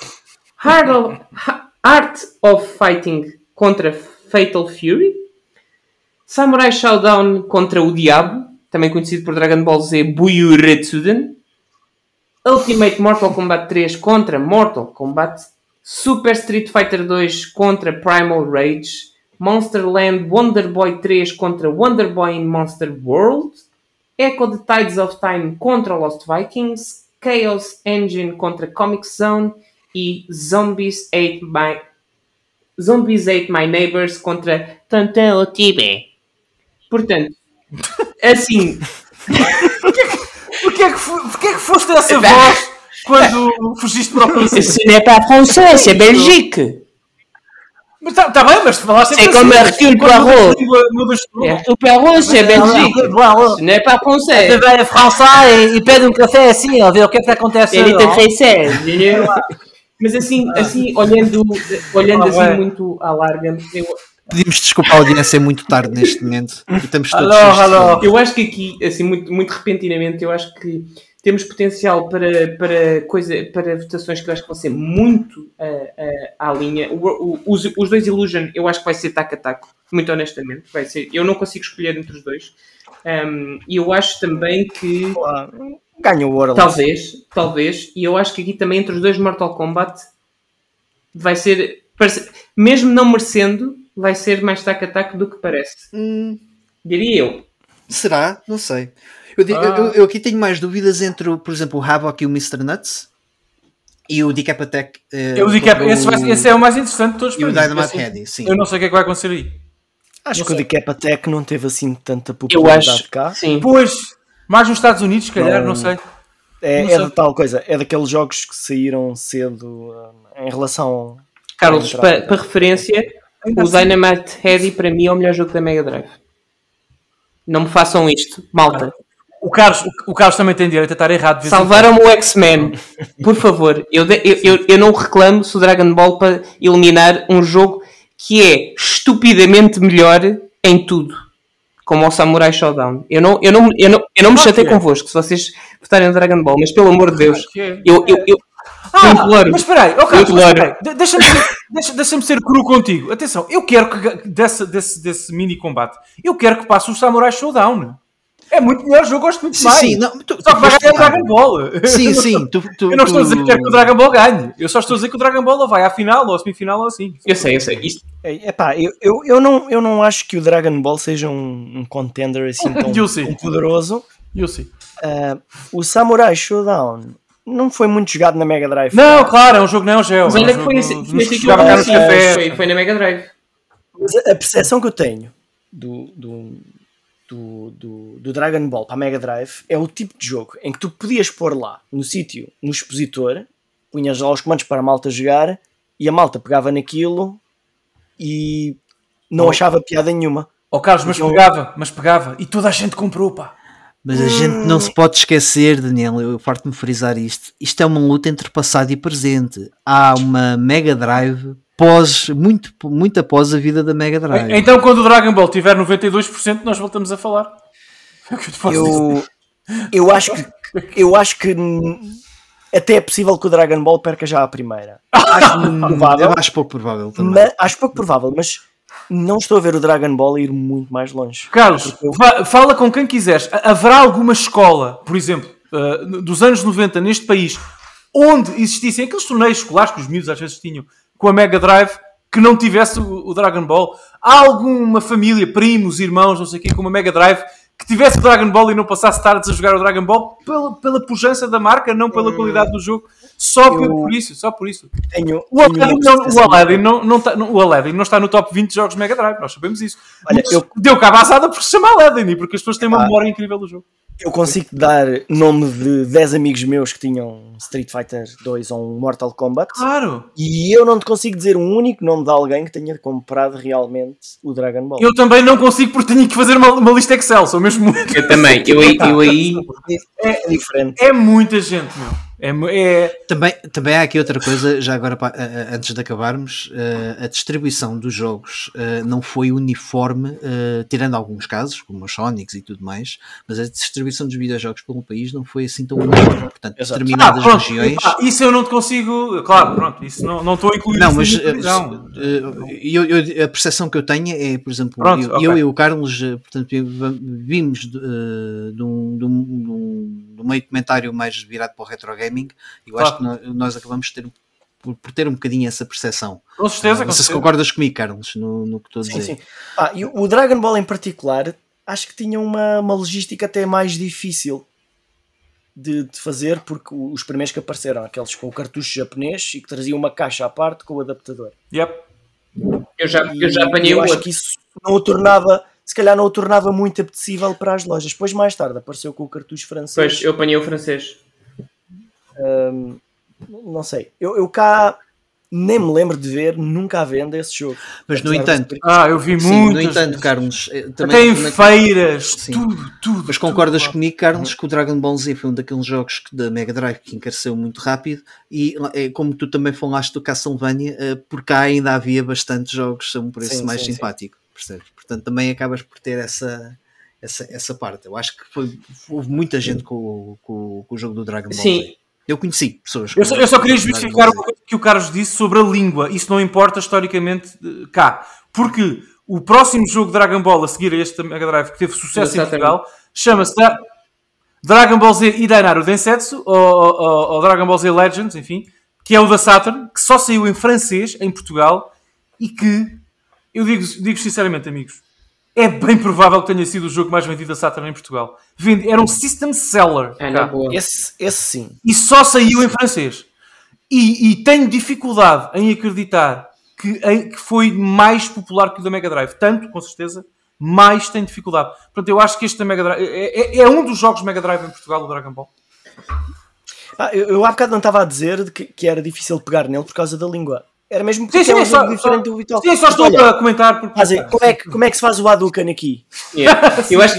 [SPEAKER 1] Art of Fighting contra Fatal Fury. Samurai Showdown contra o Diabo, também conhecido por Dragon Ball Z Buyu Retsuden. Ultimate Mortal Kombat 3 contra Mortal Kombat. Super Street Fighter 2 contra Primal Rage. Monster Land Wonder Boy 3 contra Wonder Boy in Monster World. Echo the Tides of Time contra Lost Vikings. Chaos Engine contra Comic Zone. E Zombies Ate My Neighbors contra Tantão Tibé. Portanto, assim...
[SPEAKER 2] Porquê é que foste essa voz quando fugiste para o coração?
[SPEAKER 1] Ce n'est pas français, c'est Belgique.
[SPEAKER 2] Mas está bem, mas falaste
[SPEAKER 1] C'est comme Hercule Poirot.
[SPEAKER 2] Mudas-te.
[SPEAKER 1] Hercule Poirot, c'est Belgique. Ce n'est pas français.
[SPEAKER 6] Você vai França e pede um café assim, a ver o que é que acontece.
[SPEAKER 1] Ele tem francês. Mas assim olhando assim muito à larga,
[SPEAKER 3] Pedimos desculpa à audiência, é muito tarde neste momento. E estamos todos
[SPEAKER 2] Alô.
[SPEAKER 1] eu acho que aqui, assim, muito repentinamente, eu acho que temos potencial para votações que eu acho que vão ser muito à linha. Os dois Illusion, eu acho que vai ser taco a taco, muito honestamente. Vai ser, eu não consigo escolher entre os dois. E eu acho também que...
[SPEAKER 4] Ganha o World.
[SPEAKER 1] Talvez. E eu acho que aqui também entre os dois Mortal Kombat vai ser... Mesmo não merecendo, vai ser mais taco a taco do que parece. Diria eu.
[SPEAKER 3] Será? Não sei. Eu aqui tenho mais dúvidas entre, por exemplo, o Havoc e o Mr. Nuts e o Decap Attack.
[SPEAKER 2] Esse é o mais interessante de todos
[SPEAKER 3] E o
[SPEAKER 2] para mim.
[SPEAKER 3] Dynamite Heady, sim.
[SPEAKER 2] Eu não sei o que é que vai acontecer aí.
[SPEAKER 4] Acho
[SPEAKER 2] Não
[SPEAKER 4] que o
[SPEAKER 2] sei.
[SPEAKER 4] Decap Attack não teve assim tanta
[SPEAKER 1] Eu
[SPEAKER 4] popularidade
[SPEAKER 1] acho
[SPEAKER 4] cá.
[SPEAKER 1] sim.
[SPEAKER 2] Pois, mais nos Estados Unidos, se calhar, não sei.
[SPEAKER 4] É
[SPEAKER 2] Não sei.
[SPEAKER 4] de tal coisa. É daqueles jogos que saíram cedo em relação...
[SPEAKER 1] Carlos, para referência,
[SPEAKER 2] Ainda
[SPEAKER 1] o
[SPEAKER 2] assim.
[SPEAKER 1] Dynamite Heady para mim é o melhor jogo da Mega Drive. Não me façam isto, malta.
[SPEAKER 2] O Carlos também tem direito a estar errado.
[SPEAKER 1] Salvaram-me o X-Men. Por favor. Eu não reclamo se o Dragon Ball para eliminar um jogo que é estupidamente melhor em tudo. Como o Samurai Showdown. Eu não me chatei convosco se vocês votarem no Dragon Ball, mas pelo amor de Deus. Eu imploro.
[SPEAKER 2] Mas espera aí, deixa-me ser cru contigo. Atenção, eu quero que desse mini combate, eu quero que passe o Samurai Showdown. É muito melhor jogo, gosto muito mais.
[SPEAKER 3] Sim, não,
[SPEAKER 2] só que vai ganhar o Dragon Ball.
[SPEAKER 3] Sim.
[SPEAKER 2] Eu não estou a dizer que quero que o Dragon Ball ganhe. Eu só estou a dizer que o Dragon Ball ou vai à final ou à semifinal ou assim.
[SPEAKER 1] Eu sei. Isto...
[SPEAKER 4] Eu não acho que o Dragon Ball seja um contender assim tão poderoso.
[SPEAKER 2] Eu sei.
[SPEAKER 4] O Samurai Showdown não foi muito jogado na Mega Drive.
[SPEAKER 2] Não, claro, é um jogo Neo Geo.
[SPEAKER 1] Mas olha que foi na Mega Drive.
[SPEAKER 4] Mas a percepção que eu tenho do Dragon Ball para a Mega Drive é o tipo de jogo em que tu podias pôr lá no sítio, no expositor, punhas lá os comandos para a malta jogar e a malta pegava naquilo e não achava piada nenhuma.
[SPEAKER 2] Carlos, mas pegava e toda a gente comprou, pá.
[SPEAKER 3] Mas a gente não se pode esquecer, Daniel, eu farto-me frisar isto. Isto é uma luta entre passado e presente. Há uma Mega Drive muito após a vida da Mega Drive.
[SPEAKER 2] Então quando o Dragon Ball tiver 92%, nós voltamos a falar. É o que eu te posso dizer.
[SPEAKER 4] Eu acho que até é possível que o Dragon Ball perca já a primeira. Acho provável.
[SPEAKER 3] Eu acho pouco provável também.
[SPEAKER 4] Acho pouco provável, mas não estou a ver o Dragon Ball ir muito mais longe.
[SPEAKER 2] Carlos, fala com quem quiseres. Haverá alguma escola, por exemplo, dos anos 90 neste país, onde existissem aqueles torneios escolares que os miúdos às vezes tinham com a Mega Drive, que não tivesse o Dragon Ball? Há alguma família, primos, irmãos, não sei o quê, com uma Mega Drive que tivesse o Dragon Ball e não passasse tardes a jogar o Dragon Ball pela pujança da marca, não pela qualidade do jogo? Por isso. O Aladdin não está no top 20 jogos Mega Drive, nós sabemos isso. Olha, deu cabo à assada porque se chama Aladdin e porque as pessoas têm uma memória incrível do jogo.
[SPEAKER 4] Eu consigo dar nome de 10 amigos meus que tinham Street Fighter 2 ou um Mortal Kombat.
[SPEAKER 2] Claro!
[SPEAKER 4] E eu não te consigo dizer um único nome de alguém que tenha comprado realmente o Dragon Ball.
[SPEAKER 2] Eu também não consigo porque tenho que fazer uma lista Excel, sou mesmo muito.
[SPEAKER 1] Eu também, eu aí...
[SPEAKER 4] É diferente.
[SPEAKER 2] É muita gente, meu.
[SPEAKER 3] Também há aqui outra coisa, já agora antes de acabarmos, a distribuição dos jogos não foi uniforme, tirando alguns casos, como os Sonics e tudo mais, mas a distribuição dos videojogos pelo país não foi assim tão uniforme. Portanto, determinadas regiões...
[SPEAKER 2] isso eu não te consigo... Claro, pronto, isso não estou a incluir.
[SPEAKER 3] Não, mas a percepção que eu tenho é, por exemplo, eu e o Carlos, portanto, vimos de um meio comentário mais virado para o retro gaming, e eu acho que nós acabamos por ter um bocadinho essa percepção.
[SPEAKER 2] Com certeza.
[SPEAKER 3] Não sei se concordas comigo, Carlos, no que estou a dizer.
[SPEAKER 4] Sim. E o Dragon Ball em particular, acho que tinha uma logística até mais difícil de fazer, porque os primeiros que apareceram, aqueles com o cartucho japonês e que traziam uma caixa à parte com o adaptador.
[SPEAKER 2] Yep.
[SPEAKER 1] Eu já apanhei o outro.
[SPEAKER 4] Acho que isso não o tornava... Se calhar não o tornava muito apetecível para as lojas. Depois, mais tarde, apareceu com o cartucho francês.
[SPEAKER 1] Pois, eu apanhei o francês.
[SPEAKER 4] Não sei. Eu cá nem me lembro de ver nunca à venda esse jogo.
[SPEAKER 3] Mas no entanto...
[SPEAKER 2] eu vi
[SPEAKER 3] muito. No entanto, Carlos...
[SPEAKER 2] Até em feiras, tudo.
[SPEAKER 3] Mas concordas comigo, Carlos, que o Dragon Ball Z foi um daqueles jogos da Mega Drive que encareceu muito rápido e como tu também falaste do Castlevania, por cá ainda havia bastantes jogos a um preço mais simpático. Percebes? Portanto, também acabas por ter essa parte. Eu acho que houve muita gente com o jogo do Dragon Ball.
[SPEAKER 1] Sim.
[SPEAKER 3] Eu conheci pessoas.
[SPEAKER 2] Eu só queria justificar o que o Carlos disse sobre a língua. Isso não importa historicamente cá. Porque o próximo jogo Dragon Ball a seguir a este Mega Drive que teve sucesso em Portugal chama-se Dragon Ball Z Idanaru Densetsu ou Dragon Ball Z Legends, enfim, que é o da Saturn, que só saiu em francês em Portugal e que eu digo sinceramente, amigos, é bem provável que tenha sido o jogo mais vendido da Saturn em Portugal. Era um system seller.
[SPEAKER 4] Esse sim.
[SPEAKER 2] E só saiu em francês. E tenho dificuldade em acreditar que foi mais popular que o da Mega Drive. Tanto, com certeza, mais tenho dificuldade. Portanto, eu acho que este da Mega Drive é um dos jogos Mega Drive em Portugal, o Dragon Ball.
[SPEAKER 4] Eu há bocado não estava a dizer que era difícil pegar nele por causa da língua. Era mesmo porque é um jogo diferente do Vital.
[SPEAKER 2] Sim, só estou a comentar. Porque...
[SPEAKER 4] Como é que se faz o Hadouken aqui?
[SPEAKER 1] Yeah. Eu acho que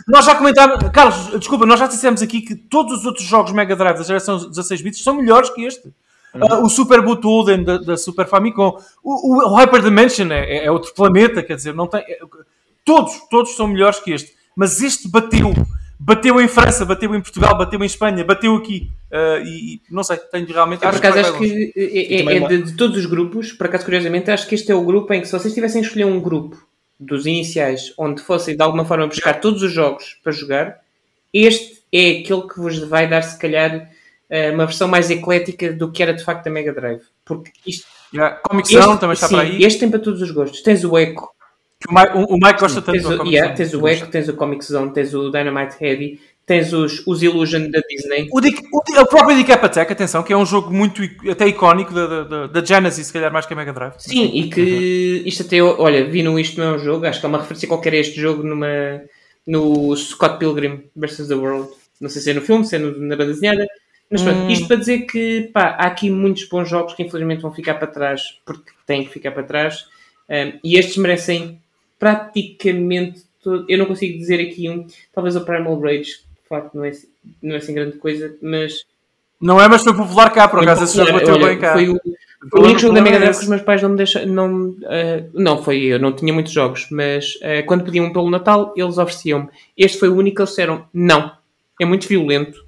[SPEAKER 2] nós já comentámos... Carlos, desculpa, nós já dissemos aqui que todos os outros jogos Mega Drive da geração 16 bits são melhores que este. O Super Butoden da Super Famicom, o Hyper Dimension é outro planeta, quer dizer, não tem... Todos são melhores que este. Mas este bateu em França, bateu em Portugal, bateu em Espanha, bateu aqui. E não sei, tenho realmente...
[SPEAKER 1] Por acaso acho que de todos os grupos, por acaso curiosamente, acho que este é o grupo em que se vocês tivessem escolher um grupo dos iniciais, onde fossem de alguma forma buscar todos os jogos para jogar, este é aquele que vos vai dar se calhar uma versão mais eclética do que era de facto a Mega Drive. Porque isto...
[SPEAKER 2] Comic Zone também está para aí.
[SPEAKER 1] Este tem para todos os gostos. Tens o Echo.
[SPEAKER 2] O Mike gosta tanto do Comic Zone.
[SPEAKER 1] Tens o Echo, tens o Comic Zone, tens o Dynamite Heavy, tens os Illusion da Disney.
[SPEAKER 2] O próprio Decap Attack, atenção, que é um jogo muito até icónico da Genesis, se calhar mais que a Mega Drive.
[SPEAKER 1] Sim, e que isto até, olha, vi no Isto Não é um Jogo, acho que há uma referência qualquer a este jogo no Scott Pilgrim vs. The World. Não sei se é no filme, se é na banda desenhada. Mas pronto, isto para dizer que há aqui muitos bons jogos que infelizmente vão ficar para trás, porque têm que ficar para trás. E estes merecem praticamente todo. Eu não consigo dizer aqui talvez o Primal Rage, de facto não é assim grande coisa, mas...
[SPEAKER 2] Não é, mas foi popular cá, por acaso esse jogo bateu bem cá.
[SPEAKER 1] Foi o único jogo da Mega Drive que os meus pais não me deixaram... Não, foi eu, não tinha muitos jogos, mas quando pediam pelo Natal, eles ofereciam-me. Este foi o único que eles disseram, não, é muito violento.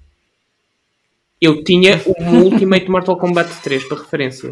[SPEAKER 1] Eu tinha o Ultimate Mortal Kombat 3, para referência.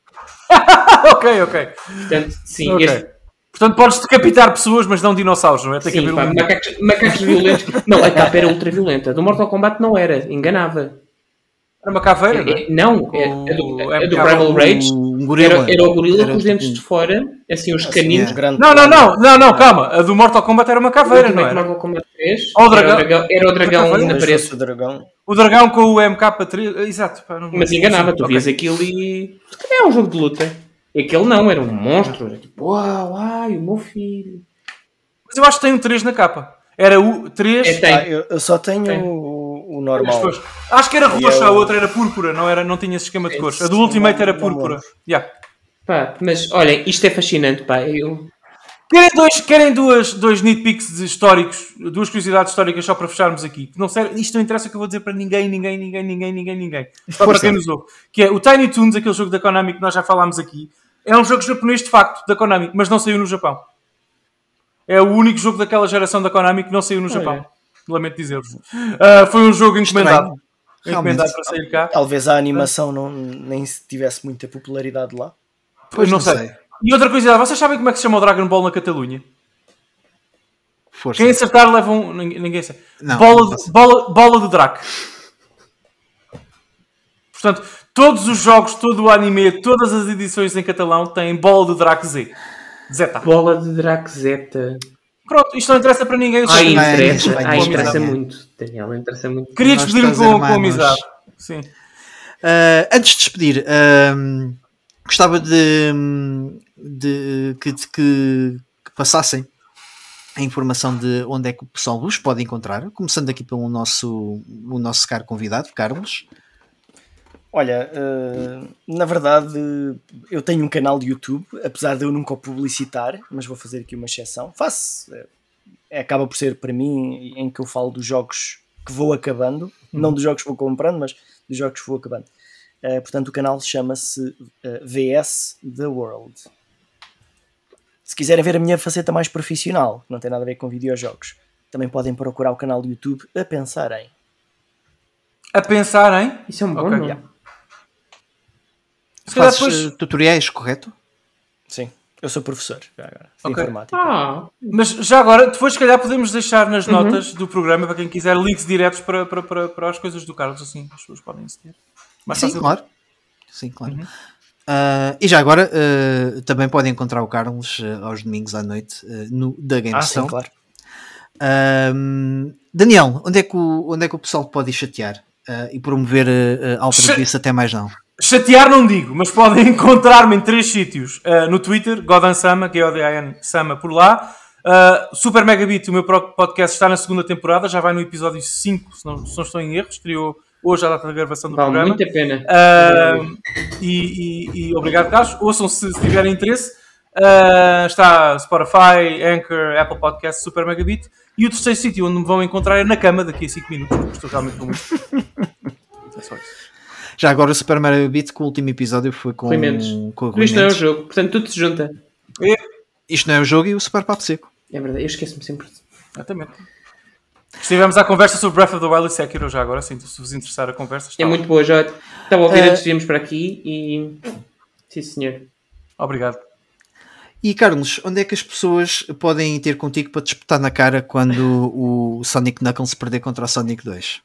[SPEAKER 2] Ok.
[SPEAKER 1] Portanto, sim,
[SPEAKER 2] okay. Portanto, podes decapitar pessoas, mas não dinossauros, não é?
[SPEAKER 1] Tem que haver macacos violentos. Não, a capa era ultra violenta. Do Mortal Kombat não era, enganava.
[SPEAKER 2] Era uma caveira,
[SPEAKER 1] não é? Não, é do Primal Rage. Era o gorila com os dentes de fora, assim, os caninos.
[SPEAKER 2] Não, calma. A do Mortal Kombat era uma caveira, não era?
[SPEAKER 1] Mortal Kombat 3.
[SPEAKER 2] Era
[SPEAKER 1] o dragão na parede.
[SPEAKER 2] O dragão com o MK3, exato.
[SPEAKER 1] Mas enganava, tu vias aquilo e... É um jogo de luta. Aquele não, era um monstro. Era tipo, uau, ai, o meu filho.
[SPEAKER 2] Mas eu acho que tem um 3 na capa. Era o 3...
[SPEAKER 4] eu só tenho o normal.
[SPEAKER 2] Acho que era roxa, a outra era púrpura, não tinha esse esquema de cores. A do Ultimate era púrpura.
[SPEAKER 1] Pá, mas olhem, isto é fascinante, pá.
[SPEAKER 2] Querem dois nitpicks históricos, duas curiosidades históricas só para fecharmos aqui. Que não serve, isto não interessa o que eu vou dizer para ninguém. Só para quem nos ouve. Que é o Tiny Toons, aquele jogo da Konami que nós já falámos aqui. É um jogo japonês de facto, da Konami, mas não saiu no Japão. É o único jogo daquela geração da Konami que não saiu no Japão. Lamento dizer-vos. Foi um jogo encomendado. Encomendado para sair cá.
[SPEAKER 4] Talvez a animação nem tivesse muita popularidade lá.
[SPEAKER 2] Pois não sei. E outra coisa, vocês sabem como é que se chama o Dragon Ball na Catalunha?
[SPEAKER 3] Força.
[SPEAKER 2] Quem acertar leva um... Ninguém sabe. Bola de Drac. Portanto, todos os jogos, todo o anime, todas as edições em catalão têm Bola de Drac Z. Zeta.
[SPEAKER 1] Bola de Drac Zeta.
[SPEAKER 2] Pronto, isto não interessa para ninguém.
[SPEAKER 1] Interessa muito. Daniel, interessa muito.
[SPEAKER 2] Queria despedir-me com amizade. Sim.
[SPEAKER 3] Antes de despedir... gostava que passassem a informação de onde é que o pessoal vos pode encontrar, começando aqui pelo nosso caro convidado, Carlos.
[SPEAKER 4] Olha, na verdade eu tenho um canal de YouTube, apesar de eu nunca o publicitar, mas vou fazer aqui uma exceção. Acaba por ser para mim em que eu falo dos jogos que vou acabando, não dos jogos que vou comprando, mas dos jogos que vou acabando. Portanto, o canal chama-se VS The World. Se quiserem ver a minha faceta mais profissional, que não tem nada a ver com videojogos, também podem procurar o canal do YouTube A Pensar Em.
[SPEAKER 2] A Pensar Em?
[SPEAKER 1] Isso é um bom nome.
[SPEAKER 3] Fazes tutoriais, correto?
[SPEAKER 4] Sim, eu sou professor de informática.
[SPEAKER 2] Mas já agora, depois se calhar podemos deixar nas notas do programa, para quem quiser, links diretos para as coisas do Carlos, assim as pessoas podem seguir.
[SPEAKER 3] Sim, claro. E já agora também podem encontrar o Carlos aos domingos à noite no da Game Show.
[SPEAKER 4] Sim, claro.
[SPEAKER 3] Daniel, onde é que o pessoal pode ir chatear e promover alternativas até mais não?
[SPEAKER 2] Chatear não digo, mas podem encontrar-me em 3 sítios. No Twitter, Godan Sama, Godin Sama por lá. Super Megabit, o meu podcast está na 2ª temporada, já vai no episódio 5, se não estou em erro, estreou hoje a data da gravação do programa.
[SPEAKER 1] Muito a pena.
[SPEAKER 2] E obrigado, Carlos. Ouçam se tiverem interesse. Está Spotify, Anchor, Apple Podcasts, Super Megabit. E o terceiro sítio onde me vão encontrar é na cama daqui a 5 minutos, porque estou realmente com muito. É só isso.
[SPEAKER 3] Já agora o Super Mario Beat, que o último episódio foi com
[SPEAKER 1] Rui Mendes.
[SPEAKER 3] o Rui
[SPEAKER 1] Isto não é um
[SPEAKER 3] Mendes.
[SPEAKER 1] jogo, portanto tudo se junta.
[SPEAKER 3] Isto não é o jogo e o Super Papo Seco.
[SPEAKER 1] É verdade, eu esqueço-me sempre.
[SPEAKER 2] Exatamente. Estivemos à conversa sobre Breath of the Wild e Sekiro já agora, sim, se vos interessar a conversa.
[SPEAKER 1] É muito boa, já estava a ouvir antes de irmos para aqui e... Sim, senhor.
[SPEAKER 2] Obrigado.
[SPEAKER 3] E Carlos, onde é que as pessoas podem ter contigo para te espetar na cara quando o Sonic Knuckles perder contra o Sonic 2?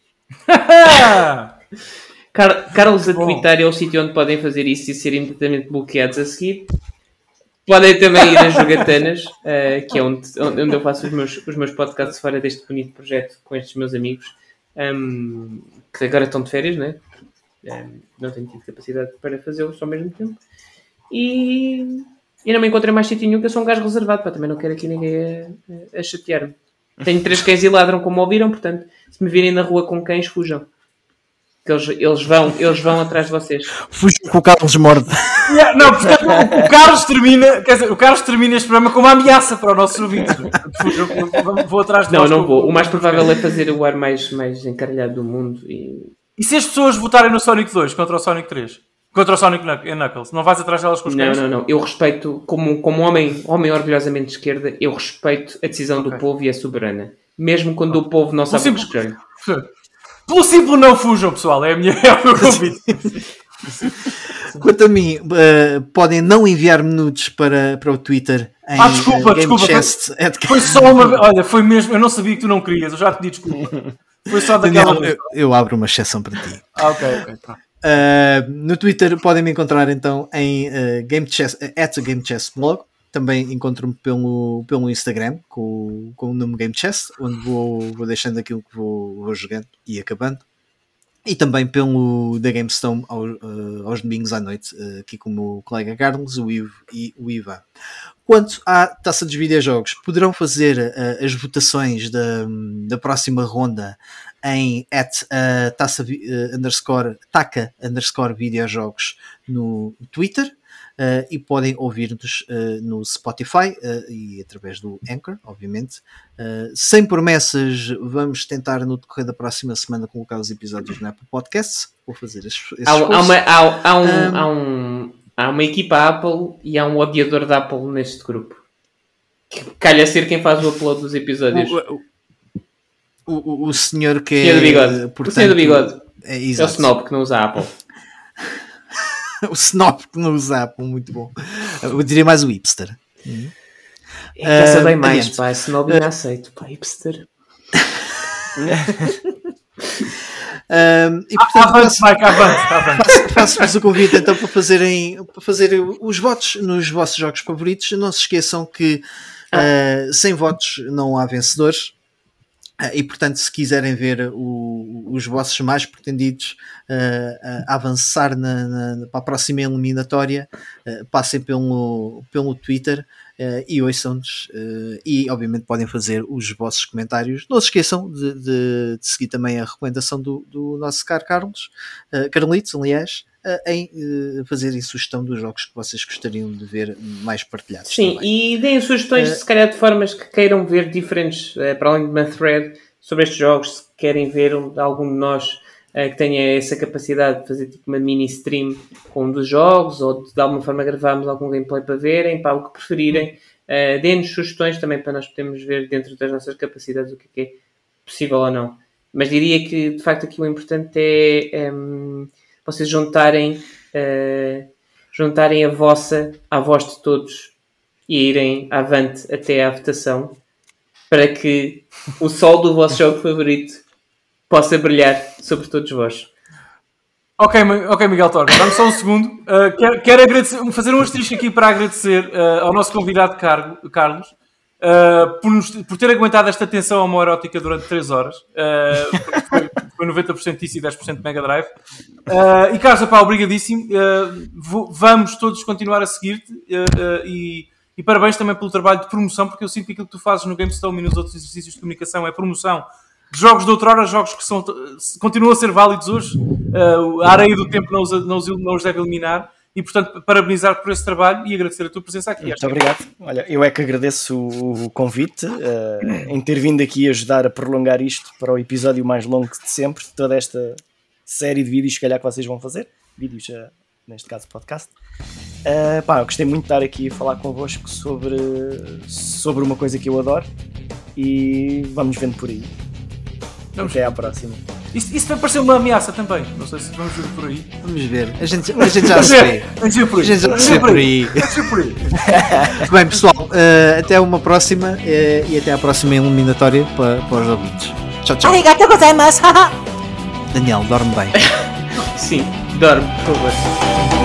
[SPEAKER 1] Carlos a Twitter é o sítio onde podem fazer isso e ser imediatamente bloqueados a seguir. Podem também ir a Jogatanas, que é onde eu faço os meus podcasts fora deste bonito projeto com estes meus amigos, que agora estão de férias, não é? Não tenho tido capacidade para fazê-los ao mesmo tempo. E não me encontrei mais sítio nenhum, que eu sou um gajo reservado, pá, também não quero aqui ninguém a chatear-me. Tenho 3 cães e ladram como ouviram, portanto, se me virem na rua com cães, fujam. Que eles vão atrás de vocês.
[SPEAKER 3] Fujam com o Carlos morde.
[SPEAKER 2] Não, portanto, o Carlos termina, quer dizer, o Carlos termina este programa com uma ameaça para o nosso ouvinte. Vou atrás de nós.
[SPEAKER 1] Não vou. O mais provável é fazer o ar mais encaralhado do mundo.
[SPEAKER 2] E se as pessoas votarem no Sonic 2 contra o Sonic 3? Contra o Sonic Knuckles? Não vais atrás delas com os cães?
[SPEAKER 1] Não. Eu respeito, como homem orgulhosamente de esquerda, eu respeito a decisão do povo e é soberana. Mesmo quando o povo não sabe o que escolhe.
[SPEAKER 2] Pelo simples não fujam, pessoal. É o meu convite.
[SPEAKER 3] Quanto a mim, podem não enviar nudes para o Twitter em
[SPEAKER 2] desculpa.
[SPEAKER 3] GameChest.
[SPEAKER 2] Foi só uma vez. Olha, foi mesmo. Eu não sabia que tu não querias. Eu já te pedi desculpa. Foi só daquela vez.
[SPEAKER 3] Eu abro uma exceção para ti.
[SPEAKER 2] Ok. Pronto.
[SPEAKER 3] No Twitter podem me encontrar então em @GameChestBlog. Também encontro-me pelo Instagram com o nome GameChest, onde vou deixando aquilo que vou jogando e acabando. E também pelo da GameStone aos domingos à noite, aqui com o meu colega Carlos, o Ivo e o Ivan. Quanto à Taça dos Videojogos, poderão fazer as votações da próxima ronda em @taca_videojogos no Twitter. E podem ouvir-nos no Spotify e através do Anchor, obviamente. Sem promessas, vamos tentar no decorrer da próxima semana colocar os episódios no Apple Podcasts. Vou fazer esse esforço.
[SPEAKER 1] Há uma equipa Apple e há um odiador da Apple neste grupo. Que calha ser quem faz o upload dos episódios.
[SPEAKER 3] O senhor que
[SPEAKER 1] senhor do bigode. Portanto, o senhor do bigode.
[SPEAKER 3] É
[SPEAKER 1] o snob que não usa a Apple.
[SPEAKER 3] O snob que não usa Apple, muito bom. Eu diria mais o hipster.
[SPEAKER 1] Essa bem mais, pá. Snob não aceito, pá. Hipster.
[SPEAKER 3] E portanto,
[SPEAKER 2] avante.
[SPEAKER 3] faço o convite então para fazer os votos nos vossos jogos favoritos. Não se esqueçam que sem votos não há vencedores. E portanto, se quiserem ver os vossos mais pretendidos a avançar para a próxima eliminatória, passem pelo Twitter e ouçam-nos, e obviamente podem fazer os vossos comentários. Não se esqueçam de seguir também a recomendação do nosso caro Carlitos, aliás, em fazerem sugestão dos jogos que vocês gostariam de ver mais partilhados.
[SPEAKER 1] Sim, também. E deem sugestões se calhar de formas que queiram ver diferentes, para além de uma thread sobre estes jogos, se querem ver algum de nós que tenha essa capacidade de fazer tipo uma mini stream com um dos jogos, ou de alguma forma gravarmos algum gameplay para verem, para o que preferirem. Deem-nos sugestões também para nós podermos ver dentro das nossas capacidades o que é possível ou não. Mas diria que de facto aqui o importante é vocês juntarem a voz de todos e irem avante até à votação para que o sol do vosso jogo favorito possa brilhar sobre todos vós.
[SPEAKER 2] Ok, Miguel Torga, dá-me só um segundo. Quero agradecer, fazer um asterisco aqui para agradecer ao nosso convidado Carlos por ter aguentado esta tensão homoerótica durante 3 horas. Foi 90% disso e 10% de Mega Drive. E Carlos, obrigadíssimo. Vamos todos continuar a seguir-te e parabéns também pelo trabalho de promoção, porque eu sinto que aquilo que tu fazes no GameStone e nos outros exercícios de comunicação é promoção de jogos de outrora, jogos que continuam a ser válidos hoje. A areia do tempo não os deve eliminar e, portanto, parabenizar por esse trabalho e agradecer a tua presença aqui.
[SPEAKER 4] Muito obrigado. Olha, eu é que agradeço o convite, em ter vindo aqui ajudar a prolongar isto para o episódio mais longo de sempre, de toda esta série de vídeos, se calhar, que vocês vão fazer. Vídeos, neste caso, podcast. Eu gostei muito de estar aqui a falar convosco sobre uma coisa que eu adoro e vamos vendo por aí. Até à próxima.
[SPEAKER 2] Isso vai parecer uma ameaça também. Não sei se vamos ver por aí.
[SPEAKER 3] Vamos ver. A gente já se vê.
[SPEAKER 2] Vamos ver por aí.
[SPEAKER 3] A gente já se vê por aí. Muito bem, pessoal. Até uma próxima e até à próxima eliminatória para os ouvintes. Tchau, tchau.
[SPEAKER 6] Arigatou gozaimasu.
[SPEAKER 3] Daniel, dorme bem.
[SPEAKER 1] Sim, dorme, por favor.